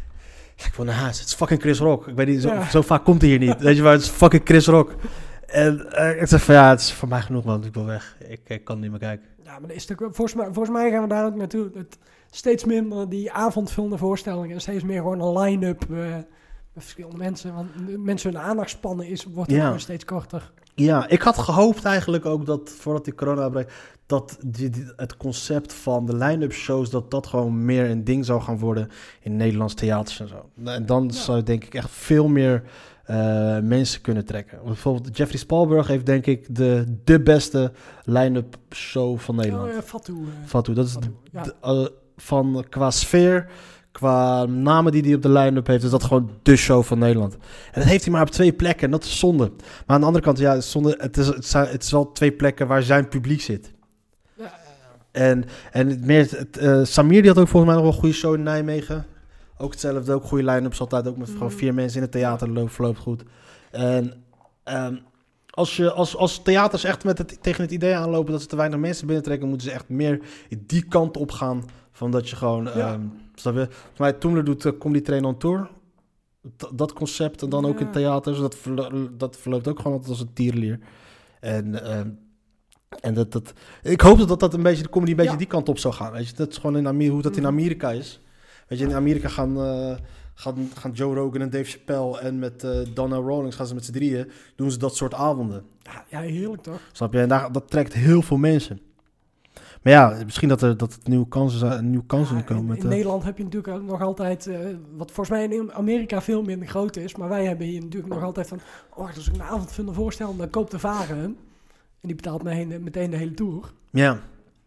Ik wil naar huis. Het is fucking Chris Rock. Ik weet niet, zo, Ja. zo vaak komt hij hier niet. Weet je waar? Het is fucking Chris Rock. En uh, ik zeg van ja, het is voor mij genoeg, man. Ik wil weg. Ik, ik kan niet meer kijken. Ja, maar dat is natuurlijk, volgens, mij, volgens mij gaan we daar ook naartoe. Het, steeds minder die avondvullende voorstellingen. En steeds meer gewoon een line-up uh, met verschillende mensen. Want mensen hun aandachtspannen is, wordt ook Ja. gewoon steeds korter. Ja, ik had gehoopt eigenlijk ook dat, voordat die corona uitbreekt, dat die, die, het concept van de line-up shows, dat dat gewoon meer een ding zou gaan worden in Nederlands theaters en zo. En dan Ja. zou denk ik echt veel meer uh, mensen kunnen trekken. Bijvoorbeeld Jeffrey Spalberg heeft denk ik de, de beste line-up show van Nederland. Oh, uh, Fatou. Uh, Fatou, dat is Fatou, de, ja. de, uh, van qua sfeer, qua namen die hij op de line-up heeft, is dat gewoon de show van Nederland. En dat heeft hij maar op twee plekken en dat is zonde. Maar aan de andere kant, ja, zonde, het, is, het, zijn, het is wel twee plekken waar zijn publiek zit. Ja, ja, ja. En, en het meer, het, uh, Samir die had ook volgens mij nog wel een goede show in Nijmegen. Ook hetzelfde, ook goede line-ups altijd, ook met gewoon vier mensen in het theater, loopt, verloopt goed. En um, als, je, als, als theaters echt met het, tegen het idee aanlopen dat ze te weinig mensen binnentrekken, moeten ze echt meer die kant op gaan van dat je gewoon... Ja. Um, snap je? Volgens mij Toemler doet uh, Comedy Train on Tour. D- dat concept en dan ook Ja. in theaters. Dat, verlo- dat verloopt ook gewoon altijd als een tierenlier. En... Um, En dat, dat, ik hoop dat dat een beetje de comedy een beetje Ja. die kant op zou gaan. Weet je, dat is gewoon in Amerika, hoe dat in Amerika is. Weet je, in Amerika gaan, uh, gaan, gaan Joe Rogan en Dave Chappelle en met uh, Donna Rawlings gaan ze met z'n drieën doen ze dat soort avonden. Ja, ja, heerlijk toch? Snap je? En daar, dat trekt heel veel mensen. Maar ja, misschien dat er dat er nieuwe kansen, zijn- nieuwe kansen Ja, komen. in, Met, in uh, Nederland heb je natuurlijk ook nog altijd, uh, wat volgens mij in Amerika veel minder groot is, maar wij hebben hier natuurlijk nog altijd van, oh, als ik een avondvullende voorstel, dan koopt de varen hem. En die betaalt meteen, meteen de hele tour. Ja.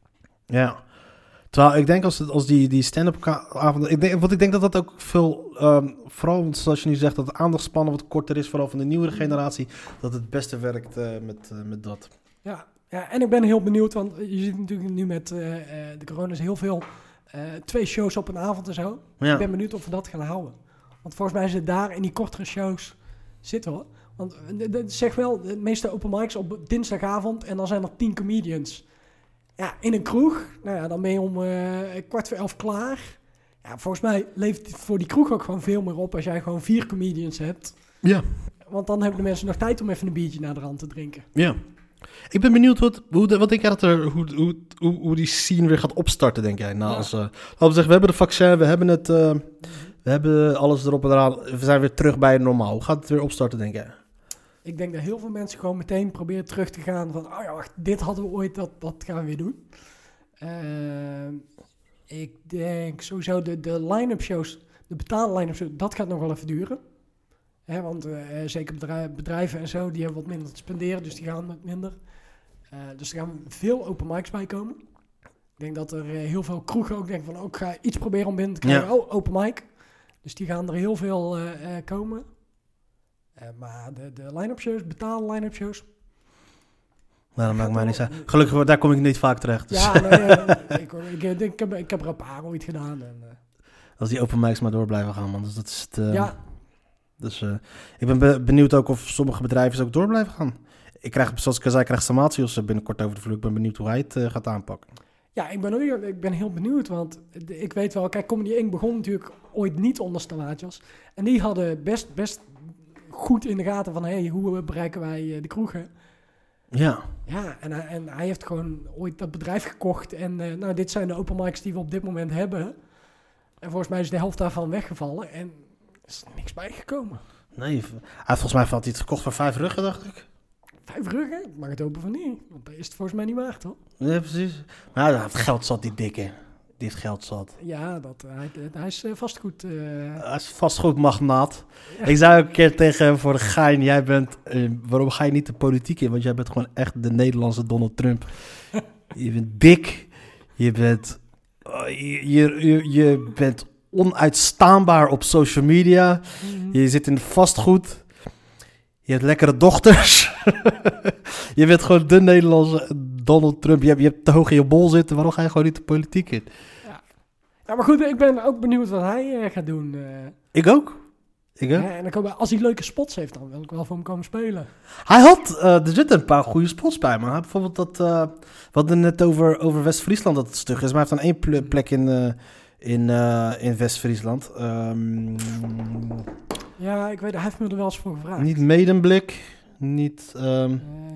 Ja. Terwijl ik denk als, het, als die, die stand-up ka- avonden... Ik denk, want ik denk dat dat ook veel... Um, vooral want zoals je nu zegt, dat het aandachtspannen wat korter is, vooral van de nieuwere generatie, dat het beste werkt uh, met, uh, met dat. Ja, ja, en ik ben heel benieuwd, want je ziet natuurlijk nu met uh, uh, de corona is heel veel, uh, twee shows op een avond en zo. Ja. Ik ben benieuwd of we dat gaan houden. Want volgens mij zit daar in die kortere shows zitten hoor. Want uh, de- zeg wel, de meeste open mics op dinsdagavond en dan zijn er tien comedians. Ja, in een kroeg, nou ja, dan ben je om uh, kwart voor elf klaar. Ja, volgens mij levert het voor die kroeg ook gewoon veel meer op als jij gewoon vier comedians hebt. Ja. Want dan hebben de mensen nog tijd om even een biertje naar de rand te drinken. Ja. Ik ben benieuwd wat, hoe, de, wat denk jij dat er, hoe, hoe, hoe, hoe die scene weer gaat opstarten, denk jij? Nou, Ja. als, uh, laten we zeggen, we hebben de vaccin, we hebben het, uh, we hebben alles erop en eraan. We zijn weer terug bij normaal. Hoe gaat het weer opstarten, denk jij? Ik denk dat heel veel mensen gewoon meteen proberen terug te gaan van, oh ja, wacht, dit hadden we ooit, dat, dat gaan we weer doen. Uh, ik denk sowieso de, de line-up shows, de betaalde line-up shows, dat gaat nog wel even duren. Hè, want uh, zeker bedrijven, bedrijven en zo, die hebben wat minder te spenderen, dus die gaan wat minder. Uh, dus er gaan veel open mics bij komen. Ik denk dat er uh, heel veel kroegen ook denken van, oh, ik ga iets proberen om binnen te krijgen. Ja. Oh, open mic. Dus die gaan er heel veel uh, uh, komen. Uh, maar de, de line-up shows, betaalde line-up shows, Nou, dat maakt mij niet uit. Gelukkig, daar kom ik niet vaak terecht. Dus. Ja, nee, uh, ik, ik, ik, ik, heb, ik heb er een paar ooit gedaan. En, uh, Als die open mics maar door blijven gaan, man. Dus dat is het... Uh, ja. Dus uh, ik ben be- benieuwd ook of sommige bedrijven ook door blijven gaan. Ik krijg, zoals ik al zei, krijg Samatios binnenkort over de vloer. Ik ben benieuwd hoe hij het uh, gaat aanpakken. Ja, ik ben, ook, ik ben heel benieuwd, want ik weet wel... Kijk, Comedy Incorporated begon natuurlijk ooit niet onder Samatios. En die hadden best, best goed in de gaten van... Hey, hoe bereiken wij de kroegen? Ja. Ja, en hij, en hij heeft gewoon ooit dat bedrijf gekocht. En uh, nou, dit zijn de open mics die we op dit moment hebben. En volgens mij is de helft daarvan weggevallen. En er is niks bijgekomen. Nee, hij, volgens mij had hij het gekocht voor vijf ruggen, dacht ik. Vijf ruggen? Ik mag het open van niet. Want dat is het volgens mij niet waard, hoor. Ja, precies. Maar hij heeft geld zat, die dikke. Die heeft geld zat. Ja, dat, hij, hij is uh, vastgoed... Uh... Hij is vastgoedmagnaat. Ja. Ik zei ook een keer tegen hem voor de gein... Jij bent... Uh, waarom ga je niet de politiek in? Want jij bent gewoon echt de Nederlandse Donald Trump. Je bent dik. Je bent... Uh, je, je, je bent onuitstaanbaar op social media. Mm-hmm. Je zit in de vastgoed. Je hebt lekkere dochters. Je bent gewoon de Nederlandse Donald Trump. Je hebt, je hebt te hoog in je bol zitten. Waarom ga je gewoon niet de politiek in? Ja, ja maar goed, ik ben ook benieuwd wat hij uh, gaat doen. Uh. Ik ook. Ik ook. Ja, en dan komen, als hij leuke spots heeft, dan wil ik wel voor hem komen spelen. Hij had, uh, er zitten een paar goede spots bij, maar bijvoorbeeld dat, uh, we hadden net over, over West-Friesland dat het stug is, maar hij heeft dan één plek in, uh, in, uh, in West-Friesland. Um, ja, ik weet, hij heeft me er wel eens voor gevraagd. Niet Medemblik, niet um, uh.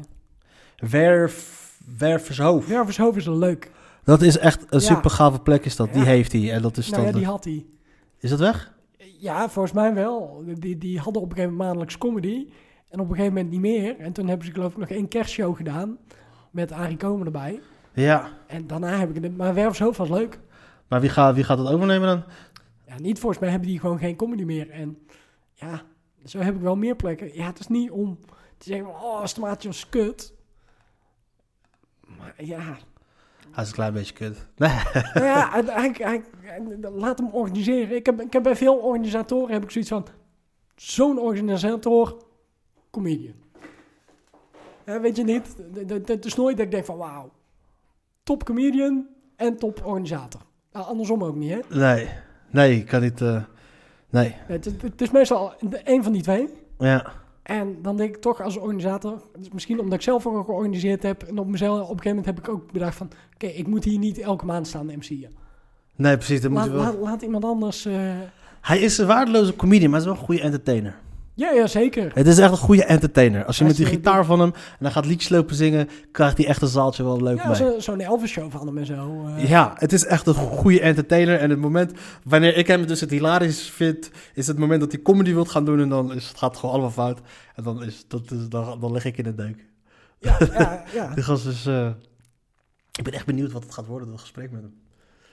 Werf, Wervershoofd. Wervershoofd is wel leuk. Dat is echt een ja. super gave plek is dat, ja. Die heeft hij. En dat is nou dan ja, die had hij. Is dat weg? Ja, volgens mij wel. Die, die hadden op een gegeven moment maandelijks comedy. En op een gegeven moment niet meer. En toen hebben ze geloof ik nog één kerstshow gedaan. Met Arie Komen erbij. Ja. En daarna heb ik het... Maar Wervershoofd was leuk. Maar wie gaat, wie gaat het overnemen dan? Ja, niet volgens mij hebben die gewoon geen comedy meer. En ja, zo heb ik wel meer plekken. Ja, het is niet om te zeggen... Oh, Samatios kut. Maar ja... Hij is een klein beetje kut. Nee. Nou ja, hij, hij, hij, hij, laat hem organiseren. Ik heb, ik heb bij veel organisatoren heb ik zoiets van... Zo'n organisator, comedian. Ja, weet je niet? Het is nooit dat ik denk van... Wauw, top comedian en top organisator. Nou, andersom ook niet, hè? Nee, nee, ik kan niet... Uh, nee. Het, het, het is meestal een van die twee. Ja. En dan denk ik toch als organisator... Misschien omdat ik zelf ook georganiseerd heb... en op mezelf op een gegeven moment heb ik ook bedacht van... Oké, okay, ik moet hier niet elke maand staan M C'en. Nee, precies. Dat laat, moet wel... laat, laat iemand anders... Uh... Hij is een waardeloze comedian, maar hij is wel een goede entertainer. Ja, ja, zeker. Het is echt een goede entertainer. Als je Als met die je, gitaar van hem... en dan gaat liedjes lopen zingen... krijgt hij echt een zaaltje wel leuk ja, mee. zo, zo'n Elvis-show van hem en zo. Uh... Ja, het is echt een goede entertainer. En het moment... wanneer ik hem dus het hilarisch vind... is het moment dat hij comedy wilt gaan doen... en dan is, het gaat het gewoon allemaal fout. En dan, is, dat is, dan, dan lig ik in de deuk. Ja, ja, ja. Die gast is... Uh... Ik ben echt benieuwd wat het gaat worden, dat gesprek met hem.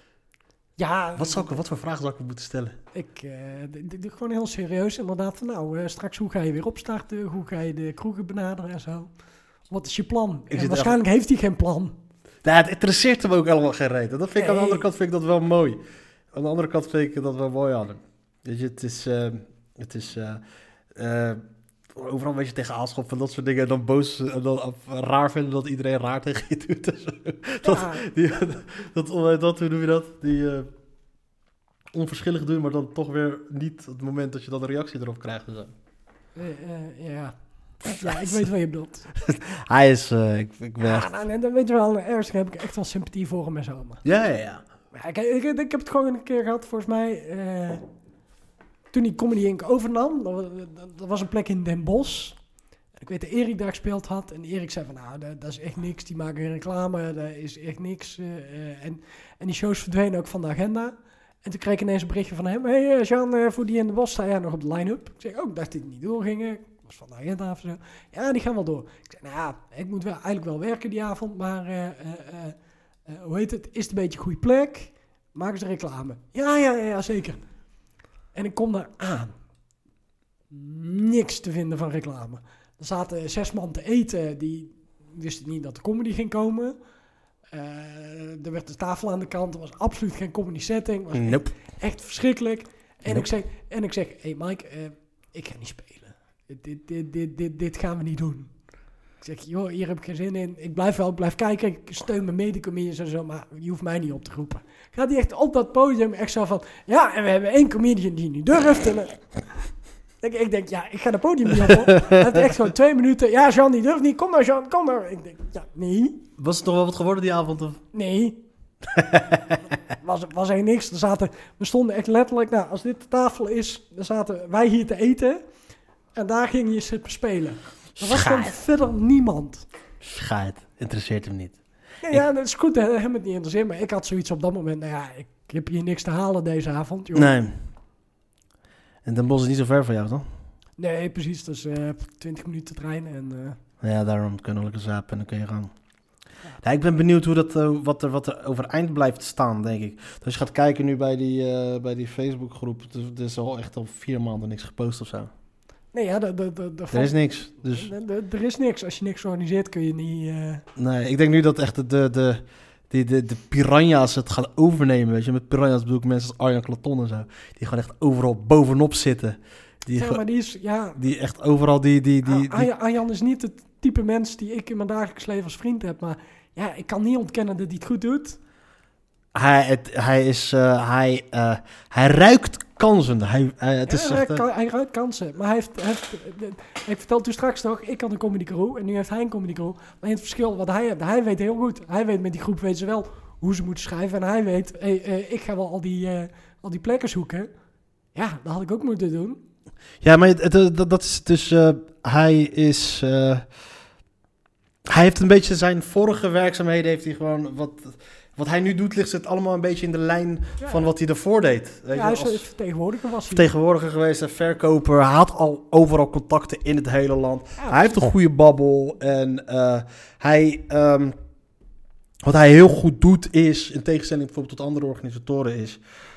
Ja, wat, zou ik, wat voor vragen zou ik hem moeten stellen? Ik uh, d- d- gewoon heel serieus inderdaad van nou, uh, straks hoe ga je weer opstarten? Hoe ga je de kroegen benaderen en zo? Wat is je plan? En waarschijnlijk echt... heeft hij geen plan. Nou, het interesseert hem ook allemaal geen reet. Dat vind ik, nee. Aan de andere kant vind ik dat wel mooi. Aan de andere kant vind ik dat wel mooi aan hem. Weet je, het is... Uh, het is uh, uh, overal een beetje tegen aanschoppen en dat soort dingen. En dan boos en dan uh, raar vinden dat iedereen raar tegen je doet. Dus, dat, ja. die, dat, dat, dat, hoe noem je dat? Die... Uh, onverschillig doen, maar dan toch weer niet het moment dat je dan een reactie erop krijgt. Dus. Uh, uh, ja. ja, ik weet wat je bedoelt. Hij is... Uh, ik, ik ben ja, echt... nou, dan weet je wel, ergens heb ik echt wel sympathie voor hem en zo. Maar. Ja, ja, ja. ja ik, ik, ik, ik heb het gewoon een keer gehad, volgens mij... Uh, toen die Comedy Incorporated overnam, dat, dat, dat was een plek in Den Bosch. Ik weet dat Erik daar gespeeld had. En Erik zei van, nou, dat, dat is echt niks. Die maken geen reclame, dat is echt niks. Uh, uh, en, en die shows verdwenen ook van de agenda. En toen kreeg ik ineens een berichtje van hem. Hé, hey, Jean, uh, voor die in de Bos sta jij nog op de line-up? Ik zeg, oh, ik dacht dat die niet doorgingen. Ik was van de agenda of zo. Ja, die gaan wel door. Ik zeg, nou ja, ik moet wel, eigenlijk wel werken die avond. Maar, uh, uh, uh, uh, hoe heet het? Is het een beetje een goede plek? Maken ze reclame? Ja, ja, ja, ja, zeker. En ik kom daar aan. Niks te vinden van reclame. Er zaten zes man te eten. Die wisten niet dat de comedy ging komen. Uh, er werd de tafel aan de kant. Er was absoluut geen comedy setting. Was nope. echt, echt verschrikkelijk. En, Nope. ik zeg, en ik zeg, hé hey Mike, uh, ik ga niet spelen. Dit, dit, dit, dit, dit gaan we niet doen. Ik zeg, joh, hier heb ik geen zin in. Ik blijf wel, ik blijf kijken. Ik steun mijn medecomedians en zo, maar je hoeft mij niet op te roepen. Gaat hij echt op dat podium echt zo van... Ja, en we hebben één comedian die niet durft. En, ik, ik denk, ja, ik ga het podium niet op. Hoor. Hij heeft echt gewoon twee minuten. Ja, Jean, die durft niet. Kom maar, Jean, kom maar. Ik denk, ja, nee. Was het toch wel wat geworden die avond? Of? Nee. was, was er niks. Er zaten, we stonden echt letterlijk... Nou, als dit de tafel is, dan zaten wij hier te eten. En daar ging je zitten spelen. Er was gewoon verder niemand. Schijt, interesseert hem niet. Ja, ja, dat is goed, hè, hem het niet interesseert. Maar ik had zoiets op dat moment, nou ja, ik, ik heb hier niks te halen deze avond. Joh. Nee. En Den Bosch is niet zo ver van jou, toch? Nee, precies. Dat is uh, twintig minuten trein. En, uh... Ja, daarom kunnen we lekker zapen en dan kun je gaan. Ja. Ja, ik ben benieuwd hoe dat, uh, wat, er, wat er overeind blijft staan, denk ik. Dus als je gaat kijken nu bij die, uh, bij die Facebookgroep, er is al echt al vier maanden niks gepost of zo. Nee, ja, de, de, de, de er is niks. Dus... De, de, er is niks. Als je niks organiseert, kun je niet... Uh... Nee, ik denk nu dat echt de, de, de, de, de, de piranha's het gaan overnemen. Weet je, met piranha's bedoel ik mensen als Arjan Claton en zo. Die gewoon echt overal bovenop zitten. Die, ja, maar die is... Ja, die echt overal die... die, die, die... Arjan, Arjan is niet het type mens die ik in mijn dagelijks leven als vriend heb. Maar ja, ik kan niet ontkennen dat hij het goed doet. Hij, het, hij is... Uh, hij, uh, hij ruikt kansen. Hij, hij, het ja, is hij, echt, uh... hij ruikt kansen. Maar hij heeft... Hij heeft ik vertelde toen straks toch, ik had een comedy crew. En nu heeft hij een comedy crew. Maar het verschil wat hij heeft, hij weet heel goed. Hij weet met die groep, weet ze wel hoe ze moeten schrijven. En hij weet, hey, uh, ik ga wel al die, uh, al die plekken zoeken. Ja, dat had ik ook moeten doen. Ja, maar het, het, dat, dat is dus... Uh, hij is... Uh, hij heeft een beetje zijn vorige werkzaamheden... heeft hij gewoon... Wat, wat hij nu doet, ligt het allemaal een beetje in de lijn ja. van wat hij daarvoor deed. Weet ja, je, hij is vertegenwoordiger was hij. Vertegenwoordiger geweest, een verkoper. Hij had al overal contacten in het hele land. Ja, hij heeft een goede babbel. En uh, hij... Um, wat hij heel goed doet is, in tegenstelling bijvoorbeeld tot andere organisatoren is...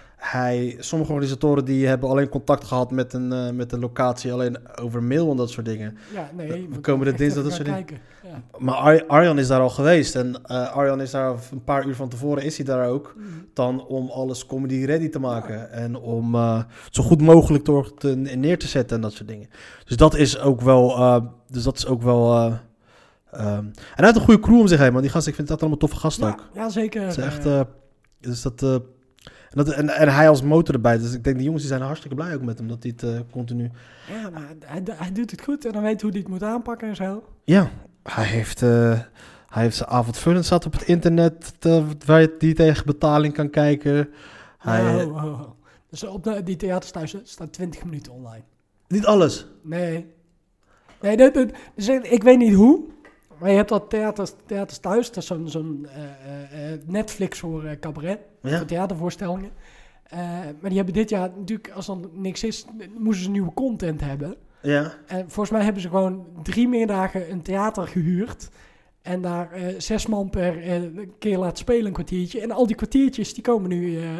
Hij, sommige organisatoren die hebben alleen contact gehad met een, uh, met een locatie, alleen over mail en dat soort dingen. Ja, nee, we, we komen de dinsdag, dat soort dingen. Ja. Maar Ar- Arjan is daar al geweest en uh, Arjan is daar een paar uur van tevoren, is hij daar ook, mm. dan om alles comedy ready te maken. Ja. En om uh, zo goed mogelijk door te, neer te zetten en dat soort dingen. Dus dat is ook wel, uh, dus dat is ook wel... Uh, um, en hij heeft een goede crew om zich heen, man. Die gasten, ik vind dat allemaal toffe gasten ja, ook. Ja, zeker. Het is echt, uh, dus dat... Uh, En, dat, en, en hij als motor erbij. Dus ik denk, die jongens die zijn hartstikke blij ook met hem. Dat hij het uh, continu... Ja, maar hij, hij doet het goed. En dan weet hoe hij het moet aanpakken en zo. Ja, hij heeft, uh, hij heeft zijn avondvullend zat op het internet. Uh, waar je die tegen betaling kan kijken. Hij, oh, oh, oh. Dus op de, die theaters thuis staat twintig minuten online. Niet alles? Nee. Nee, dat, dat, dus ik weet niet hoe. Maar je hebt dat theaters, theaters thuis. Dat is zo'n, zo'n uh, uh, Netflix voor uh, cabaret. Ja. Voor theatervoorstellingen. Uh, maar die hebben dit jaar natuurlijk, als er niks is, moesten ze nieuwe content hebben. Ja. En volgens mij hebben ze gewoon drie middagen een theater gehuurd. En daar uh, zes man per uh, keer laten spelen, een kwartiertje. En al die kwartiertjes, die komen nu uh,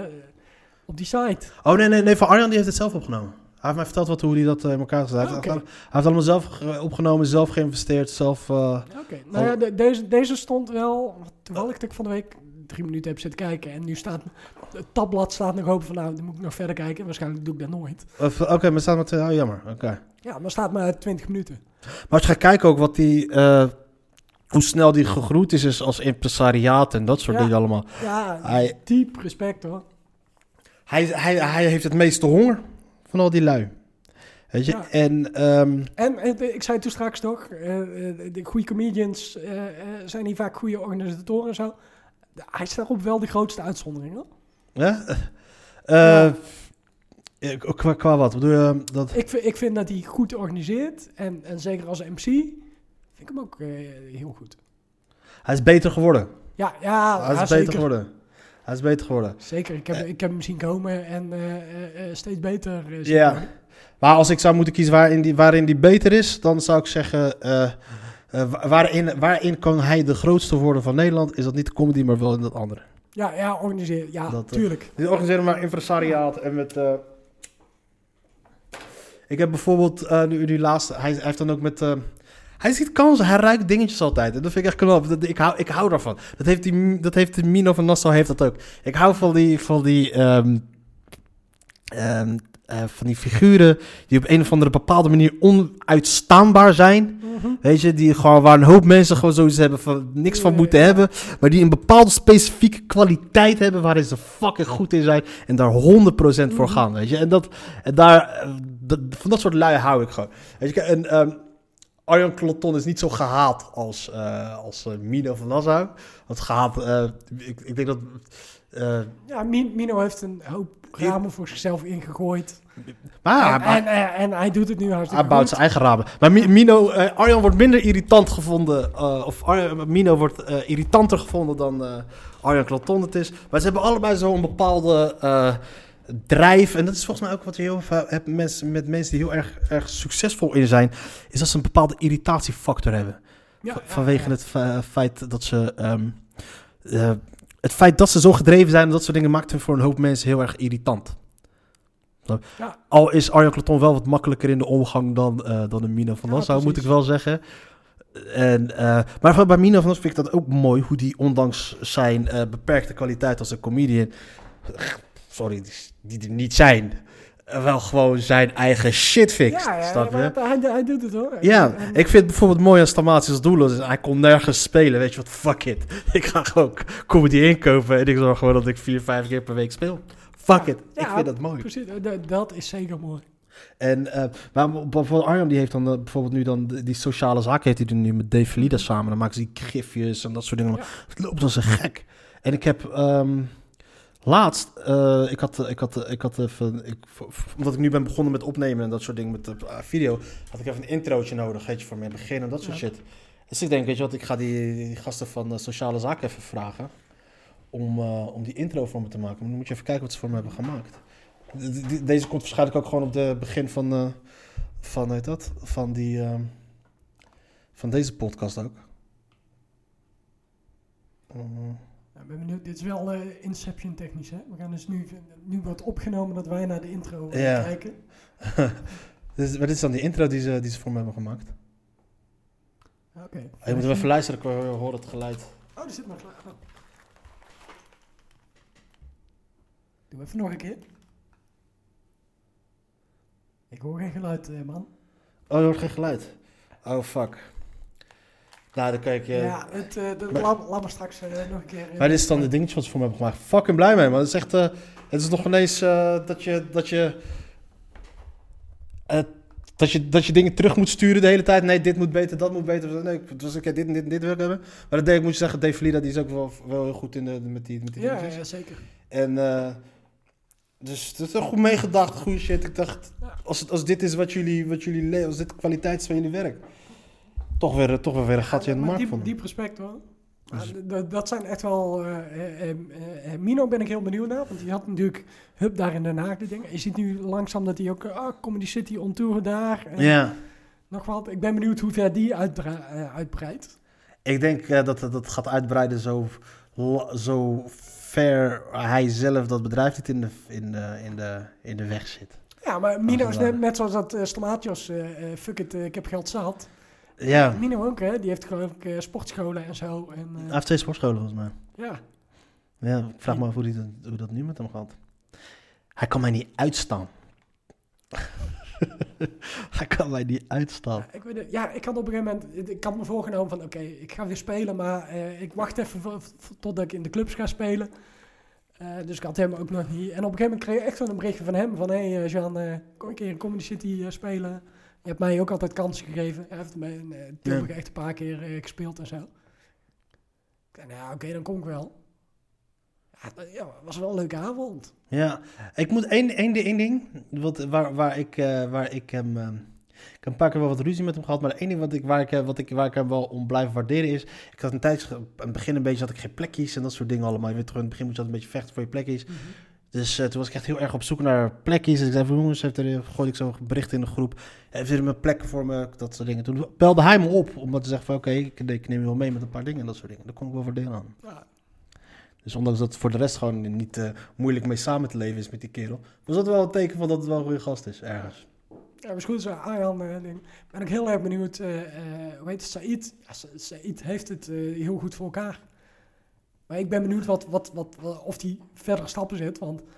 op die site. Oh nee, nee, nee, van Arjan die heeft het zelf opgenomen. Hij heeft mij verteld wat, hoe hij dat uh, in elkaar gezet heeft. Oh, okay. Hij heeft allemaal zelf opgenomen, zelf geïnvesteerd, zelf... Uh, Oké, okay. nou ja, de, deze, deze stond wel... Toevallig dat ik van de week drie minuten heb zitten kijken. En nu staat... Het tabblad staat nog open van... Nou, dan moet ik nog verder kijken. Waarschijnlijk doe ik dat nooit. Oké, okay, maar staat maar... Oh, jammer. Oké. Okay. Ja, maar staat maar twintig minuten. Maar als je gaat kijken ook wat die... Uh, hoe snel die gegroeid is, is als impresariaat en dat soort ja. dingen allemaal. Ja, hij, diep respect hoor. Hij, hij, hij heeft het meeste honger van al die lui. Weet je, ja. en, um... en... En ik zei toen straks toch, uh, de goede comedians uh, uh, zijn niet vaak goede organisatoren en zo. Hij is daarop wel de grootste uitzondering, hoor. Ja? Uh, ja. Qua, qua wat? Bedoel je dat... Ik, ik vind dat hij goed organiseert. En, en zeker als M C vind ik hem ook uh, heel goed. Hij is beter geworden. Ja, ja, hij is ja, beter zeker. geworden. Hij is beter geworden. Zeker, ik heb, uh, ik heb hem zien komen en uh, uh, steeds beter. Uh, ja, worden. Maar als ik zou moeten kiezen waarin die, waarin die beter is, dan zou ik zeggen... Uh, uh, waarin, waarin kan hij de grootste worden van Nederland? Is dat niet de comedy, maar wel in dat andere. Ja, ja, organiseren. Ja, dat, tuurlijk. Die organiseren maar impresariaat en met... Uh, ik heb bijvoorbeeld uh, nu die laatste... Hij, hij heeft dan ook met... Uh, hij ziet kansen, hij ruikt dingetjes altijd. En dat vind ik echt knap. Dat, ik, hou, ik hou daarvan. Dat heeft, die, dat heeft de Mino van Nassau heeft dat ook. Ik hou van die... Van die um, um, uh, van die figuren die op een of andere bepaalde manier onuitstaanbaar zijn. Mm-hmm. Weet je, die gewoon, waar een hoop mensen gewoon zoiets hebben van niks van moeten ja. hebben. Maar die een bepaalde specifieke kwaliteit hebben waarin ze fucking goed in zijn. En daar honderd procent mm-hmm. voor gaan, weet je. En, dat, en daar, dat, van dat soort lui hou ik gewoon. Weet je, en um, Arjan Kloton is niet zo gehaat als, uh, als uh, Mino van Nassau. Want gehaat, uh, ik, ik denk dat... Uh, ja, Mino heeft een hoop ramen voor zichzelf ingegooid. Maar, en, maar, en, en, en hij doet het nu hartstikke Hij bouwt goed. zijn eigen ramen. Maar Mino, uh, Arjan wordt minder irritant gevonden. Uh, of Arjan, Mino wordt uh, irritanter gevonden dan uh, Arjan Kloton het is. Maar ze hebben allebei zo'n bepaalde uh, drijf. En dat is volgens mij ook wat je heel veel hebt mensen, met mensen die heel erg, erg succesvol in zijn. Is dat ze een bepaalde irritatiefactor hebben. Ja, v- ja, vanwege ja. het uh, feit dat ze... Um, uh, het feit dat ze zo gedreven zijn en dat soort dingen maakt hen voor een hoop mensen heel erg irritant. Ja. Al is Arjan Kloton wel wat makkelijker in de omgang dan, uh, dan een Mino van Ja, Nassau, moet ik precies. wel zeggen. En, uh, maar bij Mino van Nassau vind ik dat ook mooi, hoe die ondanks zijn uh, beperkte kwaliteit als een comedian, sorry, die, die er niet zijn, uh, wel gewoon zijn eigen shit fixt, Ja, ja, snap je? maar hij, hij doet het hoor. Ja, En- ik vind bijvoorbeeld mooi aan Stamatius doelloos. Hij kon nergens spelen, weet je wat, fuck it. Ik ga gewoon comedy inkopen en ik zorg gewoon dat ik vier, vijf keer per week speel. Fuck it, ik ja, vind dat mooi. Precies, dat, dat is zeker mooi. En uh, maar bijvoorbeeld Arjan die heeft dan uh, bijvoorbeeld nu dan die sociale zaken heeft hij er nu met Dave Valida samen. Dan maken ze die gifjes en dat soort dingen. Ja. Het loopt als een gek. En ik heb um, laatst, uh, ik had, ik had, ik had even, ik, omdat ik nu ben begonnen met opnemen en dat soort dingen met uh, video, had ik even een introotje nodig, weet je, voor mijn begin en dat soort Ja. shit. Dus ik denk, weet je wat, ik ga die, die gasten van uh, sociale zaken even vragen om, uh, om die intro voor me te maken. Maar dan moet je even kijken wat ze voor me hebben gemaakt. De- de- Deze komt waarschijnlijk ook gewoon op de begin van, uh, van, heet dat? Van die, uh, van deze podcast ook. Uh, Ja, ik ben benieuwd. Dit is wel uh, Inception technisch, hè? We gaan dus nu, nu wordt opgenomen dat wij naar de intro uh, Ja. kijken. dus, wat is dan die intro die ze, die ze voor me hebben gemaakt? Oké. Okay. Oh, je moet hem even luisteren, ik hoor hoor het geluid. Oh, er zit nog klaar. Oh. Doe even nog een keer. Ik hoor geen geluid, uh, man. Oh, je hoort geen geluid. Oh, fuck. Nou, dan kijk je... Ja, het, uh, de, Maar- laat, laat maar straks uh, nog een keer... uh, Maar dit is dan de dingetje wat ze voor me hebben gemaakt. Fucking blij mee, man. Het is echt... Uh, het is nog ineens uh, dat je... Dat je, uh, dat, je dat je dingen terug moet sturen de hele tijd. Nee, dit moet beter, dat moet beter. Nee, het was oké, dit en dit en dit wil ik hebben. Maar dat deed ik, moet je zeggen, Dave Valida, die is ook wel, wel heel goed in de, met die, met die Ja, dingetjes. ja, zeker. En uh, dus het is wel goed meegedacht, goede shit. Ik dacht, als, het, als dit is wat jullie, wat jullie le- als dit de kwaliteit is van jullie werk, toch weer, toch weer, weer een gatje in de Maar markt diep, vonden. diep respect hoor. Maar Dus- d- d- dat zijn echt wel... eh, eh, eh, eh, Mino ben ik heel benieuwd naar. Want die had natuurlijk Hub daar in Den Haag. Die dingen. Je ziet nu langzaam dat hij ook... ah, Comedy City on tour daar. En Ja, nog wat. Ik ben benieuwd hoe ver die uitbra- eh, uitbreidt. ik denk uh, dat het dat gaat uitbreiden zo, la- zo ver hij zelf dat bedrijf niet in de, in de, in de, in de weg zit. Ja, maar Mino is gedaan. net, net zoals dat uh, Stomatios... eh, eh, fuck it, eh, ik heb geld zat. Ja, Mino ook, hè. Die heeft geloof ik eh, sportscholen en zo. En, eh, hij heeft twee sportscholen volgens mij. ja. Ja, ik vraag me af hoe, die dat, hoe dat nu met hem gaat. Hij kan mij niet uitstaan. Hij kan mij niet uitstaan. Ja, ik weet het, ja, ik had op een gegeven moment... Ik had me voorgenomen van... Oké, ik ga weer spelen, maar eh, ik wacht even v- v- totdat ik in de clubs ga spelen. Eh, dus ik had hem ook nog niet... En op een gegeven moment kreeg ik echt zo'n berichtje van hem. Van, hé hey, Jean, eh, kom een keer in Comedy City eh, spelen. Je hebt mij ook altijd kansen gegeven. Hij heeft mij in eh, Tilburg echt een paar keer eh, gespeeld en zo. Ik zei, nou ja, oké, dan kom ik wel. Ja, dat ja, was wel een leuke avond. Ja, ik moet één, één, één ding, wat, waar, waar, ik, uh, waar ik hem... Uh, ik heb een paar keer wel wat ruzie met hem gehad, maar één ding wat ik, waar, ik, wat ik, waar ik hem wel om blijf waarderen is... Ik had een tijdje, aan het begin een beetje had ik geen plekjes en dat soort dingen allemaal. Je weet toch, in het begin moet je altijd een beetje vechten voor je plekjes. Mm-hmm. Dus uh, toen was ik echt heel erg op zoek naar plekjes. Dus ik zei van jongens, heeft er, gooide ik zo'n bericht in de groep. Heeft er een plek voor me, dat soort dingen. Toen belde hij me op om te zeggen van oké, okay, ik, ik neem je wel mee met een paar dingen en dat soort dingen. Daar kon ik wel waarderen aan. Ja, Dus ondanks dat het voor de rest gewoon niet uh, moeilijk mee samen te leven is met die kerel, was dat wel een teken van dat het wel een goede gast is, ergens. ja was goed zo. Arjan, uh, ding. Ben ik heel erg benieuwd. Uh, uh, hoe heet het? Said. Ja, Sa- Said heeft het uh, heel goed voor elkaar. Maar ik ben benieuwd wat, wat, wat, wat, of hij verder stappen zet. Want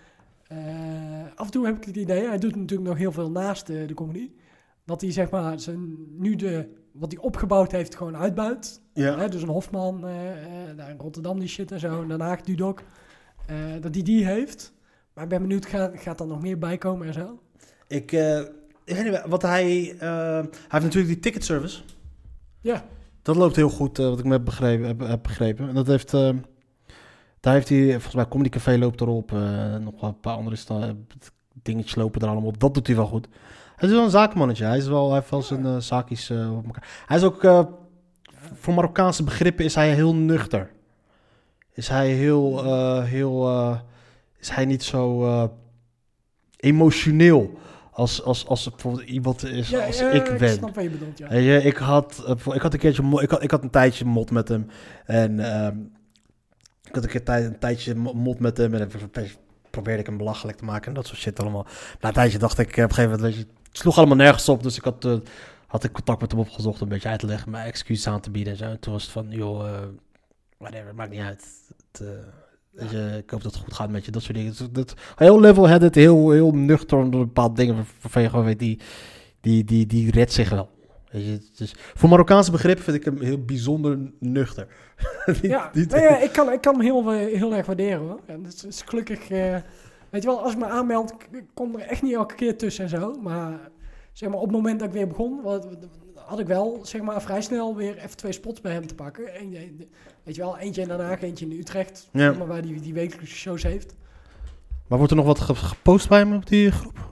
Uh, af en toe heb ik het idee, hij doet natuurlijk nog heel veel naast de, de comedy. Dat hij zeg maar zijn, nu de, wat hij opgebouwd heeft gewoon uitbuit. Ja. Hè, dus een Hofman, uh, uh, daar in Rotterdam die shit en zo, en Den Haag Dudok. Uh, dat hij die heeft. Maar ik ben benieuwd, gaat, gaat er nog meer bij komen en zo? Ik, uh, ik weet niet, wat hij, uh, hij heeft natuurlijk die ticketservice. Ja. Dat loopt heel goed, uh, wat ik me heb begrepen. Heb, heb begrepen. En dat heeft, uh, daar heeft hij, volgens mij Comedy Café loopt erop. Uh, nog wel een paar andere sta- dingetjes lopen er allemaal op. Dat doet hij wel goed. Hij is wel een zakenmannetje. Hij, is wel, hij heeft wel zijn uh, zaakjes uh, op elkaar. Hij is ook, uh, voor Marokkaanse begrippen is hij heel nuchter. Is hij heel, uh, heel, uh, is hij niet zo uh, emotioneel als, als, als bijvoorbeeld iemand is Ja, als uh, ik ben. Ik snap wat je bedoelt, ja. Hey, uh, ik, had, uh, ik had een keertje, mo- ik had, ik had een tijdje mot met hem. En uh, ik had een, keer tij- een tijdje mot met hem. En dan probeerde ik hem belachelijk te maken en dat soort shit allemaal. Na een tijdje dacht ik, op een gegeven moment, weet je, het sloeg allemaal nergens op. Dus ik had, uh, had ik contact met hem opgezocht, een beetje uit te leggen, mijn excuses aan te bieden en zo. En toen was het van, joh, uh, whatever, maakt niet uit. Het, uh, weet je, ik hoop dat het goed gaat met je, dat soort dingen. Dat, dat, heel level-headed, heel, heel nuchter door een bepaalde dingen waarvan je gewoon weet, die, die, die, die redt zich wel. Weet je, dus voor Marokkaanse begrippen vind ik hem heel bijzonder nuchter. die, Ja, die, nee, ja ik, kan, ik kan hem heel, heel erg waarderen hoor. En het is, het is gelukkig, uh, weet je wel, als ik me aanmeld, ik kom er echt niet elke keer tussen en zo. Maar zeg maar op het moment dat ik weer begon, wat, had ik wel zeg maar vrij snel weer even twee spots bij hem te pakken. En, weet je wel, eentje in Den Haag, eentje in Utrecht, ja. maar waar die, die wekelijkse shows heeft. Maar wordt er nog wat ge- gepost bij hem op die groep?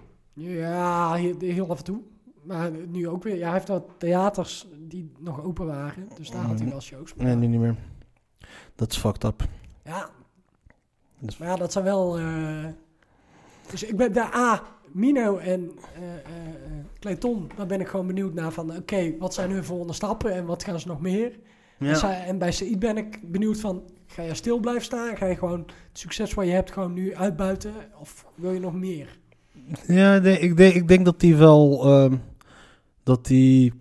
Ja, heel, heel af en toe. Maar nu ook weer. Ja, hij heeft wat theaters die nog open waren. Dus daar had hij wel shows. Nee, nu niet meer. Dat is fucked up. Ja. Dus... Maar ja, dat zijn wel... Uh... Dus ik ben daar... A, Mino en uh, uh, Clayton, daar ben ik gewoon benieuwd naar van... Oké, okay, wat zijn hun volgende stappen en wat gaan ze nog meer? Ja. En, zij, en bij Saïd ben ik benieuwd van... Ga je stil blijven staan? Ga je gewoon het succes wat je hebt gewoon nu uitbuiten? Of wil je nog meer? Ja, ik denk, ik denk, ik denk dat hij wel... Uh, dat hij...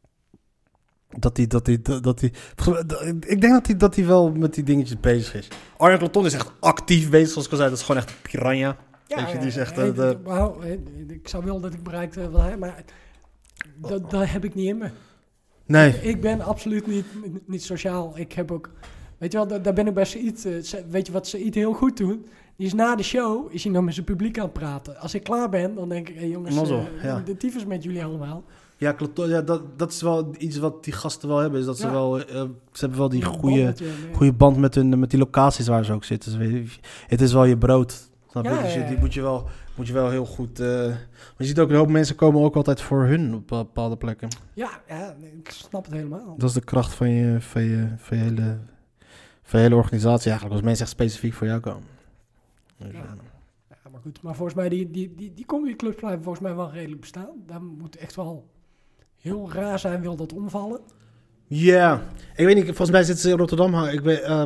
Dat hij, dat hij, dat hij... Ik denk dat hij, dat hij wel met die dingetjes bezig is. Arjen Clapton is echt actief bezig, zoals ik al zei. Dat is gewoon echt een piranha. Ja, weet je, die is echt... Ja, uh, de... wow, ik zou wel dat ik bereikte wat hij... Maar dat, dat heb ik niet in me. Nee. Ik, ik ben absoluut niet, niet sociaal. Ik heb ook... Weet je wel, daar, daar ben ik bij Saïd... Weet je wat Saïd heel goed doet? Die is na de show, is hij nog met zijn publiek aan het praten. Als ik klaar ben, dan denk ik... Hey jongens, Mazzel, uh, ja. de tyfus met jullie allemaal. Ja, klopt. Ja, dat, dat is wel iets wat die gasten wel hebben. Is dat Ja. ze wel... Uh, ze hebben wel die Een goede, band met je, nee. goede band met, hun, met die locaties waar ze ook zitten. Dus, het is wel je brood. Snap je? Ja, Dus ja, je, die ja. moet je wel, moet je wel heel goed... Uh, maar je ziet ook, een hoop mensen komen ook altijd voor hun op bepaalde plekken. Ja, ja, ik snap het helemaal. Dat is de kracht van je, van je, van je, hele, van je hele organisatie eigenlijk. Als mensen echt specifiek voor jou komen. Dus, Ja. uh, Ja, maar goed. Maar volgens mij, die, die, die, die comedyclubs blijven volgens mij wel redelijk bestaan. Daar moet echt wel heel raar zijn, wil dat omvallen. Ja, ik weet niet, volgens mij zitten ze in Rotterdam. Ik weet, uh,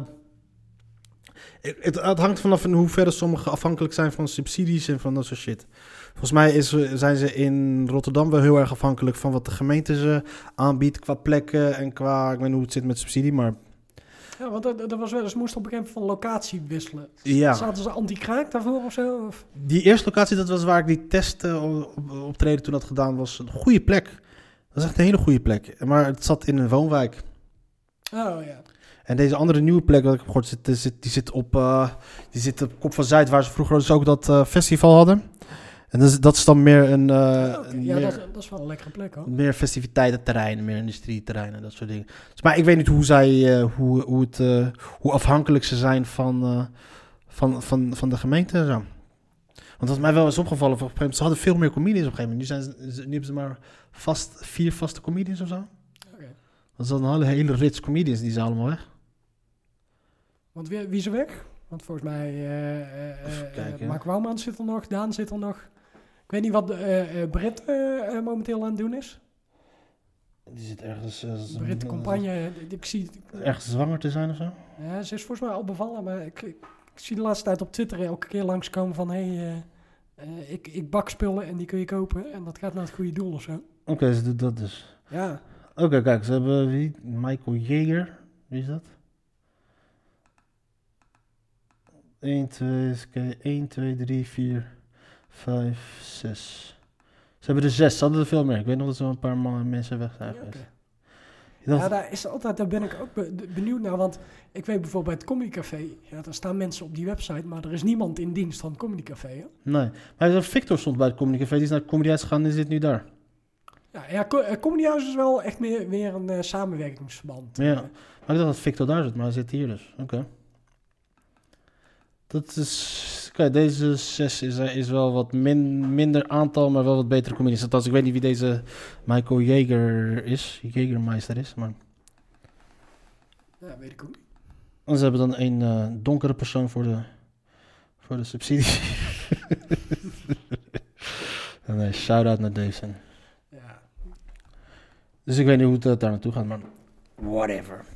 het, het hangt vanaf in hoeverre sommigen afhankelijk zijn van subsidies en van dat soort shit. Volgens mij is, zijn ze in Rotterdam wel heel erg afhankelijk van wat de gemeente ze aanbiedt qua plekken en qua, ik weet niet hoe het zit met subsidie, maar... Ja, want dat, dat was wel, ze moesten op een gegeven moment van locatie wisselen. Ja. Zaten ze anti-kraak daarvoor of zo? Of? Die eerste locatie, dat was waar ik die test uh, op, optreden toen had gedaan, was een goede plek. Dat is echt een hele goede plek. Maar het zat in een woonwijk. Oh ja. En deze andere nieuwe plek, wat ik heb gehoord, zit, zit, die, zit op, uh, die zit op Kop van Zuid, waar ze vroeger dus ook dat uh, festival hadden. En dat is, dat is dan meer een... Uh, Oh, okay. een Ja, meer, dat, dat is wel een lekkere plek hoor. meer festiviteitenterreinen, meer industrieterreinen, dat soort dingen. Dus, maar ik weet niet hoe zij, uh, hoe, hoe, het, uh, hoe afhankelijk ze zijn van, uh, van, van, van de gemeente en zo. Want wat mij wel is opgevallen, op een gegeven moment, ze hadden veel meer comedians op een gegeven moment. Nu, zijn ze, nu hebben ze maar vast, vier vaste comedians of zo. Okay. Dat is dan een hele, hele rits comedians, die zijn allemaal weg. Want wie, wie is er weg? Want volgens mij, uh, uh, kijken, uh, Mark Wouwman zit er nog, Daan zit er nog. Ik weet niet wat uh, uh, Britt uh, uh, momenteel aan het doen is. Die zit ergens... Uh, Britt de Compagne, ik zie... Ergens zwanger te zijn of zo? Ja, ze is volgens mij al bevallen, maar ik, ik, ik zie de laatste tijd op Twitter elke keer langskomen van... Hé, hey, uh, uh, ik, ik bak spullen en die kun je kopen en dat gaat naar het goede doel of zo. Oké, okay, ze doet dat dus. Ja. Oké, okay, kijk, ze hebben wie? Michael Jager. Wie is dat? één, twee, okay, één, twee, drie, vier, vijf, zes. Ze hebben er zes, ze hadden er veel meer. Ik weet nog dat er een paar man, mensen weg zijn Ja, geweest. okay. Dacht, Ja, daar, is altijd, daar ben ik ook be- benieuwd naar, want ik weet bijvoorbeeld bij het Comedy Café, ja, daar staan mensen op die website, maar er is niemand in dienst van het Comedy Café. Hè? nee, maar Victor stond bij het Comedy Café, die is naar het Comedy House gegaan en zit nu daar. Ja, ja Co- uh, Comedy House is wel echt meer, weer een uh, samenwerkingsverband. Ja, maar ik dacht dat Victor daar zit, maar hij zit hier dus. Oké. Okay. Dat is... Kijk, deze zes is, is wel wat min, minder aantal, maar wel wat betere comedies. Althans, ik weet niet wie deze Michael Jager is. Jagermeister is, maar... Ja, weet ik ook niet. En ze hebben dan een uh, donkere persoon voor de, voor de subsidie. en uh, shout-out naar Davison. Ja. Dus ik weet niet hoe het uh, daar naartoe gaat, maar... Whatever.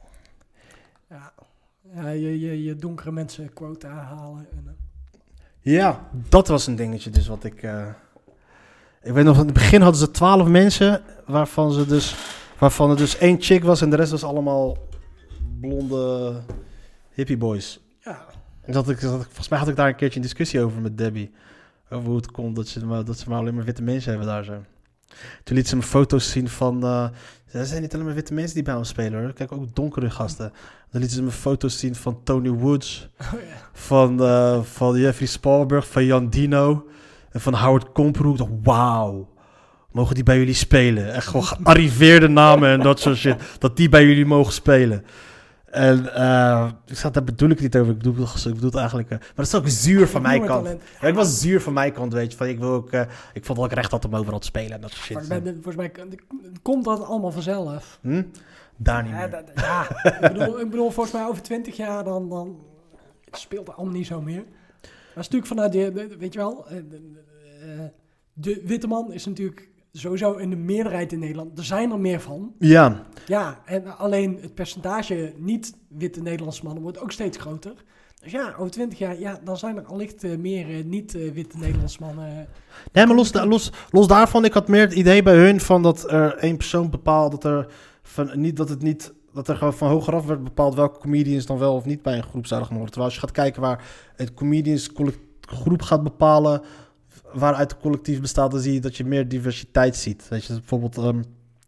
Ja, ja je, je, je donkere mensen quota halen. En, uh. Ja, dat was een dingetje dus wat ik... Uh, ik weet nog, in het begin hadden ze twaalf mensen, waarvan, ze dus, waarvan er dus één chick was en de rest was allemaal blonde hippie boys. Ja. Dat ik, dat ik, volgens mij had ik daar een keertje een discussie over met Debbie. Over hoe het komt dat ze, maar, dat ze maar alleen maar witte mensen hebben daar zo. Toen liet ze me foto's zien van... Uh, er zijn niet alleen maar witte mensen die bij ons spelen hoor. Kijk, ook donkere gasten. Dan lieten ze me foto's zien van Tony Woods. Oh, ja. Van, uh, van Jeffrey Spalberg, van Jan Dino. En van Howard Komproe. Ik dacht, wauw. Mogen die bij jullie spelen? Echt gewoon gearriveerde namen en dat soort shit. Dat die bij jullie mogen spelen. En uh, ik zat, daar bedoel ik niet over. Ik bedoel, ik bedoel het eigenlijk... Uh, maar dat is ook zuur van mijn kant. Ja, ik was zuur van mijn kant, weet je. Van, ik, wil ook, uh, ik vond dat ik recht had om overal te spelen en dat soort shit. Volgens mij, volgens mij komt dat allemaal vanzelf. Hm? Daar niet ja, meer. Dat, ja, ik, bedoel, ik bedoel, volgens mij over twintig jaar dan, dan speelt het allemaal niet zo meer. Maar is natuurlijk vanuit de, de, weet je wel, de, de, de witte man is natuurlijk sowieso in de meerderheid in Nederland. Er zijn er meer van. Ja. Ja, en alleen het percentage niet-witte Nederlandse mannen wordt ook steeds groter. Dus ja, over twintig jaar, ja, dan zijn er allicht uh, meer uh, niet-witte uh, Nederlandse mannen. Uh, nee, maar los, da- los, los daarvan, ik had meer het idee bij hun van dat er één persoon bepaalt, dat er van, niet, dat het niet, dat er gewoon van hogeraf werd bepaald welke comedians dan wel of niet bij een groep zouden gaan horen. Terwijl als je gaat kijken waar het comedians groep gaat bepalen, waaruit het collectief bestaat, dan zie je dat je meer diversiteit ziet. Weet je, bijvoorbeeld, um,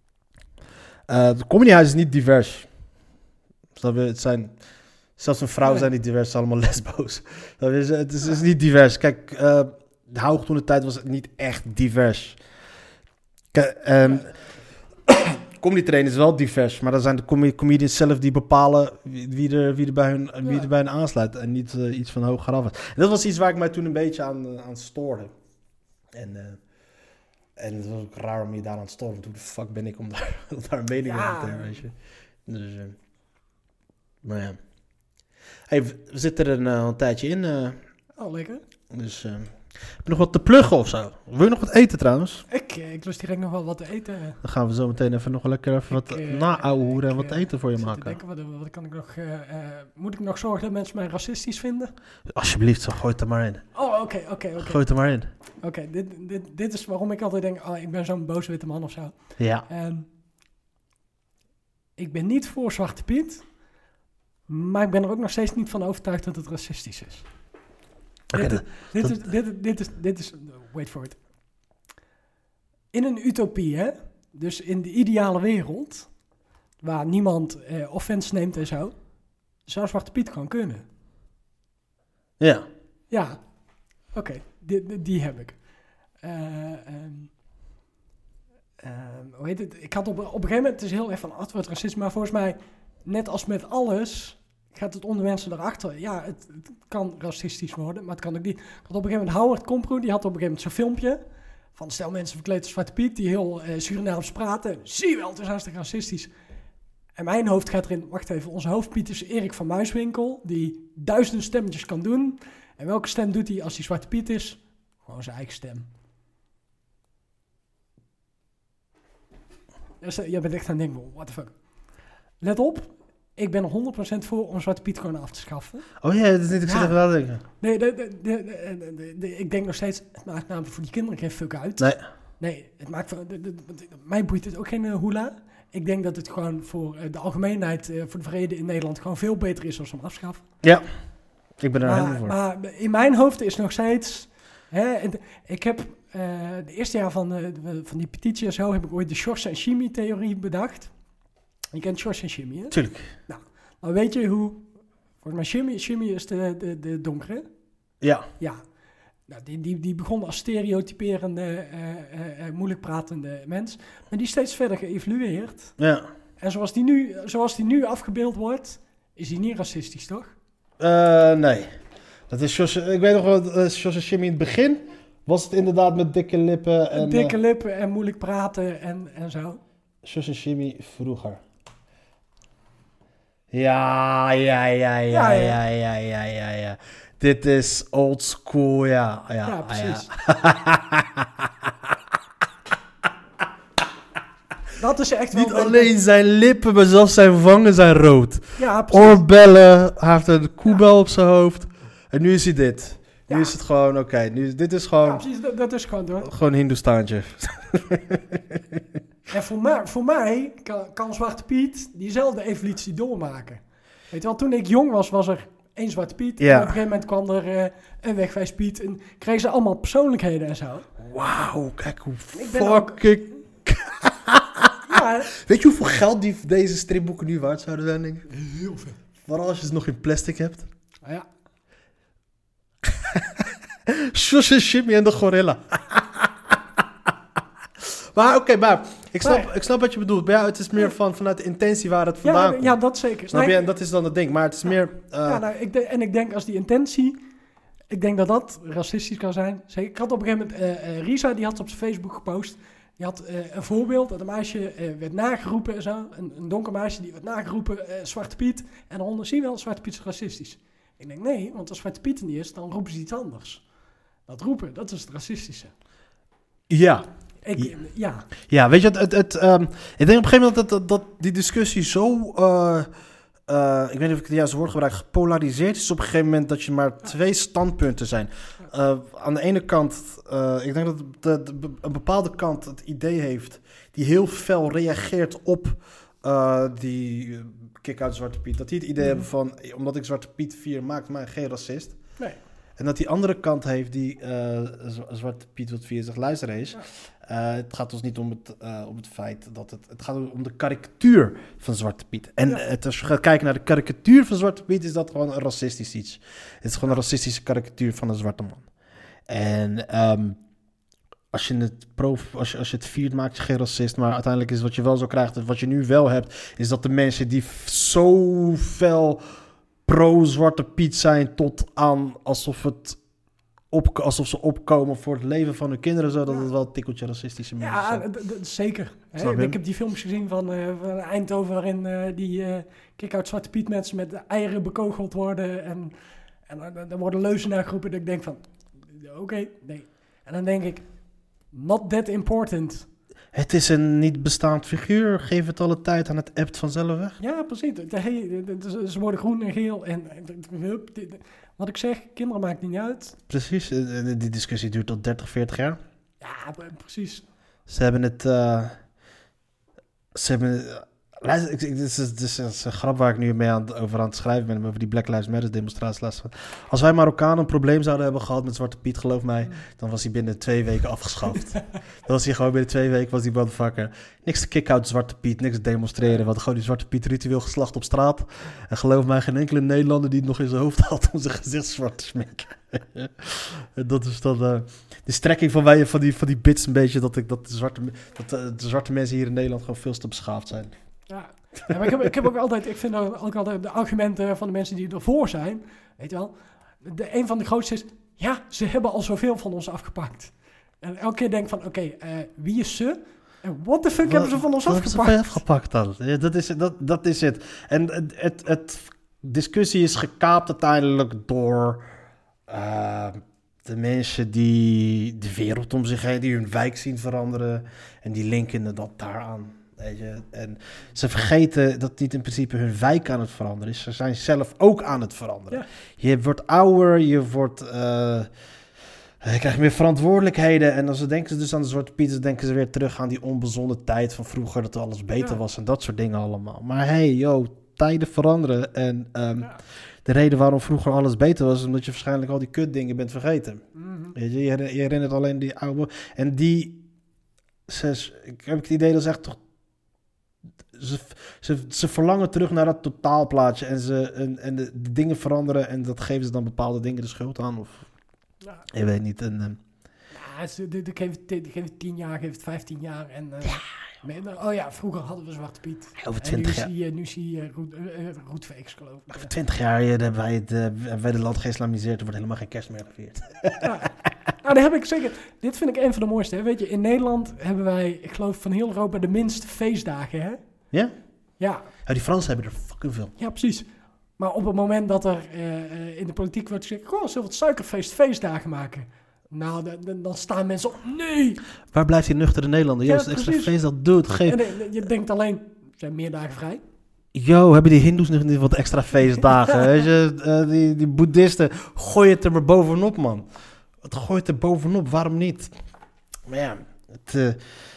uh, de Comedy House is niet divers. Dat we, het zijn, zelfs een vrouw nee. zijn niet divers, ze zijn allemaal lesbo's. Dat is, het is, is niet divers. Kijk, uh, de Haug toen de tijd was het niet echt divers. Kijk, um, comedy train is wel divers, maar dan zijn de com- comedians zelf die bepalen wie, wie, er, wie, er, bij hun, wie ja. er bij hen aansluit en niet uh, iets van hoger af. En dat was iets waar ik mij toen een beetje aan, uh, aan stoorde. En, uh, en het was ook raar om je daar aan te storen. Hoe de fuck ben ik om daar, om daar een mening ja. over te hebben, weet je. Dus, uh, maar ja. Hey, we, we zitten er een, uh, een tijdje in. Uh, oh, lekker. Dus... Uh, heb je nog wat te pluggen of zo? Wil je nog wat eten trouwens? Ik, ik lust direct nog wel wat te eten. Dan gaan we zo meteen even nog lekker even wat uh, na-ouwehoeren en wat uh, eten voor je maken. Denken, wat, wat kan ik nog, uh, uh, moet ik nog zorgen dat mensen mij racistisch vinden? Alsjeblieft, zo, gooi het er maar in. Oh, oké, okay, oké, okay, oké. Okay. Gooi het er maar in. Oké, okay, dit, dit, dit is waarom ik altijd denk, oh, ik ben zo'n boze witte man of zo. Ja. Um, ik ben niet voor Zwarte Piet, maar ik ben er ook nog steeds niet van overtuigd dat het racistisch is. Okay, dit, dat, dit, dat, is, dit, dit, is, dit is, wait for it. In een utopie, hè, dus in de ideale wereld, waar niemand eh, offense neemt en zo, zou Zwarte Piet gewoon kunnen. Ja. Ja, oké, okay, die, die, die heb ik. Uh, um, um, hoe heet het? Ik had op, op een gegeven moment, het is heel erg van antwoord racisme, maar volgens mij, net als met alles, gaat het onder mensen erachter. Ja, het, het kan racistisch worden, maar het kan ook niet. Want op een gegeven moment Howard Komproe, die had op een gegeven moment zo'n filmpje van stel mensen verkleed als Zwarte Piet, die heel uh, Surinaams praten. Zie je wel, het is hartstikke racistisch. En mijn hoofd gaat erin, wacht even, onze hoofdpiet is Erik van Muiswinkel, die duizenden stemmetjes kan doen. En welke stem doet hij als hij Zwarte Piet is? Gewoon zijn eigen stem. Dus, uh, jij bent echt aan het denken, what the fuck. Let op. Ik ben er honderd procent voor om Zwarte Piet gewoon af te schaffen. Oh ja, dat is niet, ik zit ja. even nadenken. Nee, de, de, de, de, de, de, de, ik denk nog steeds, het maakt namelijk voor die kinderen geen fuck uit. Nee. Nee, het maakt voor, de, de, de, de, mij boeit het ook geen uh, hoela. Ik denk dat het gewoon voor uh, de algemeenheid, uh, voor de vrede in Nederland gewoon veel beter is als we hem afschaffen. Ja. Ik ben er Maar, helemaal voor. maar in mijn hoofd is nog steeds... Hè, het- ik heb uh, de eerste jaar van, uh, van die petitie en zo... heb ik ooit de Shors en Shimi-theorie bedacht. Je kent Shors en Shimi, hè? Tuurlijk. Maar weet je hoe... Volgens mij Shimi, Shimi is de, de, de donkere. Ja. Ja. Nou, die, die, die begon als stereotyperende, uh, uh, uh, moeilijk pratende mens. Maar die is steeds verder geëvolueerd. Ja. En zoals die nu, zoals die nu afgebeeld wordt... is die niet racistisch, toch? Uh, nee. Dat is Jos, ik weet nog wel, uh, Jos en Jimmy in het begin was het inderdaad met dikke lippen. En, Dikke uh, lippen en moeilijk praten en, en zo. Jos en Jimmy vroeger. Ja, ja, ja, ja, Ja, ja, ja. ja, ja, ja, ja. Dit is old school, ja. Ja, Ja, precies. Ja. Dat is echt wel... Niet alleen zijn lippen, maar zelfs zijn wangen zijn rood. Ja, precies. Oorbellen, hij heeft een koebel Ja. op zijn hoofd. En nu is hij dit. Nu Ja. is het gewoon, oké, nu dit is gewoon, Ja, precies. Dat, dat is gewoon door. gewoon Hindoestaantje. En voor mij, voor mij kan, kan Zwarte Piet diezelfde evolutie doormaken. Weet je wel, toen ik jong was, was er één Zwarte Piet. Ja. En op een gegeven moment kwam er uh, een Wegwijs Piet. En kregen ze allemaal persoonlijkheden en zo. Wauw, kijk hoe Ik ben ook- fucking... Ja, Weet je hoeveel geld die, deze stripboeken nu waard zouden zijn, denk ik? heel veel. Vooral als je het nog in plastic hebt. Ja. Shush en Jimmy en de gorilla. Maar oké, okay, maar, ik snap, Maar- ik snap wat je bedoelt. Maar ja, het is meer van, vanuit de intentie waar het Ja, vandaan komt. ja, dat zeker. Snap Nee, je? En dat is dan het ding. Maar het is Ja. meer... Uh, Ja, nou, ik de- en ik denk als die intentie... Ik denk dat dat racistisch kan zijn. Zeker. Ik had op een gegeven moment... Uh, uh, Risa, die had op zijn Facebook gepost... Die had uh, een voorbeeld dat een meisje uh, werd nageroepen en zo. Een, een donker meisje die werd nageroepen, uh, Zwarte Piet. En daaronder zien we wel, Zwarte Piet is racistisch. Ik denk, nee, want als Zwarte Piet er niet is, dan roepen ze iets anders. Dat roepen, dat is het racistische. ja. Ik, Ja. ja. Ja, weet je, het, het, het, um, ik denk op een gegeven moment dat, dat, dat die discussie zo, uh, uh, ik weet niet of ik het juiste woord gebruik, gepolariseerd is op een gegeven moment dat je maar twee standpunten zijn. Uh, aan de ene kant, uh, ik denk dat de, de, een bepaalde kant het idee heeft die heel fel reageert op uh, die uh, kick-out Zwarte Piet. Dat die het idee Mhm. hebben van, omdat ik Zwarte Piet vier maakt mij geen racist. Nee. En dat die andere kant heeft die uh, Z- Zwarte Piet wat vier zegt, luister eens. Ja. Uh, het gaat ons niet om het, uh, om het feit dat het... Het gaat om de karikatuur van Zwarte Piet. En Ja. het, als je gaat kijken naar de karikatuur van Zwarte Piet, is dat gewoon een racistisch iets. Het is gewoon een racistische karikatuur van een zwarte man. En um, als je het pro, als je, als je het viert, maak je geen racist. Maar uiteindelijk is wat je wel zo krijgt, wat je nu wel hebt, is dat de mensen die f- zo fel pro-Zwarte Piet zijn tot aan alsof het... Op, alsof ze opkomen voor het leven van hun kinderen, zodat Ja. het wel een tikkeltje racistische mensen Ja, zijn. d- d- zeker. Hè, Snap je? ik heb die films gezien van, uh, van Eindhoven, waarin uh, die uh, kick-out Zwarte Piet mensen met eieren bekogeld worden. En, en uh, dan worden leuzenaar geroepen. Dat ik denk van, oké, okay, nee. En dan denk ik, not that important. Het is een niet bestaand figuur. Geef het alle tijd aan het appt vanzelf weg. Ja, precies. De- de- hey, de- de- ze worden groen en geel. En en de- de- hup, de- de- wat ik zeg, kinderen maakt niet uit. Precies. eh, Die discussie duurt tot dertig, veertig jaar. Ja, p- precies. Ze hebben het... Uh, ze hebben... Luister, ik, ik, dit, is, dit, is, dit is een grap waar ik nu mee aan, over aan het schrijven ben. Over die Black Lives Matter demonstratie laatst. Als wij Marokkanen een probleem zouden hebben gehad met Zwarte Piet, geloof mij, dan was hij binnen twee weken afgeschaft. Dan was hij gewoon binnen twee weken, was die motherfucker. Niks te kick-out Zwarte Piet, niks te demonstreren. Want gewoon die Zwarte Piet ritueel geslacht op straat. En geloof mij, geen enkele Nederlander die het nog in zijn hoofd had om zijn gezicht zwart te sminken. Dat is dan uh, de strekking van, wij, van, die, van die bits een beetje, dat, ik, dat, de, zwarte, dat uh, de zwarte mensen hier in Nederland gewoon veel te beschaafd zijn. Ja, ja maar ik heb, ik heb ook altijd, ik vind ook altijd de argumenten van de mensen die ervoor zijn, weet je wel, de, een van de grootste is, ja, ze hebben al zoveel van ons afgepakt. En elke keer denk ik van, oké, okay, uh, wie is ze? En what the fuck wat, hebben ze van ons wat afgepakt? Wat hebben ze afgepakt dan? Ja, dat, is, dat, dat is het. En het, het, het discussie is gekaapt uiteindelijk door uh, de mensen die de wereld om zich heen, die hun wijk zien veranderen en die linken dat daaraan. Weet je? En ze vergeten dat niet in principe hun wijk aan het veranderen is. Ze zijn zelf ook aan het veranderen. Ja. Je wordt ouder, je wordt... Uh, je krijgt meer verantwoordelijkheden. En als ze denken ze dus aan de Zwarte Piet, dan denken ze weer terug aan die onbezonnen tijd van vroeger, dat alles beter Ja. was en dat soort dingen allemaal. Maar hey, yo, tijden veranderen. En um, Ja. de reden waarom vroeger alles beter was, is omdat je waarschijnlijk al die kutdingen bent vergeten. Mhm. Weet je, je, herinner- je herinnert alleen die oude... En die... Zes, ik heb het idee dat ze echt toch... Ze, ze, ze verlangen terug naar dat totaalplaatje. En, ze, en, en de, de dingen veranderen. En dat geven ze dan bepaalde dingen de schuld aan. Of, Ja. ik weet niet. En, eh, Ja, ze de, de, geeft, de, geeft tien jaar, geeft vijftien jaar. En, uh, ja. Oh ja, vroeger hadden we Zwarte Piet. over En nu twintig is jaar... hij, uh, nu is hij uh, roet, uh, roetveeks, geloof ik. Over twintig jaar eh, hebben wij het, uh, hebben wij het land geïslamiseerd. Er wordt helemaal geen kerst meer gevierd. Ja. Nou, daar heb ik zeker... Dit vind ik een van de mooiste. Hè. Weet je, in Nederland hebben wij, ik geloof van heel Europa, de minste feestdagen. Hè? Ja? Ja, Ja, die Fransen hebben er fucking veel. ja, precies. Maar op het moment dat er uh, uh, in de politiek wordt gezegd... Goh, zullen we het suikerfeest feestdagen maken? Nou, dan, dan- dan staan mensen op... Nee! Waar blijft die nuchtere Nederlander? Ja, Juist, extra precies. feest, dat doet. Geef... En, uh, je denkt alleen... Er zijn meer dagen vrij. Yo, hebben die hindoes nog niet wat extra feestdagen? Weet je, uh, die, die boeddhisten, gooi het er maar bovenop, man. Het gooi het er bovenop, waarom niet? Maar ja, het, uh,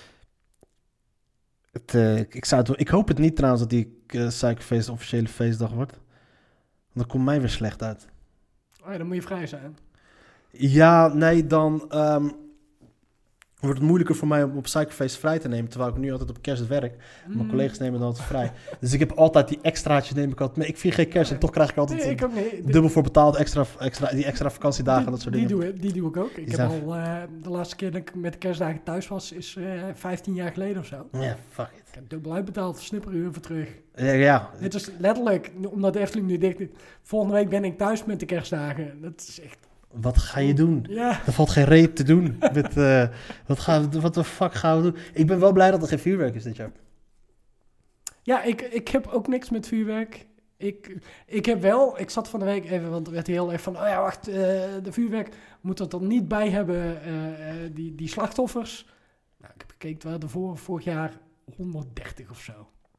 het, uh, ik, ik, zou het, wel- ik hoop het niet trouwens dat die uh, suikerfeest een officiële feestdag wordt. Want dat komt mij weer slecht uit. Oh ja, dan moet je vrij zijn. Ja, nee, dan ehm, wordt het moeilijker voor mij om op suikerfeest vrij te nemen. Terwijl ik nu altijd op kerst werk. Mijn Mm. collega's nemen dan altijd vrij. Dus ik heb altijd die extraatjes neem ik altijd mee. Ik vier geen kerst en toch krijg ik altijd Nee, ik ook niet. Die- dubbel voor betaald, extra, extra, die extra vakantiedagen en dat soort die dingen. Doe, ik- die doe ik ook. Ik Die heb zijn- al uh, de laatste keer dat ik met de kerstdagen thuis was, is uh, vijftien jaar geleden of zo. Ja, fuck it. Ik heb dubbel uitbetaald, snipperuur voor terug. Ja, ja. Dit is letterlijk, omdat de Efteling nu dicht is. Volgende week ben ik thuis met de kerstdagen. Dat is echt... Wat ga je doen? Ja, Er valt geen reet te doen. Met, uh, wat, gaan we, wat de fuck gaan we doen? Ik ben wel blij dat er geen vuurwerk is dit jaar. ja ik, ik heb ook niks met vuurwerk. Ik, ik heb wel, ik zat van de week even, want er werd heel erg van, oh ja, wacht, uh, de vuurwerk moet het er niet bij hebben, uh, uh, die, die slachtoffers. Nou, ik heb gekeken, het waren er voor, vorig jaar honderddertig of zo.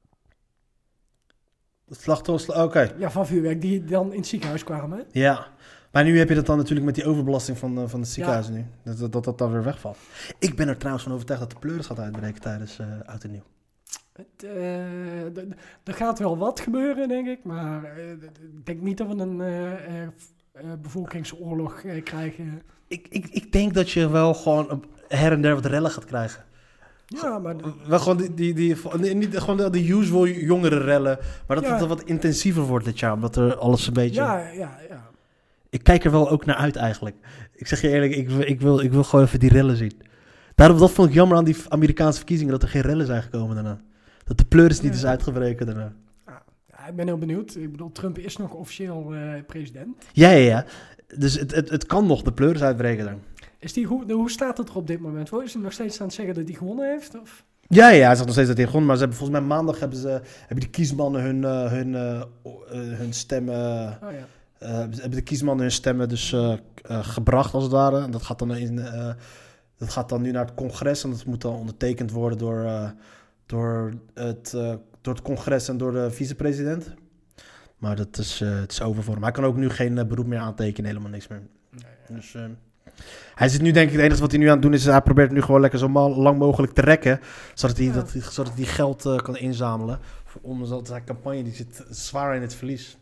Het slachtoffers, oké. Ja, van vuurwerk, die dan in het ziekenhuis kwamen. Ja. Maar nu heb je dat dan natuurlijk met die overbelasting van, uh, van het ziekenhuis nu. Dat, dat, dat dat dan weer wegvalt. Ik ben er trouwens van overtuigd dat de pleuris gaat uitbreken tijdens uh, Oud en Nieuw. Het, uh, d- d- er gaat wel wat gebeuren, denk ik. Maar uh, d- d- ik denk niet dat we een uh, uh, uh, bevolkingsoorlog uh, krijgen. Ik, ik, ik denk dat je wel gewoon op her en der wat rellen gaat krijgen. Ja, maar... d- Wel gewoon die, die, die, die- niet gewoon de, de usual jongere rellen. Maar dat Ja. het wat intensiever wordt dit jaar. Omdat er alles een beetje... Ja, ja, ja. Ik kijk er wel ook naar uit eigenlijk. Ik zeg je eerlijk, ik, wil- ik, wil, ik wil gewoon even die rellen zien. Daarom, dat vond ik jammer aan die Amerikaanse verkiezingen. Dat er geen rellen zijn gekomen daarna. Dat de pleuris niet Ja. is uitgebreken daarna. Ja, ik ben heel benieuwd. Ik bedoel, Trump is nog officieel uh, president. Ja, ja, ja. Dus het, het, het kan nog de pleuris uitbreken dan. Is die, hoe, hoe staat het er op dit moment voor? Is hij nog steeds aan het zeggen dat hij gewonnen heeft? Of? Ja, ja, hij zegt nog steeds dat hij begon, maar ze hebben volgens mij maandag hebben, ze, hebben die kiesmannen hun, uh, hun, uh, uh, hun stemmen, Oh ja. uh, hebben de kiesmannen hun stemmen dus uh, uh, gebracht als het ware. En dat gaat dan in, uh, dat gaat dan nu naar het congres en dat moet dan ondertekend worden door, uh, door, het, uh, door het congres en door de vicepresident. Maar dat is, uh, het is over voor hem. Hij kan ook nu geen uh, beroep meer aantekenen, helemaal niks meer. Nee, ja. Dus, uh, hij zit nu denk ik, het enige wat hij nu aan het doen is, hij probeert nu gewoon lekker zo ma- lang mogelijk te rekken, zodat hij, Ja. dat, zodat hij geld uh, kan inzamelen. Omdat zijn campagne, die zit zwaar in het verlies.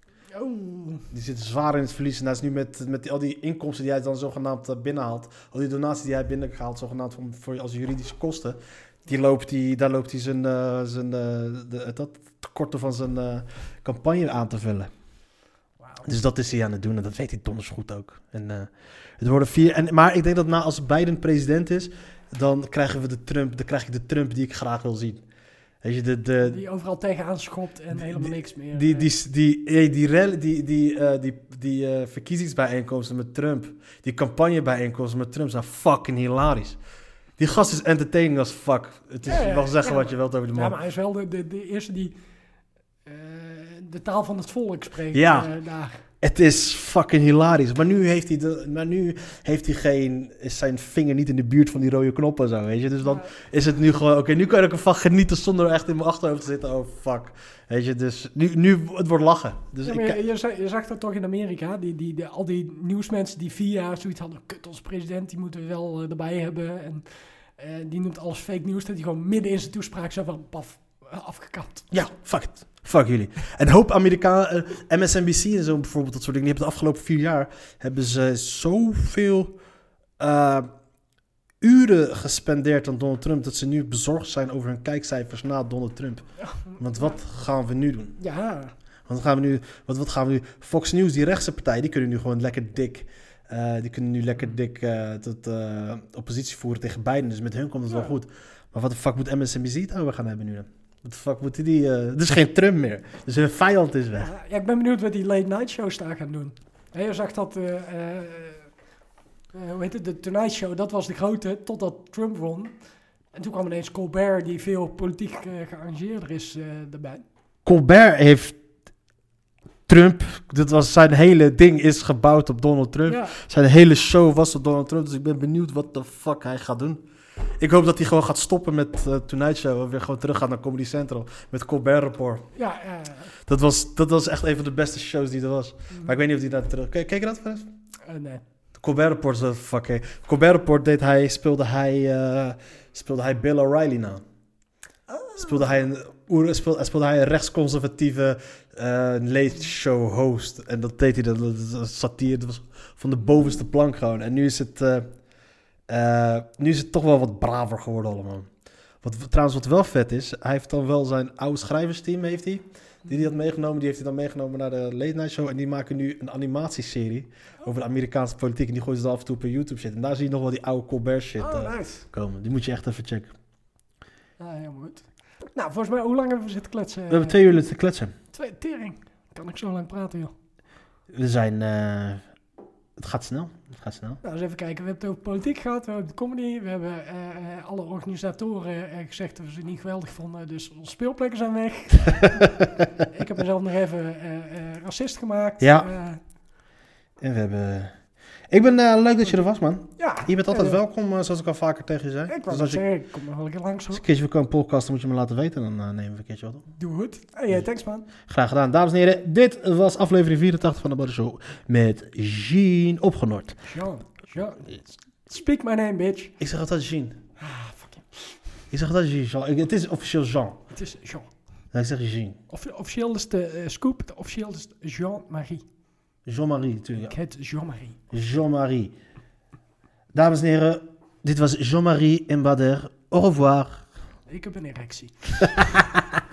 Oh. Die zit zwaar in het verlies en hij is nu met, met die, al die inkomsten die hij dan zogenaamd uh, binnenhaalt, al die donaties die hij binnengehaald, zogenaamd voor, voor als juridische kosten, die loopt die, daar loopt hij zijn, uh, zijn uh, de, dat tekorten van zijn uh, campagne aan te vullen. Wauw. Dus dat is hij aan het doen en dat weet hij donders goed ook. En, uh, het worden vier, en, maar ik denk dat na, als Biden president is, dan krijgen we de Trump, dan krijg ik de Trump die ik graag wil zien. Weet je, de, de, Die overal tegenaan schopt en die- helemaal niks meer. die, eh. die, die, die, die, rel- die, die, uh, die, die uh, verkiezingsbijeenkomsten met Trump, die campagnebijeenkomsten met Trump zijn fucking hilarisch. Die gast is entertaining als fuck. Het is, Ja, ja, je mag zeggen ja, wat je wilt over de Ja, man. maar hij is wel de, de, de eerste die uh, de taal van het volk spreekt. Ja. Uh, daar. Het is fucking hilarisch. Maar nu heeft hij, de, maar nu heeft hij geen, is zijn vinger niet in de buurt van die rode knoppen zo, weet je. Dus dan Ja. is het nu gewoon, oké, okay, nu kan ik ervan genieten zonder echt in mijn achterhoofd te zitten. Oh, fuck. Weet je, dus nu, nu het wordt lachen. Dus Ja, ik, maar je, je, zag, je zag dat toch in Amerika, die, die, die, al die nieuwsmensen die vier jaar zoiets hadden, kut, ons president, die moeten we wel uh, erbij hebben. En uh, die noemt alles fake nieuws, dat hij gewoon midden in zijn toespraak zo van, paf, uh, afgekapt. ja, fuck it. Fuck jullie. En een hoop Amerikanen, uh, M S N B C en zo bijvoorbeeld, dat soort dingen, die hebben de afgelopen vier jaar, hebben ze zoveel uh, uren gespendeerd aan Donald Trump, dat ze nu bezorgd zijn over hun kijkcijfers na Donald Trump. Want wat gaan we nu doen? Ja. Want gaan we nu, wat, wat gaan we nu? Fox News, die rechtse partij, die kunnen nu gewoon lekker dik, uh, die kunnen nu lekker dik uh, tot, uh, oppositie voeren tegen Biden. Dus met hun komt het Ja. wel goed. Maar wat de fuck moet M S N B C het over gaan hebben nu dan? Wat de fuck moeten die... Uh, het is geen Trump meer. Dus hun vijand is weg. Ja, ja, ik ben benieuwd wat die late night shows daar gaan doen. Hey, je zag dat, uh, uh, uh, hoe heet het, de Tonight Show, dat was de grote, totdat Trump won. En toen kwam ineens Colbert, die veel politiek uh, geëngageerder is, uh, erbij. Colbert heeft Trump... Dit was, zijn hele ding is gebouwd op Donald Trump. Ja, Zijn hele show was op Donald Trump. Dus ik ben benieuwd wat de fuck hij gaat doen. Ik hoop dat hij gewoon gaat stoppen met uh, Tonight Show. En weer gewoon terug gaat naar Comedy Central. Met Colbert Report. ja, ja. Dat was, dat was echt een van de beste shows die er was. Maar ik weet niet of hij daar terug... Kijk, kijk je dat voor Uh, nee. De Colbert Report is een fucking... Colbert Report deed hij... Speelde hij... Uh, speelde hij Bill O'Reilly na. Speelde hij een... oer- Speelde, speelde hij een rechtsconservatieve uh, late show host. En dat deed hij... Dat, dat was satire. Dat was van de bovenste plank gewoon. En nu is het... Uh, uh, nu is het toch wel wat braver geworden allemaal. Wat, trouwens, wat wel vet is... Hij heeft dan wel zijn oude schrijversteam, heeft hij... Die hij had meegenomen, die heeft hij dan meegenomen naar de Late Night Show. En die maken nu een animatieserie over de Amerikaanse politiek. En die gooien ze dan af en toe op YouTube shit. En daar zie je nog wel die oude Colbert shit uh, Oh, nice. komen. Die moet je echt even checken. Ja, helemaal goed. Nou, volgens mij, hoe lang hebben we zitten kletsen? We hebben twee uur te kletsen. Twee, tering. Kan ik zo lang praten, joh. We zijn... Uh, het gaat snel. Het gaat snel. Nou, eens even kijken. We hebben het over politiek gehad, we hebben de comedy. We hebben uh, uh, alle organisatoren uh, gezegd dat we ze niet geweldig vonden. Dus onze speelplekken zijn weg. Ik heb mezelf nog even uh, uh, racist gemaakt. Ja. Uh, En we hebben... Ik ben uh, leuk dat je er was, man. ja. Je bent altijd uh, welkom, uh, zoals ik al vaker tegen je zei. Ik wou Dus dus als je, zeggen, ik kom nog wel een keer langs. als je Hoor. een keertje wil komen podcasten, moet je me laten weten. Dan uh, nemen we een keertje wat op. Doe goed. Hey, uh, thanks man. Graag gedaan. Dames en heren, dit was aflevering vierentachtig van de Body Show met Jean Opgenord. Jean. Jean. Speak my name, bitch. Ik zeg altijd Jean. Ah, fuck you. Ik zeg altijd Jean. Ik- Het is officieel Jean. Het is Jean. Ja, ik zeg Jean. Of, officieel is de uh, scoop, de officieel is Jean-Marie. Jean-Marie, Ik natuurlijk. heet Jean-Marie. Jean-Marie. Dames en heren, dit was Jean-Marie Mbader. Au revoir. Ik heb een erectie.